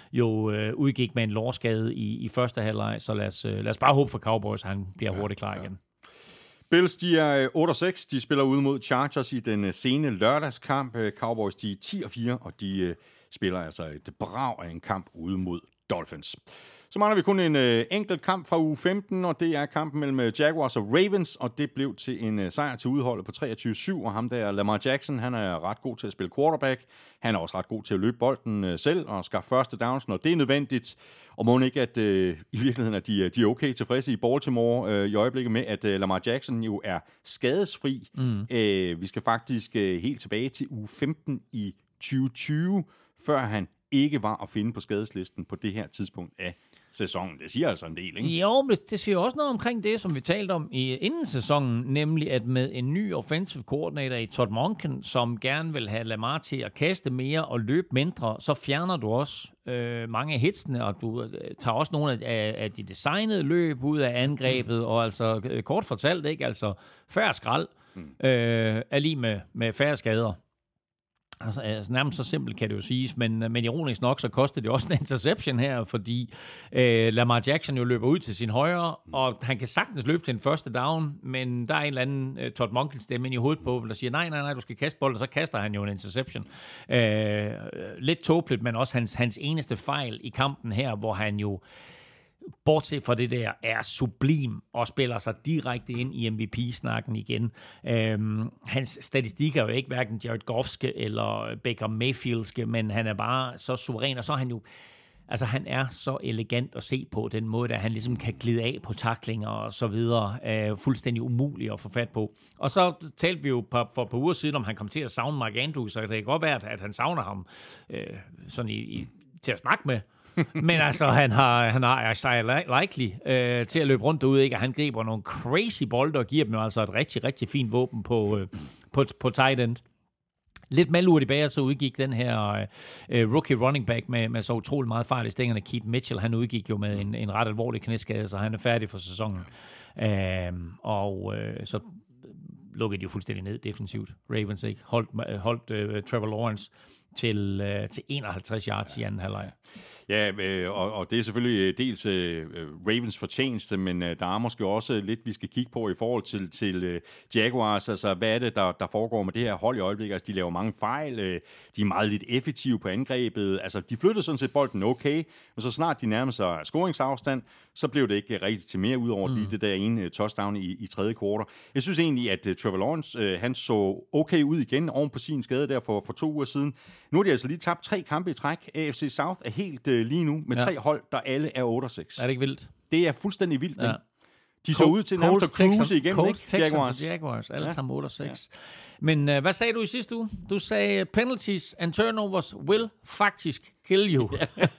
Speaker 3: jo øh, udgik med en lårskade i, i første halvleg, så lad os, øh, lad os bare håbe for Cowboys, at han bliver hurtigt klar igen.
Speaker 1: Bills, de er otte og seks. De spiller ude mod Chargers i den sene lørdagskamp. Cowboys, de er ti og fire, og de spiller altså et brag af en kamp ude mod Dolphins. Så mangler vi kun en øh, enkelt kamp fra uge femten, og det er kampen mellem Jaguars og Ravens, og det blev til en øh, sejr til udholdet på treogtyve syv, og ham der, Lamar Jackson, han er ret god til at spille quarterback. Han er også ret god til at løbe bolden øh, selv og skaffe første downs, når det er nødvendigt. Og må ikke, at øh, i virkeligheden at de, de er okay tilfredse i Baltimore øh, i øjeblikket med, at øh, Lamar Jackson jo er skadesfri. Mm. Øh, vi skal faktisk øh, helt tilbage til uge femten i tyve tyve, før han ikke var at finde på skadeslisten på det her tidspunkt af sæsonen. Det siger altså en del, ikke?
Speaker 3: Jo, men det siger også noget omkring det, som vi talte om i inden sæsonen, nemlig at med en ny offensive coordinator i Todd Monken, som gerne vil have Lamar til at kaste mere og løbe mindre, så fjerner du også øh, mange af hitsene, og du øh, tager også nogle af, af de designede løb ud af angrebet, og altså øh, kort fortalt, ikke? Altså færre skrald øh, er lige med, med færre skader. Altså, altså nærmest så simpelt kan det jo siges, men, men ironisk nok, så koster det også en interception her, fordi øh, Lamar Jackson jo løber ud til sin højre, og han kan sagtens løbe til en første down, men der er en eller anden øh, Todd Monken stemme ind i hovedet på, der siger, nej, nej, nej, du skal kaste bolden, og så kaster han jo en interception. Øh, lidt tåbeligt, men også hans, hans eneste fejl i kampen her, hvor han jo bortset fra det der, er sublim og spiller sig direkte ind i M V P-snakken igen. Øhm, hans statistikker er jo ikke hverken Jared Goffske eller Baker Mayfieldske, men han er bare så suveræn, og så er han jo, altså han er så elegant at se på, den måde, at han ligesom kan glide af på tacklinger og så videre. Øh, fuldstændig umuligt at få fat på. Og så talte vi jo på, for et par uger siden, om han kom til at savne Mark Andrews, så det kan godt være, at han savner ham øh, sådan i, i, til at snakke med. Men altså, han har, han har Isaiah Likely øh, til at løbe rundt derude, ikke? Og han griber nogle crazy bolde og giver dem altså et rigtig, rigtig fint våben på, øh, på, på tight end. Lidt malurt i bager, så udgik den her øh, rookie running back med, med så utrolig meget fejl i stængerne. Keith Mitchell, han udgik jo med en, en ret alvorlig knæskade, så han er færdig for sæsonen. Øh, og øh, så lukkede de jo fuldstændig ned defensivt. Ravens ikke holdt, holdt uh, Trevor Lawrence til, øh, til enoghalvtreds yards i anden halvleg.
Speaker 1: Ja, øh, og, og det er selvfølgelig dels øh, Ravens fortjeneste, men øh, der er måske også lidt, vi skal kigge på i forhold til, til øh, Jaguars. Altså, hvad er det, der, der foregår med det her hold i øjeblikket? Altså, de laver mange fejl, øh, de er meget lidt effektive på angrebet. Altså, de flyttede sådan set bolden okay, men så snart de nærmer sig scoringsafstand, så blev det ikke rigtig til mere, ud over mm. lige det der ene uh, touchdown i, i tredje kvartal. Jeg synes egentlig, at uh, Trevor Lawrence, uh, han så okay ud igen oven på sin skade der for, for to uger siden. Nu har de altså lige tabt tre kampe i træk. A F C South er helt uh, lige nu med ja. tre hold, der alle er otte og seks.
Speaker 3: Er det ikke vildt?
Speaker 1: Det er fuldstændig vildt, ja. De så
Speaker 3: Col-
Speaker 1: ud til nærmest at cruise igen,
Speaker 3: Colts,
Speaker 1: ikke?
Speaker 3: Texans
Speaker 1: Jaguars.
Speaker 3: og Jaguars, alle
Speaker 1: ja.
Speaker 3: sammen otte og seks. Ja. Men uh, hvad sagde du i sidste uge? Du sagde, penalties and turnovers will faktisk kill you.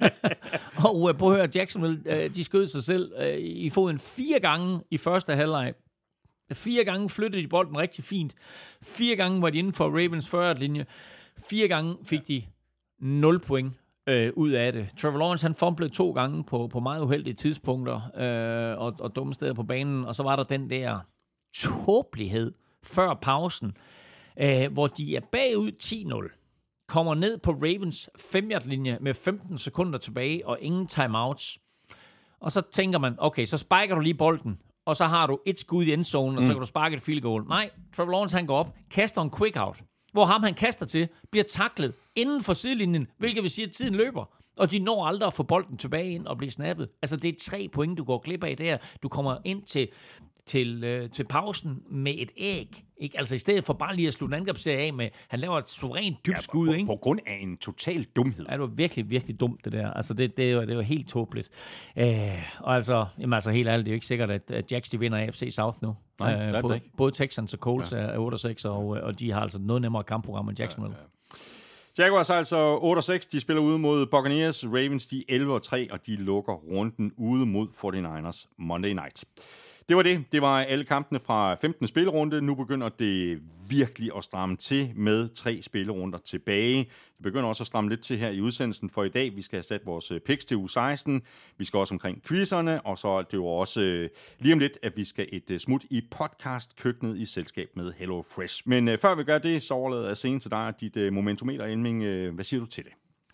Speaker 3: og uh, prøv at høre, Jacksonville, uh, de skød sig selv uh, i foden fire gange i første halvleg. Fire gange flyttede de bolden rigtig fint. Fire gange var de inden for Ravens fyrre-linje. Fire gange fik de nul point øh, ud af det. Trevor Lawrence, han fumblede to gange på, på meget uheldige tidspunkter øh, og, og dumme steder på banen, og så var der den der tåbelighed før pausen, øh, hvor de er bagud ti nul, kommer ned på Ravens fem-yard-linje med femten sekunder tilbage og ingen timeouts. Og så tænker man, okay, så spiker du lige bolden, og så har du et skud i endzone, og så kan du sparke et field goal. Nej, Trevor Lawrence, han går op, kaster en quick out, hvor ham han kaster til, bliver taklet inden for sidelinjen, hvilket vil sige, at tiden løber. Og de når aldrig at få bolden tilbage ind og blive snappet. Altså, det er tre point, du går glip af der. Du kommer ind til, til, øh, til pausen med et æg. Ikke? Altså, i stedet for bare lige at slutte en angrebsserie af med, han laver et suverænt dybt ja, skud.
Speaker 1: På,
Speaker 3: ikke?
Speaker 1: på grund af en total dumhed.
Speaker 3: Ja, det var virkelig, virkelig dumt, det der. Altså, det, det, var, det var helt tåbeligt. Øh, og altså, jamen, altså, helt ærligt, det er jo ikke sikkert, at, at Jacks, de vinder A F C South nu.
Speaker 1: Nej, øh, det
Speaker 3: både,
Speaker 1: ikke.
Speaker 3: både Texans og Colts ja. er otte og seks, og,
Speaker 1: ja.
Speaker 3: og de har altså noget nemmere kampprogram end Jacksonville. Ja, ja.
Speaker 1: Jaguars altså otte og seks, de spiller ude mod Buccaneers. Ravens, de er elleve og tre, og de lukker runden ude mod forty-niners Monday Night. Det var det. Det var alle kampene fra femtende spillerunde. Nu begynder det virkelig at stramme til med tre spillerunder tilbage. Det begynder også at stramme lidt til her i udsendelsen for i dag. Vi skal have sat vores picks til uge seksten. Vi skal også omkring quizzerne, og så er det jo også øh, lige om lidt, at vi skal et øh, smut i podcast-køkkenet i selskab med Hello Fresh. Men øh, før vi gør det, så overlader jeg scenen til dig og dit øh, momentometer, Elming. Øh, hvad siger du til det?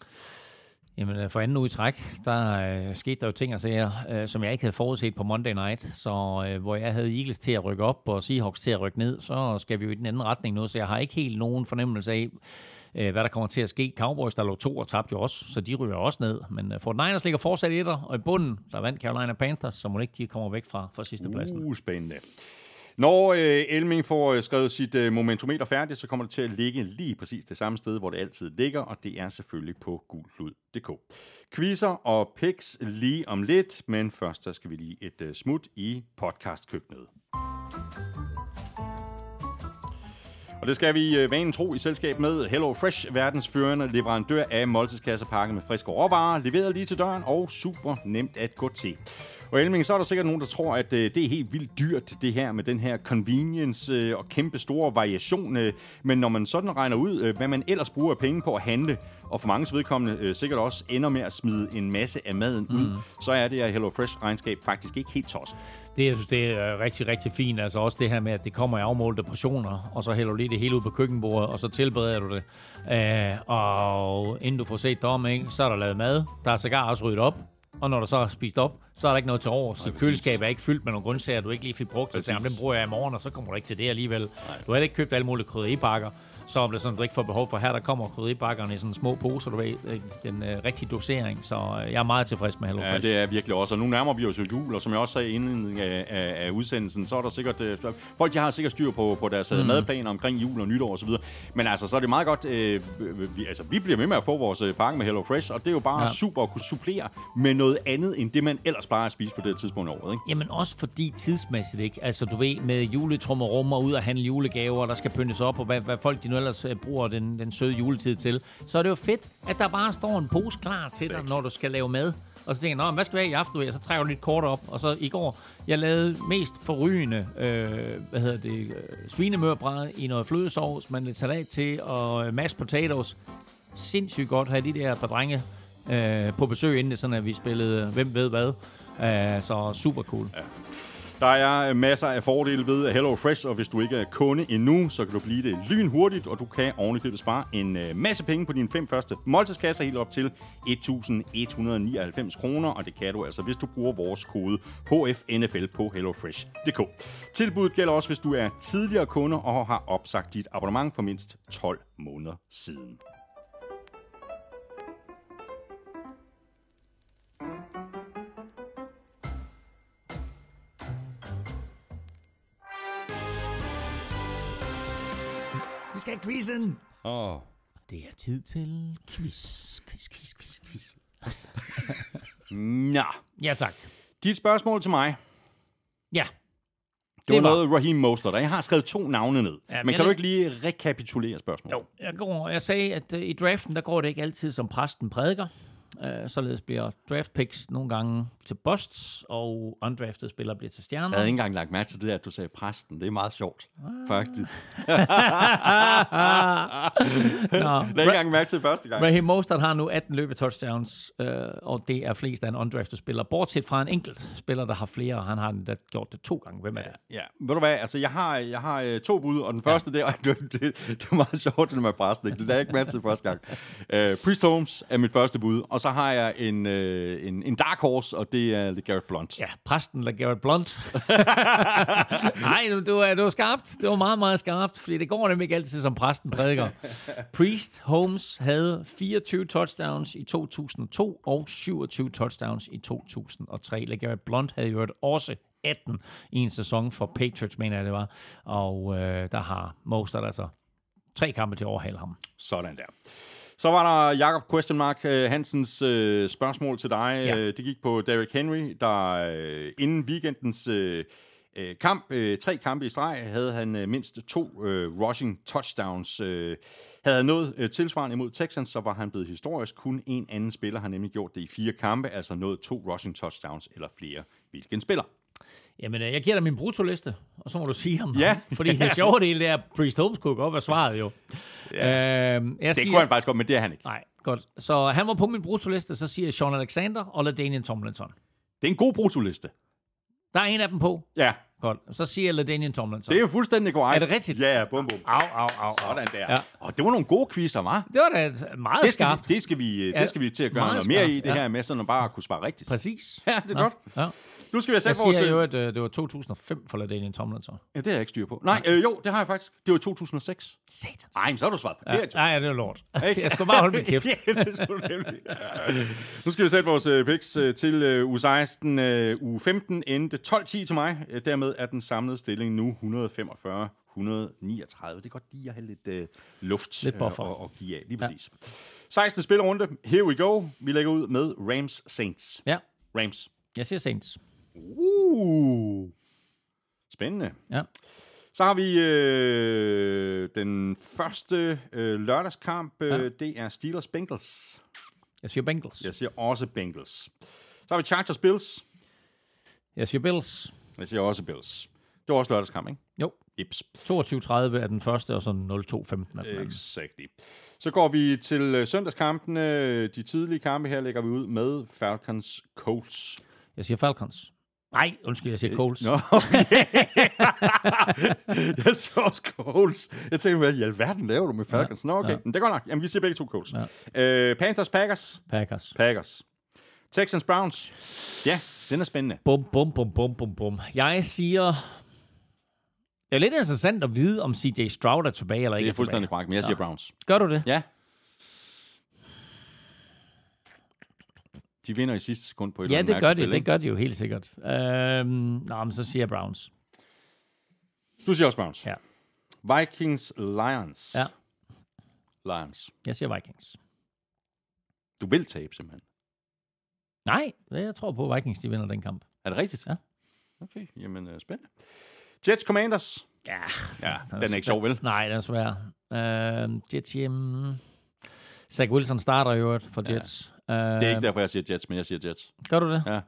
Speaker 3: Jamen, for anden uge i træk, der øh, skete der jo ting og sager, øh, som jeg ikke havde forudset på Monday Night. Så øh, hvor jeg havde Eagles til at rykke op og Seahawks til at rykke ned, så skal vi jo i den anden retning nu. Så jeg har ikke helt nogen fornemmelse af, øh, hvad der kommer til at ske. Cowboys, der lå to og tabte jo også, så de ryger også ned. Men øh, forty-niners ligger fortsat i etter, og i bunden, der vandt Carolina Panthers, så må ikke de kommer væk fra, fra sidste pladsen.
Speaker 1: Uh, spændende. Når øh, Elming får skrevet sit øh, momentometer færdigt, så kommer det til at ligge lige præcis det samme sted, hvor det altid ligger, og det er selvfølgelig på gulklud punktum d k. Quizzer og picks lige om lidt, men først så skal vi lige et øh, smut i podcastkøkkenet. Og det skal vi øh, vanen tro i selskab med Hello Fresh, verdensførende leverandør af måltidskasser pakket med friske råvarer, leveret lige til døren og super nemt at gå til. Og Elming, så er der sikkert nogen, der tror, at øh, det er helt vildt dyrt, det her med den her convenience øh, og kæmpe store variation. Øh, men når man sådan regner ud, øh, hvad man ellers bruger af penge på at handle, og for mange vedkommende øh, sikkert også ender med at smide en masse af maden ud, mm. så er det her Hello Fresh-regnskab faktisk ikke helt tosset.
Speaker 3: Det, jeg synes, det er rigtig, rigtig fint. Altså også det her med, at det kommer i afmålte portioner, og så hælder du lige det hele ud på køkkenbordet, og så tilbereder du det. Øh, og inden du får set dig om, ikke, så er der lavet mad. Der er sågar også ryddet op. Og når du så har spist op, så er der ikke noget til over. Så køleskabet er ikke fyldt med nogle grøntsager, du ikke lige fik brugt. Så dem bruger jeg i morgen, og så kommer du ikke til det alligevel. Nej. Du har ikke købt alle mulige krydderipakker. Så om det sådan, du ikke får behov for her, der kommer krydderipakkerne i sådan små poser, du ved, den øh, rigtige dosering. Så øh, jeg er meget tilfreds med Hello Fresh.
Speaker 1: Ja, det er virkelig også. Og nu nærmer vi os jo jul, og som jeg også sagde inden af, af, af udsendelsen, så er der sikkert, øh, folk de har sikkert styr på, på deres mm. madplaner omkring jul og nytår og så videre. Men altså, så er det meget godt, øh, vi, altså, vi bliver ved med at få vores pakke med Hello Fresh, og det er jo bare ja. super at kunne supplere med noget andet, end det man ellers bare spiser på det tidspunkt over, ikke?
Speaker 3: Jamen også fordi tidsmæssigt, ikke? Altså du ved, med juletrummerum og ud og handle julegaver, der skal pyntes op, og hvad, hvad folk de nu ellers bruger den, den søde juletid til, så er det jo fedt, at der bare står en pose klar til dig, når du skal lave mad. Og så tænker jeg, hvad skal vi have i aften? Og så trækker du lidt kort op. Og så i går, jeg lavede mest forrygende, øh, hvad hedder det, øh, svinemørbræd i noget flødesovs, med lidt salat til, og mashed potatoes. Sindssygt godt at have de der par drenge øh, på besøg, inden det sådan, at vi spillede Hvem ved hvad. Uh, så super cool. Ja.
Speaker 1: Der er masser af fordele ved HelloFresh, og hvis du ikke er kunde endnu, så kan du blive det lynhurtigt, og du kan ovenikøbet spare en masse penge på dine fem første måltidskasser, helt op til et tusind et hundrede nioghalvfems kroner, og det kan du altså, hvis du bruger vores kode H F N F L på hellofresh punktum d k. Tilbuddet gælder også, hvis du er tidligere kunde og har opsagt dit abonnement for mindst tolv måneder siden.
Speaker 3: Vi skal have quizzen.
Speaker 1: Åh. Oh.
Speaker 3: Det er tid til quiz, quiz, quiz, quiz, quiz.
Speaker 1: Nå.
Speaker 3: Ja, tak.
Speaker 1: Dit spørgsmål til mig.
Speaker 3: Ja.
Speaker 1: Det, det var noget Raheem Mostert, og jeg har skrevet to navne ned.
Speaker 3: Ja,
Speaker 1: men kan du ikke lige rekapitulere spørgsmålet?
Speaker 3: Jo, jeg, går, jeg sagde, at uh, i draften, der går det ikke altid, som præsten prædiker. Uh, således bliver draft picks nogle gange til busts, og undrafted spillere bliver til stjerner.
Speaker 1: Jeg havde ikke engang lagt mærke til det, at du sagde præsten. Det er meget sjovt, ah. faktisk.
Speaker 3: Nå,
Speaker 1: jeg havde ikke engang mærke til det første gang.
Speaker 3: Raheem Mostert har nu atten løbe touchdowns, uh, og det er flest af en undrafted spiller. Bortset fra en enkelt spiller, der har flere, og han har da gjort det to gange. Hvem er det?
Speaker 1: Ja, ja. Ved du hvad, altså jeg har, jeg har uh, to bud, og den første, ja. det, det, det, det er meget sjovt, det med præsten. Det er jeg ikke mærke til første gang. Uh, Priest Holmes er mit første bud, og så har jeg en, øh, en, en dark horse, og det er LeGarrette Blount.
Speaker 3: Ja, præsten LeGarrette Blount. Nej, det var, det var skarpt. Det var meget, meget skarpt, fordi det går nemlig ikke altid, som præsten prædiker. Priest Holmes havde fireogtyve touchdowns i to tusind og to og syvogtyve touchdowns i to tusind og tre. LeGarrette Blount havde jo også atten i en sæson for Patriots, mener jeg det var. Og øh, der har Mostert altså tre kampe til at overhale ham.
Speaker 1: Sådan der. Så var der Jakob Question Mark Hansens øh, spørgsmål til dig. Ja. Det gik på Derrick Henry, der øh, inden weekendens øh, kamp, øh, tre kampe i streg, havde han øh, mindst to øh, rushing touchdowns. Øh, havde han nået øh, tilsvarende imod Texans, så var han blevet historisk. Kun en anden spiller har nemlig gjort det i fire kampe, altså nået to rushing touchdowns eller flere. Hvilken spiller?
Speaker 3: Jamen, jeg giver dig min brutoliste, og så må du sige ham.
Speaker 1: Ja.
Speaker 3: Fordi det sjove del, det er, Priest Holmes kunne godt være svaret jo.
Speaker 1: Ja. Øhm, jeg det siger, kunne han faktisk godt, men det er han ikke.
Speaker 3: Nej, godt. Så han var på min brutoliste, så siger jeg Sean Alexander og LaDainian Tomlinson.
Speaker 1: Det er en god brutoliste.
Speaker 3: Der er en af dem på.
Speaker 1: Ja.
Speaker 3: Godt. Så siger jeg LaDainian Tomlinson.
Speaker 1: Det er jo fuldstændig korrekt.
Speaker 3: Er det rigtigt?
Speaker 1: Ja, bum, bum.
Speaker 3: Au, au, au.
Speaker 1: Sådan der.
Speaker 3: Ja.
Speaker 1: Og det var nogle gode quizzer, hva'?
Speaker 3: Det var da meget
Speaker 1: det skal
Speaker 3: skarpt.
Speaker 1: Vi, det, skal vi, det skal vi til at gøre noget mere i, det ja. her med sådan at bare kunne svare rigtigt.
Speaker 3: Præcis.
Speaker 1: Ja, det er
Speaker 3: Nå.
Speaker 1: godt.
Speaker 3: Ja.
Speaker 1: Nu skal vi have sat
Speaker 3: jeg
Speaker 1: vores...
Speaker 3: Jeg siger jo, at øh, det var to tusind og fem for LaDainian Tomlinson.
Speaker 1: Ja, det har jeg ikke styr på. Nej, øh, jo, det har jeg faktisk. Det var to tusind og seks.
Speaker 3: Satan.
Speaker 1: Ej, men så har du svaret forkert.
Speaker 3: Ja. Nej, det er lort. Jeg skal bare holde min kæft.
Speaker 1: Ja, det skulle du nemlig. Nu skal vi sætte vores uh, picks uh, til uh, uge seksten. Uh, uge femten endte tolv ti til mig. Uh, dermed er den samlede stilling nu et hundrede femogfyrre et hundrede niogtredive. Det er godt lige at have lidt uh, luft
Speaker 3: lidt buffer.
Speaker 1: Uh, og, og give af. Lige præcis. Ja. sekstende spillerunde. Here we go. Vi lægger ud med Rams Saints.
Speaker 3: Ja.
Speaker 1: Rams.
Speaker 3: Jeg siger Saints.
Speaker 1: Uh. Spændende.
Speaker 3: Ja.
Speaker 1: Så har vi øh, den første øh, lørdagskamp. Øh, ja. Det er Steelers Bengals.
Speaker 3: Jeg siger Bengals.
Speaker 1: Jeg siger også Bengals. Så har vi Chargers Bills.
Speaker 3: Jeg siger Bills.
Speaker 1: Jeg siger også Bills. Det var også lørdagskamp, ikke?
Speaker 3: Jo.
Speaker 1: Ips.
Speaker 3: toogtyve tredive er den første, og så nul to femten er den anden.
Speaker 1: Exactly. Så går vi til søndagskampene. De tidlige kampe her lægger vi ud med Falcons Colts.
Speaker 3: Jeg siger Falcons. Nej, undskyld, jeg siger Colts.
Speaker 1: Nå, okay. Jeg siger også Colts. Jeg tænker, hvad i alverden laver du med Falcons? Nå, okay. Ja. Men det går nok. Jamen, vi siger begge to Colts. Ja. Øh, Panthers, Packers.
Speaker 3: Packers.
Speaker 1: Packers. Texans, Browns. Ja, den er spændende.
Speaker 3: Bum, bum, bum, bum, bum, bum. Jeg siger... Det er lidt interessant at vide, om C J Stroud er tilbage eller ikke.
Speaker 1: Det er fuldstændig korrekt, men jeg siger ja. Browns.
Speaker 3: Gør du det?
Speaker 1: Ja. De vinder i sidste sekund på et
Speaker 3: ja,
Speaker 1: eller andet
Speaker 3: det gør de.
Speaker 1: spil,
Speaker 3: Det gør de jo helt sikkert. Øhm, nå, men så siger jeg Browns.
Speaker 1: Du siger også Browns?
Speaker 3: Ja.
Speaker 1: Vikings, Lions.
Speaker 3: Ja.
Speaker 1: Lions.
Speaker 3: Jeg siger Vikings.
Speaker 1: Du vil tabe, simpelthen?
Speaker 3: Nej, jeg tror på, at Vikings de vinder den kamp.
Speaker 1: Er det rigtigt?
Speaker 3: Ja.
Speaker 1: Okay, jamen uh, spændende. Jets, Commanders.
Speaker 3: Ja,
Speaker 1: ja den, den er ikke sjov, vel?
Speaker 3: Nej, den er svær. Uh, Jets, hjem... Zach Wilson starter jo for Jets.
Speaker 1: Ja. Det er ikke derfor, jeg siger Jets, men jeg siger Jets.
Speaker 3: Gør du det?
Speaker 1: Ja.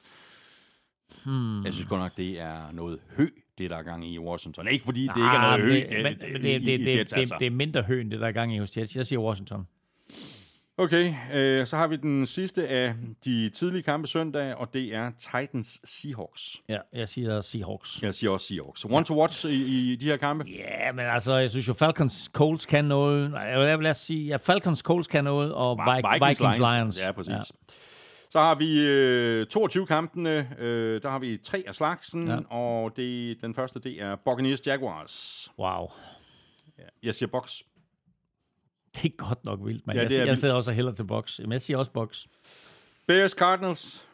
Speaker 3: Hmm.
Speaker 1: Jeg synes godt nok, det er noget hø, det der er gang i Washington. Ikke fordi det ikke er noget hø
Speaker 3: det, men, det, det, det,
Speaker 1: i Jets,
Speaker 3: det,
Speaker 1: altså.
Speaker 3: det er mindre hø, end det der er gang i hos Jets. Jeg siger Washington.
Speaker 1: Okay, øh, så har vi den sidste af de tidlige kampe søndag, og det er Titans-Seahawks.
Speaker 3: Ja, jeg siger Seahawks.
Speaker 1: Jeg siger også Seahawks. One to watch i, i de her kampe?
Speaker 3: Ja, men altså, jeg synes jo, Falcons-Colts kan noget. Jeg vil sige, ja, Falcons-Colts kan noget, og Vikings-Lions. Vikings, Lions.
Speaker 1: Ja, præcis. Ja. Så har vi øh, toogtyve kampene. Øh, der har vi tre af slagsen, ja. og det, den første, det er Buccaneers-Jaguars.
Speaker 3: Wow.
Speaker 1: Ja, jeg siger Bucs.
Speaker 3: Det er godt nok vildt, men
Speaker 1: ja,
Speaker 3: jeg,
Speaker 1: jeg
Speaker 3: vildt. sidder også hellere til Bucs. Men jeg siger også Bucs.
Speaker 1: Bears Cardinals.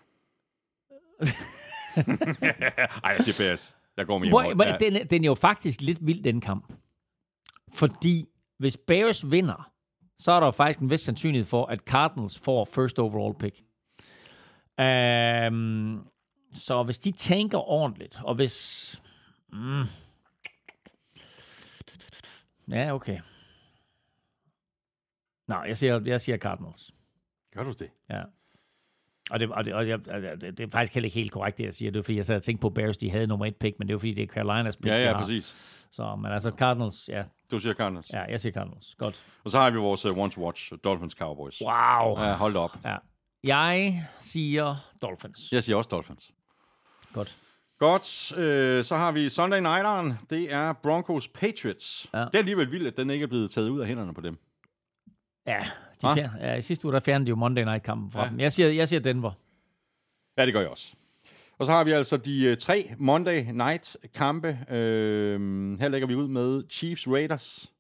Speaker 1: Ej, jeg siger Bears. Jeg går med hjemme.
Speaker 3: Ja. Den, den er jo faktisk lidt vild, den kamp. Fordi hvis Bears vinder, så er der faktisk en vis sandsynlighed for, at Cardinals får first overall pick. Um, så hvis de tænker ordentligt, og hvis... Mm, ja, okay. Nej, jeg siger, jeg siger Cardinals.
Speaker 1: Gør du det?
Speaker 3: Ja. Og, det, og, det, og det, det, det er faktisk heller ikke helt korrekt, det jeg siger. Det er fordi, jeg sad og tænkte på, Bears, de havde nummer et pick, men det er fordi, det er Carolinas pick.
Speaker 1: Ja, ja, præcis.
Speaker 3: Så, men altså Cardinals, ja.
Speaker 1: Du siger Cardinals?
Speaker 3: Ja, jeg siger Cardinals. Godt.
Speaker 1: Og så har vi vores uh, one-to-watch, Dolphins Cowboys.
Speaker 3: Wow.
Speaker 1: Ja, hold op.
Speaker 3: Ja. Jeg siger Dolphins.
Speaker 1: Jeg siger også Dolphins.
Speaker 3: Godt.
Speaker 1: Godt, øh, så har vi Sunday Night'eren. Det er Broncos Patriots. Ja. Det er alligevel vildt, at den ikke er blevet taget ud af hænderne på dem.
Speaker 3: Ja, de ah? fjer- ja i sidste uge, der fjernede de jo Monday Night-kampen fra ja. dem. Jeg siger, jeg siger Denver.
Speaker 1: Ja, det gør jeg også. Og så har vi altså de uh, tre Monday Night-kampe. Øh, her lægger vi ud med Chiefs Raiders.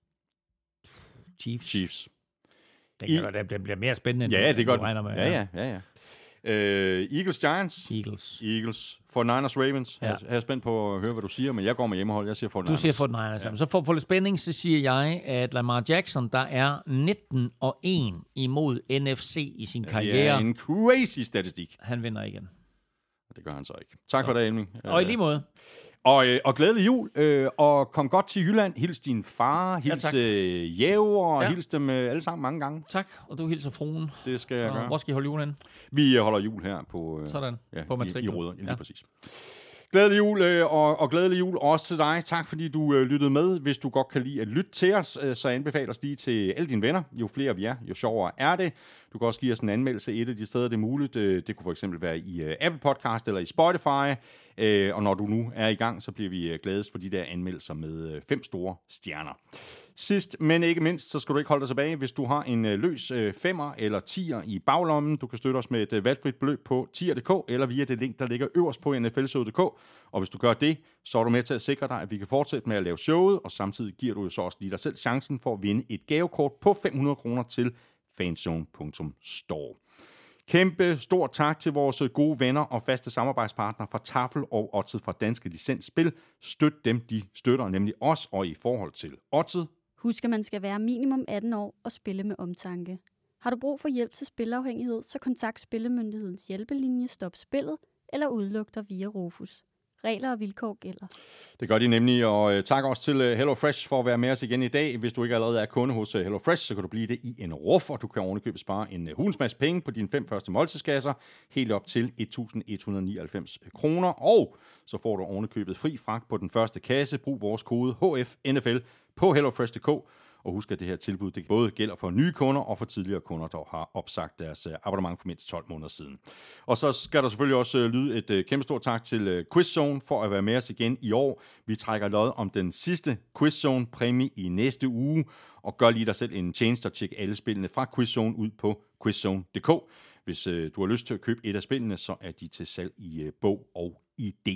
Speaker 3: Chiefs.
Speaker 1: Chiefs.
Speaker 3: Det, I... gør, det bliver mere spændende, end
Speaker 1: ja, det gør
Speaker 3: du regner med.
Speaker 1: Ja, ja, ja, ja. Uh, Eagles Giants.
Speaker 3: Eagles.
Speaker 1: Eagles. forty-niners Ravens. Ja. Jeg er spændt på at høre, hvad du siger, men jeg går med hjemmehold. Jeg siger forty-niners.
Speaker 3: Du siger forty-niners. Ja. Så for, for lidt spænding, så siger jeg, at Lamar Jackson, der er nitten og en imod N F C i sin karriere.
Speaker 1: Det er en crazy statistik.
Speaker 3: Han vinder igen.
Speaker 1: Det gør han så ikke. Tak så. for det, Elming.
Speaker 3: Og i lige måde.
Speaker 1: Og, øh, og glædelig jul, øh, og kom godt til Jylland. Hils din far, hils ja, øh, Jæver, ja. hils dem øh, alle sammen mange gange.
Speaker 3: Tak, og du hilser fruen.
Speaker 1: Det skal
Speaker 3: så
Speaker 1: jeg gøre.
Speaker 3: Hvor skal I holde julen hen?
Speaker 1: Vi øh, holder jul her på, øh,
Speaker 3: Sådan,
Speaker 1: ja,
Speaker 3: på matriklen.
Speaker 1: I, i Rødder, ja, lige
Speaker 3: ja.
Speaker 1: præcis. Glædelig jul, øh, og, og glædelig jul også til dig. Tak fordi du øh, lyttede med. Hvis du godt kan lide at lytte til os, øh, så anbefaler os lige til alle dine venner. Jo flere vi er, jo sjovere er det. Du kan også give os en anmeldelse et af de steder, det er muligt. Det kunne for eksempel være i uh, Apple Podcast eller i Spotify. Uh, og når du nu er i gang, så bliver vi uh, gladest for de der anmeldelser med uh, fem store stjerner. Sidst, men ikke mindst, så skal du ikke holde dig tilbage, hvis du har en uh, løs uh, femmer eller tier i baglommen. Du kan støtte os med et uh, valgfrit beløb på tier punktum d k eller via det link, der ligger øverst på n f l showet punktum d k. Og hvis du gør det, så er du med til at sikre dig, at vi kan fortsætte med at lave showet, og samtidig giver du jo så også lige dig selv chancen for at vinde et gavekort på fem hundrede kroner til fanzone punktum store. Kæmpe stor tak til vores gode venner og faste samarbejdspartnere fra Tafel og Oddset fra Danske Licensspil. Støt dem, de støtter nemlig os, og i forhold til Oddset.
Speaker 2: Husk, at man skal være minimum atten år og spille med omtanke. Har du brug for hjælp til spilafhængighed, så kontakt Spillemyndighedens hjælpelinje Stop Spillet eller udluk dig via Rufus. Regler og vilkår gælder. Det
Speaker 1: gør de nemlig, og uh, tak også til uh, HelloFresh for at være med os igen i dag. Hvis du ikke allerede er kunde hos uh, HelloFresh, så kan du blive det i en ruf, og du kan ovenikøbet spare en uh, hulens masse penge på dine fem første måltidskasser, helt op til et tusind et hundrede nioghalvfems kroner, og så får du ovenikøbet fri fragt på den første kasse. Brug vores kode H F N F L på hellofresh punktum d k. Og husk, at det her tilbud det både gælder for nye kunder og for tidligere kunder, der har opsagt deres abonnement for mindst tolv måneder siden. Og så skal der selvfølgelig også lyde et kæmpe stort tak til QuizZone for at være med os igen i år. Vi trækker lod om den sidste QuizZone-præmie i næste uge, og gør lige dig selv en tjeneste og tjek alle spillene fra QuizZone ud på quizzone punktum d k. Hvis øh, du har lyst til at købe et af spillene, så er de til salg i øh, bog og I D.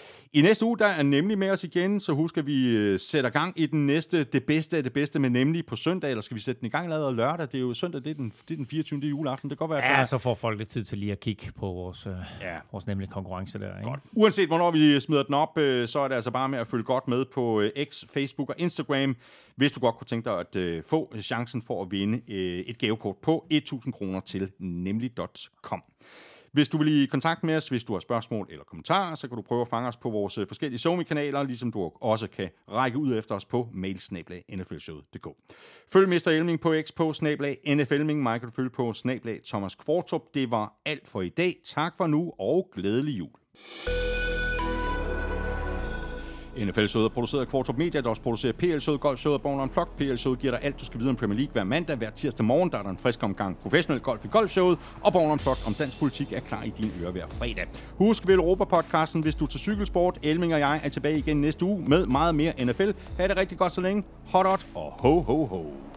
Speaker 1: I næste uge, der er nemlig med os igen, så husk at vi øh, sætter gang i den næste, det bedste af det bedste, men nemlig på søndag, eller skal vi sætte den i gang allerede lørdag? Det er jo søndag, det er den, det er den fireogtyvende juleaften. Det kan godt være,
Speaker 3: ja,
Speaker 1: der...
Speaker 3: så får folk lidt tid til lige at kigge på vores, øh, ja. vores nemlige konkurrence der. Ikke?
Speaker 1: Godt. Uanset hvornår vi smider den op, øh, så er det altså bare med at følge godt med på øh, X, Facebook og Instagram, hvis du godt kunne tænke dig at øh, få chancen for at vinde øh, et gavekort på tusind kroner til nemlig punktum com. Hvis du vil i kontakt med os, hvis du har spørgsmål eller kommentarer, så kan du prøve at fange os på vores forskellige SoMe-kanaler, ligesom du også kan række ud efter os på mail snabel-a n f l showet punktum d k. Følg Mister Elming på X på snabel-a N F Elming, mig kan du følge på snabel-a Thomas Kvartrup. Det var alt for i dag. Tak for nu, og glædelig jul. N F L-showet er produceret af Kvartrup Media, der også producerer P L-showet, Golf-showet og Bowler Unplugged. P L-showet giver dig alt, du skal vide om Premier League hver mandag. Hver tirsdag morgen, der er der en frisk omgang professionel golf i Golf-showet, og Bowler Unplugged om dansk politik er klar i dine ører hver fredag. Husk ved Europa-podcasten, hvis du er til cykelsport. Elming og jeg er tilbage igen næste uge med meget mere N F L. Ha' det rigtig godt så længe. Hot, hot og ho, ho, ho.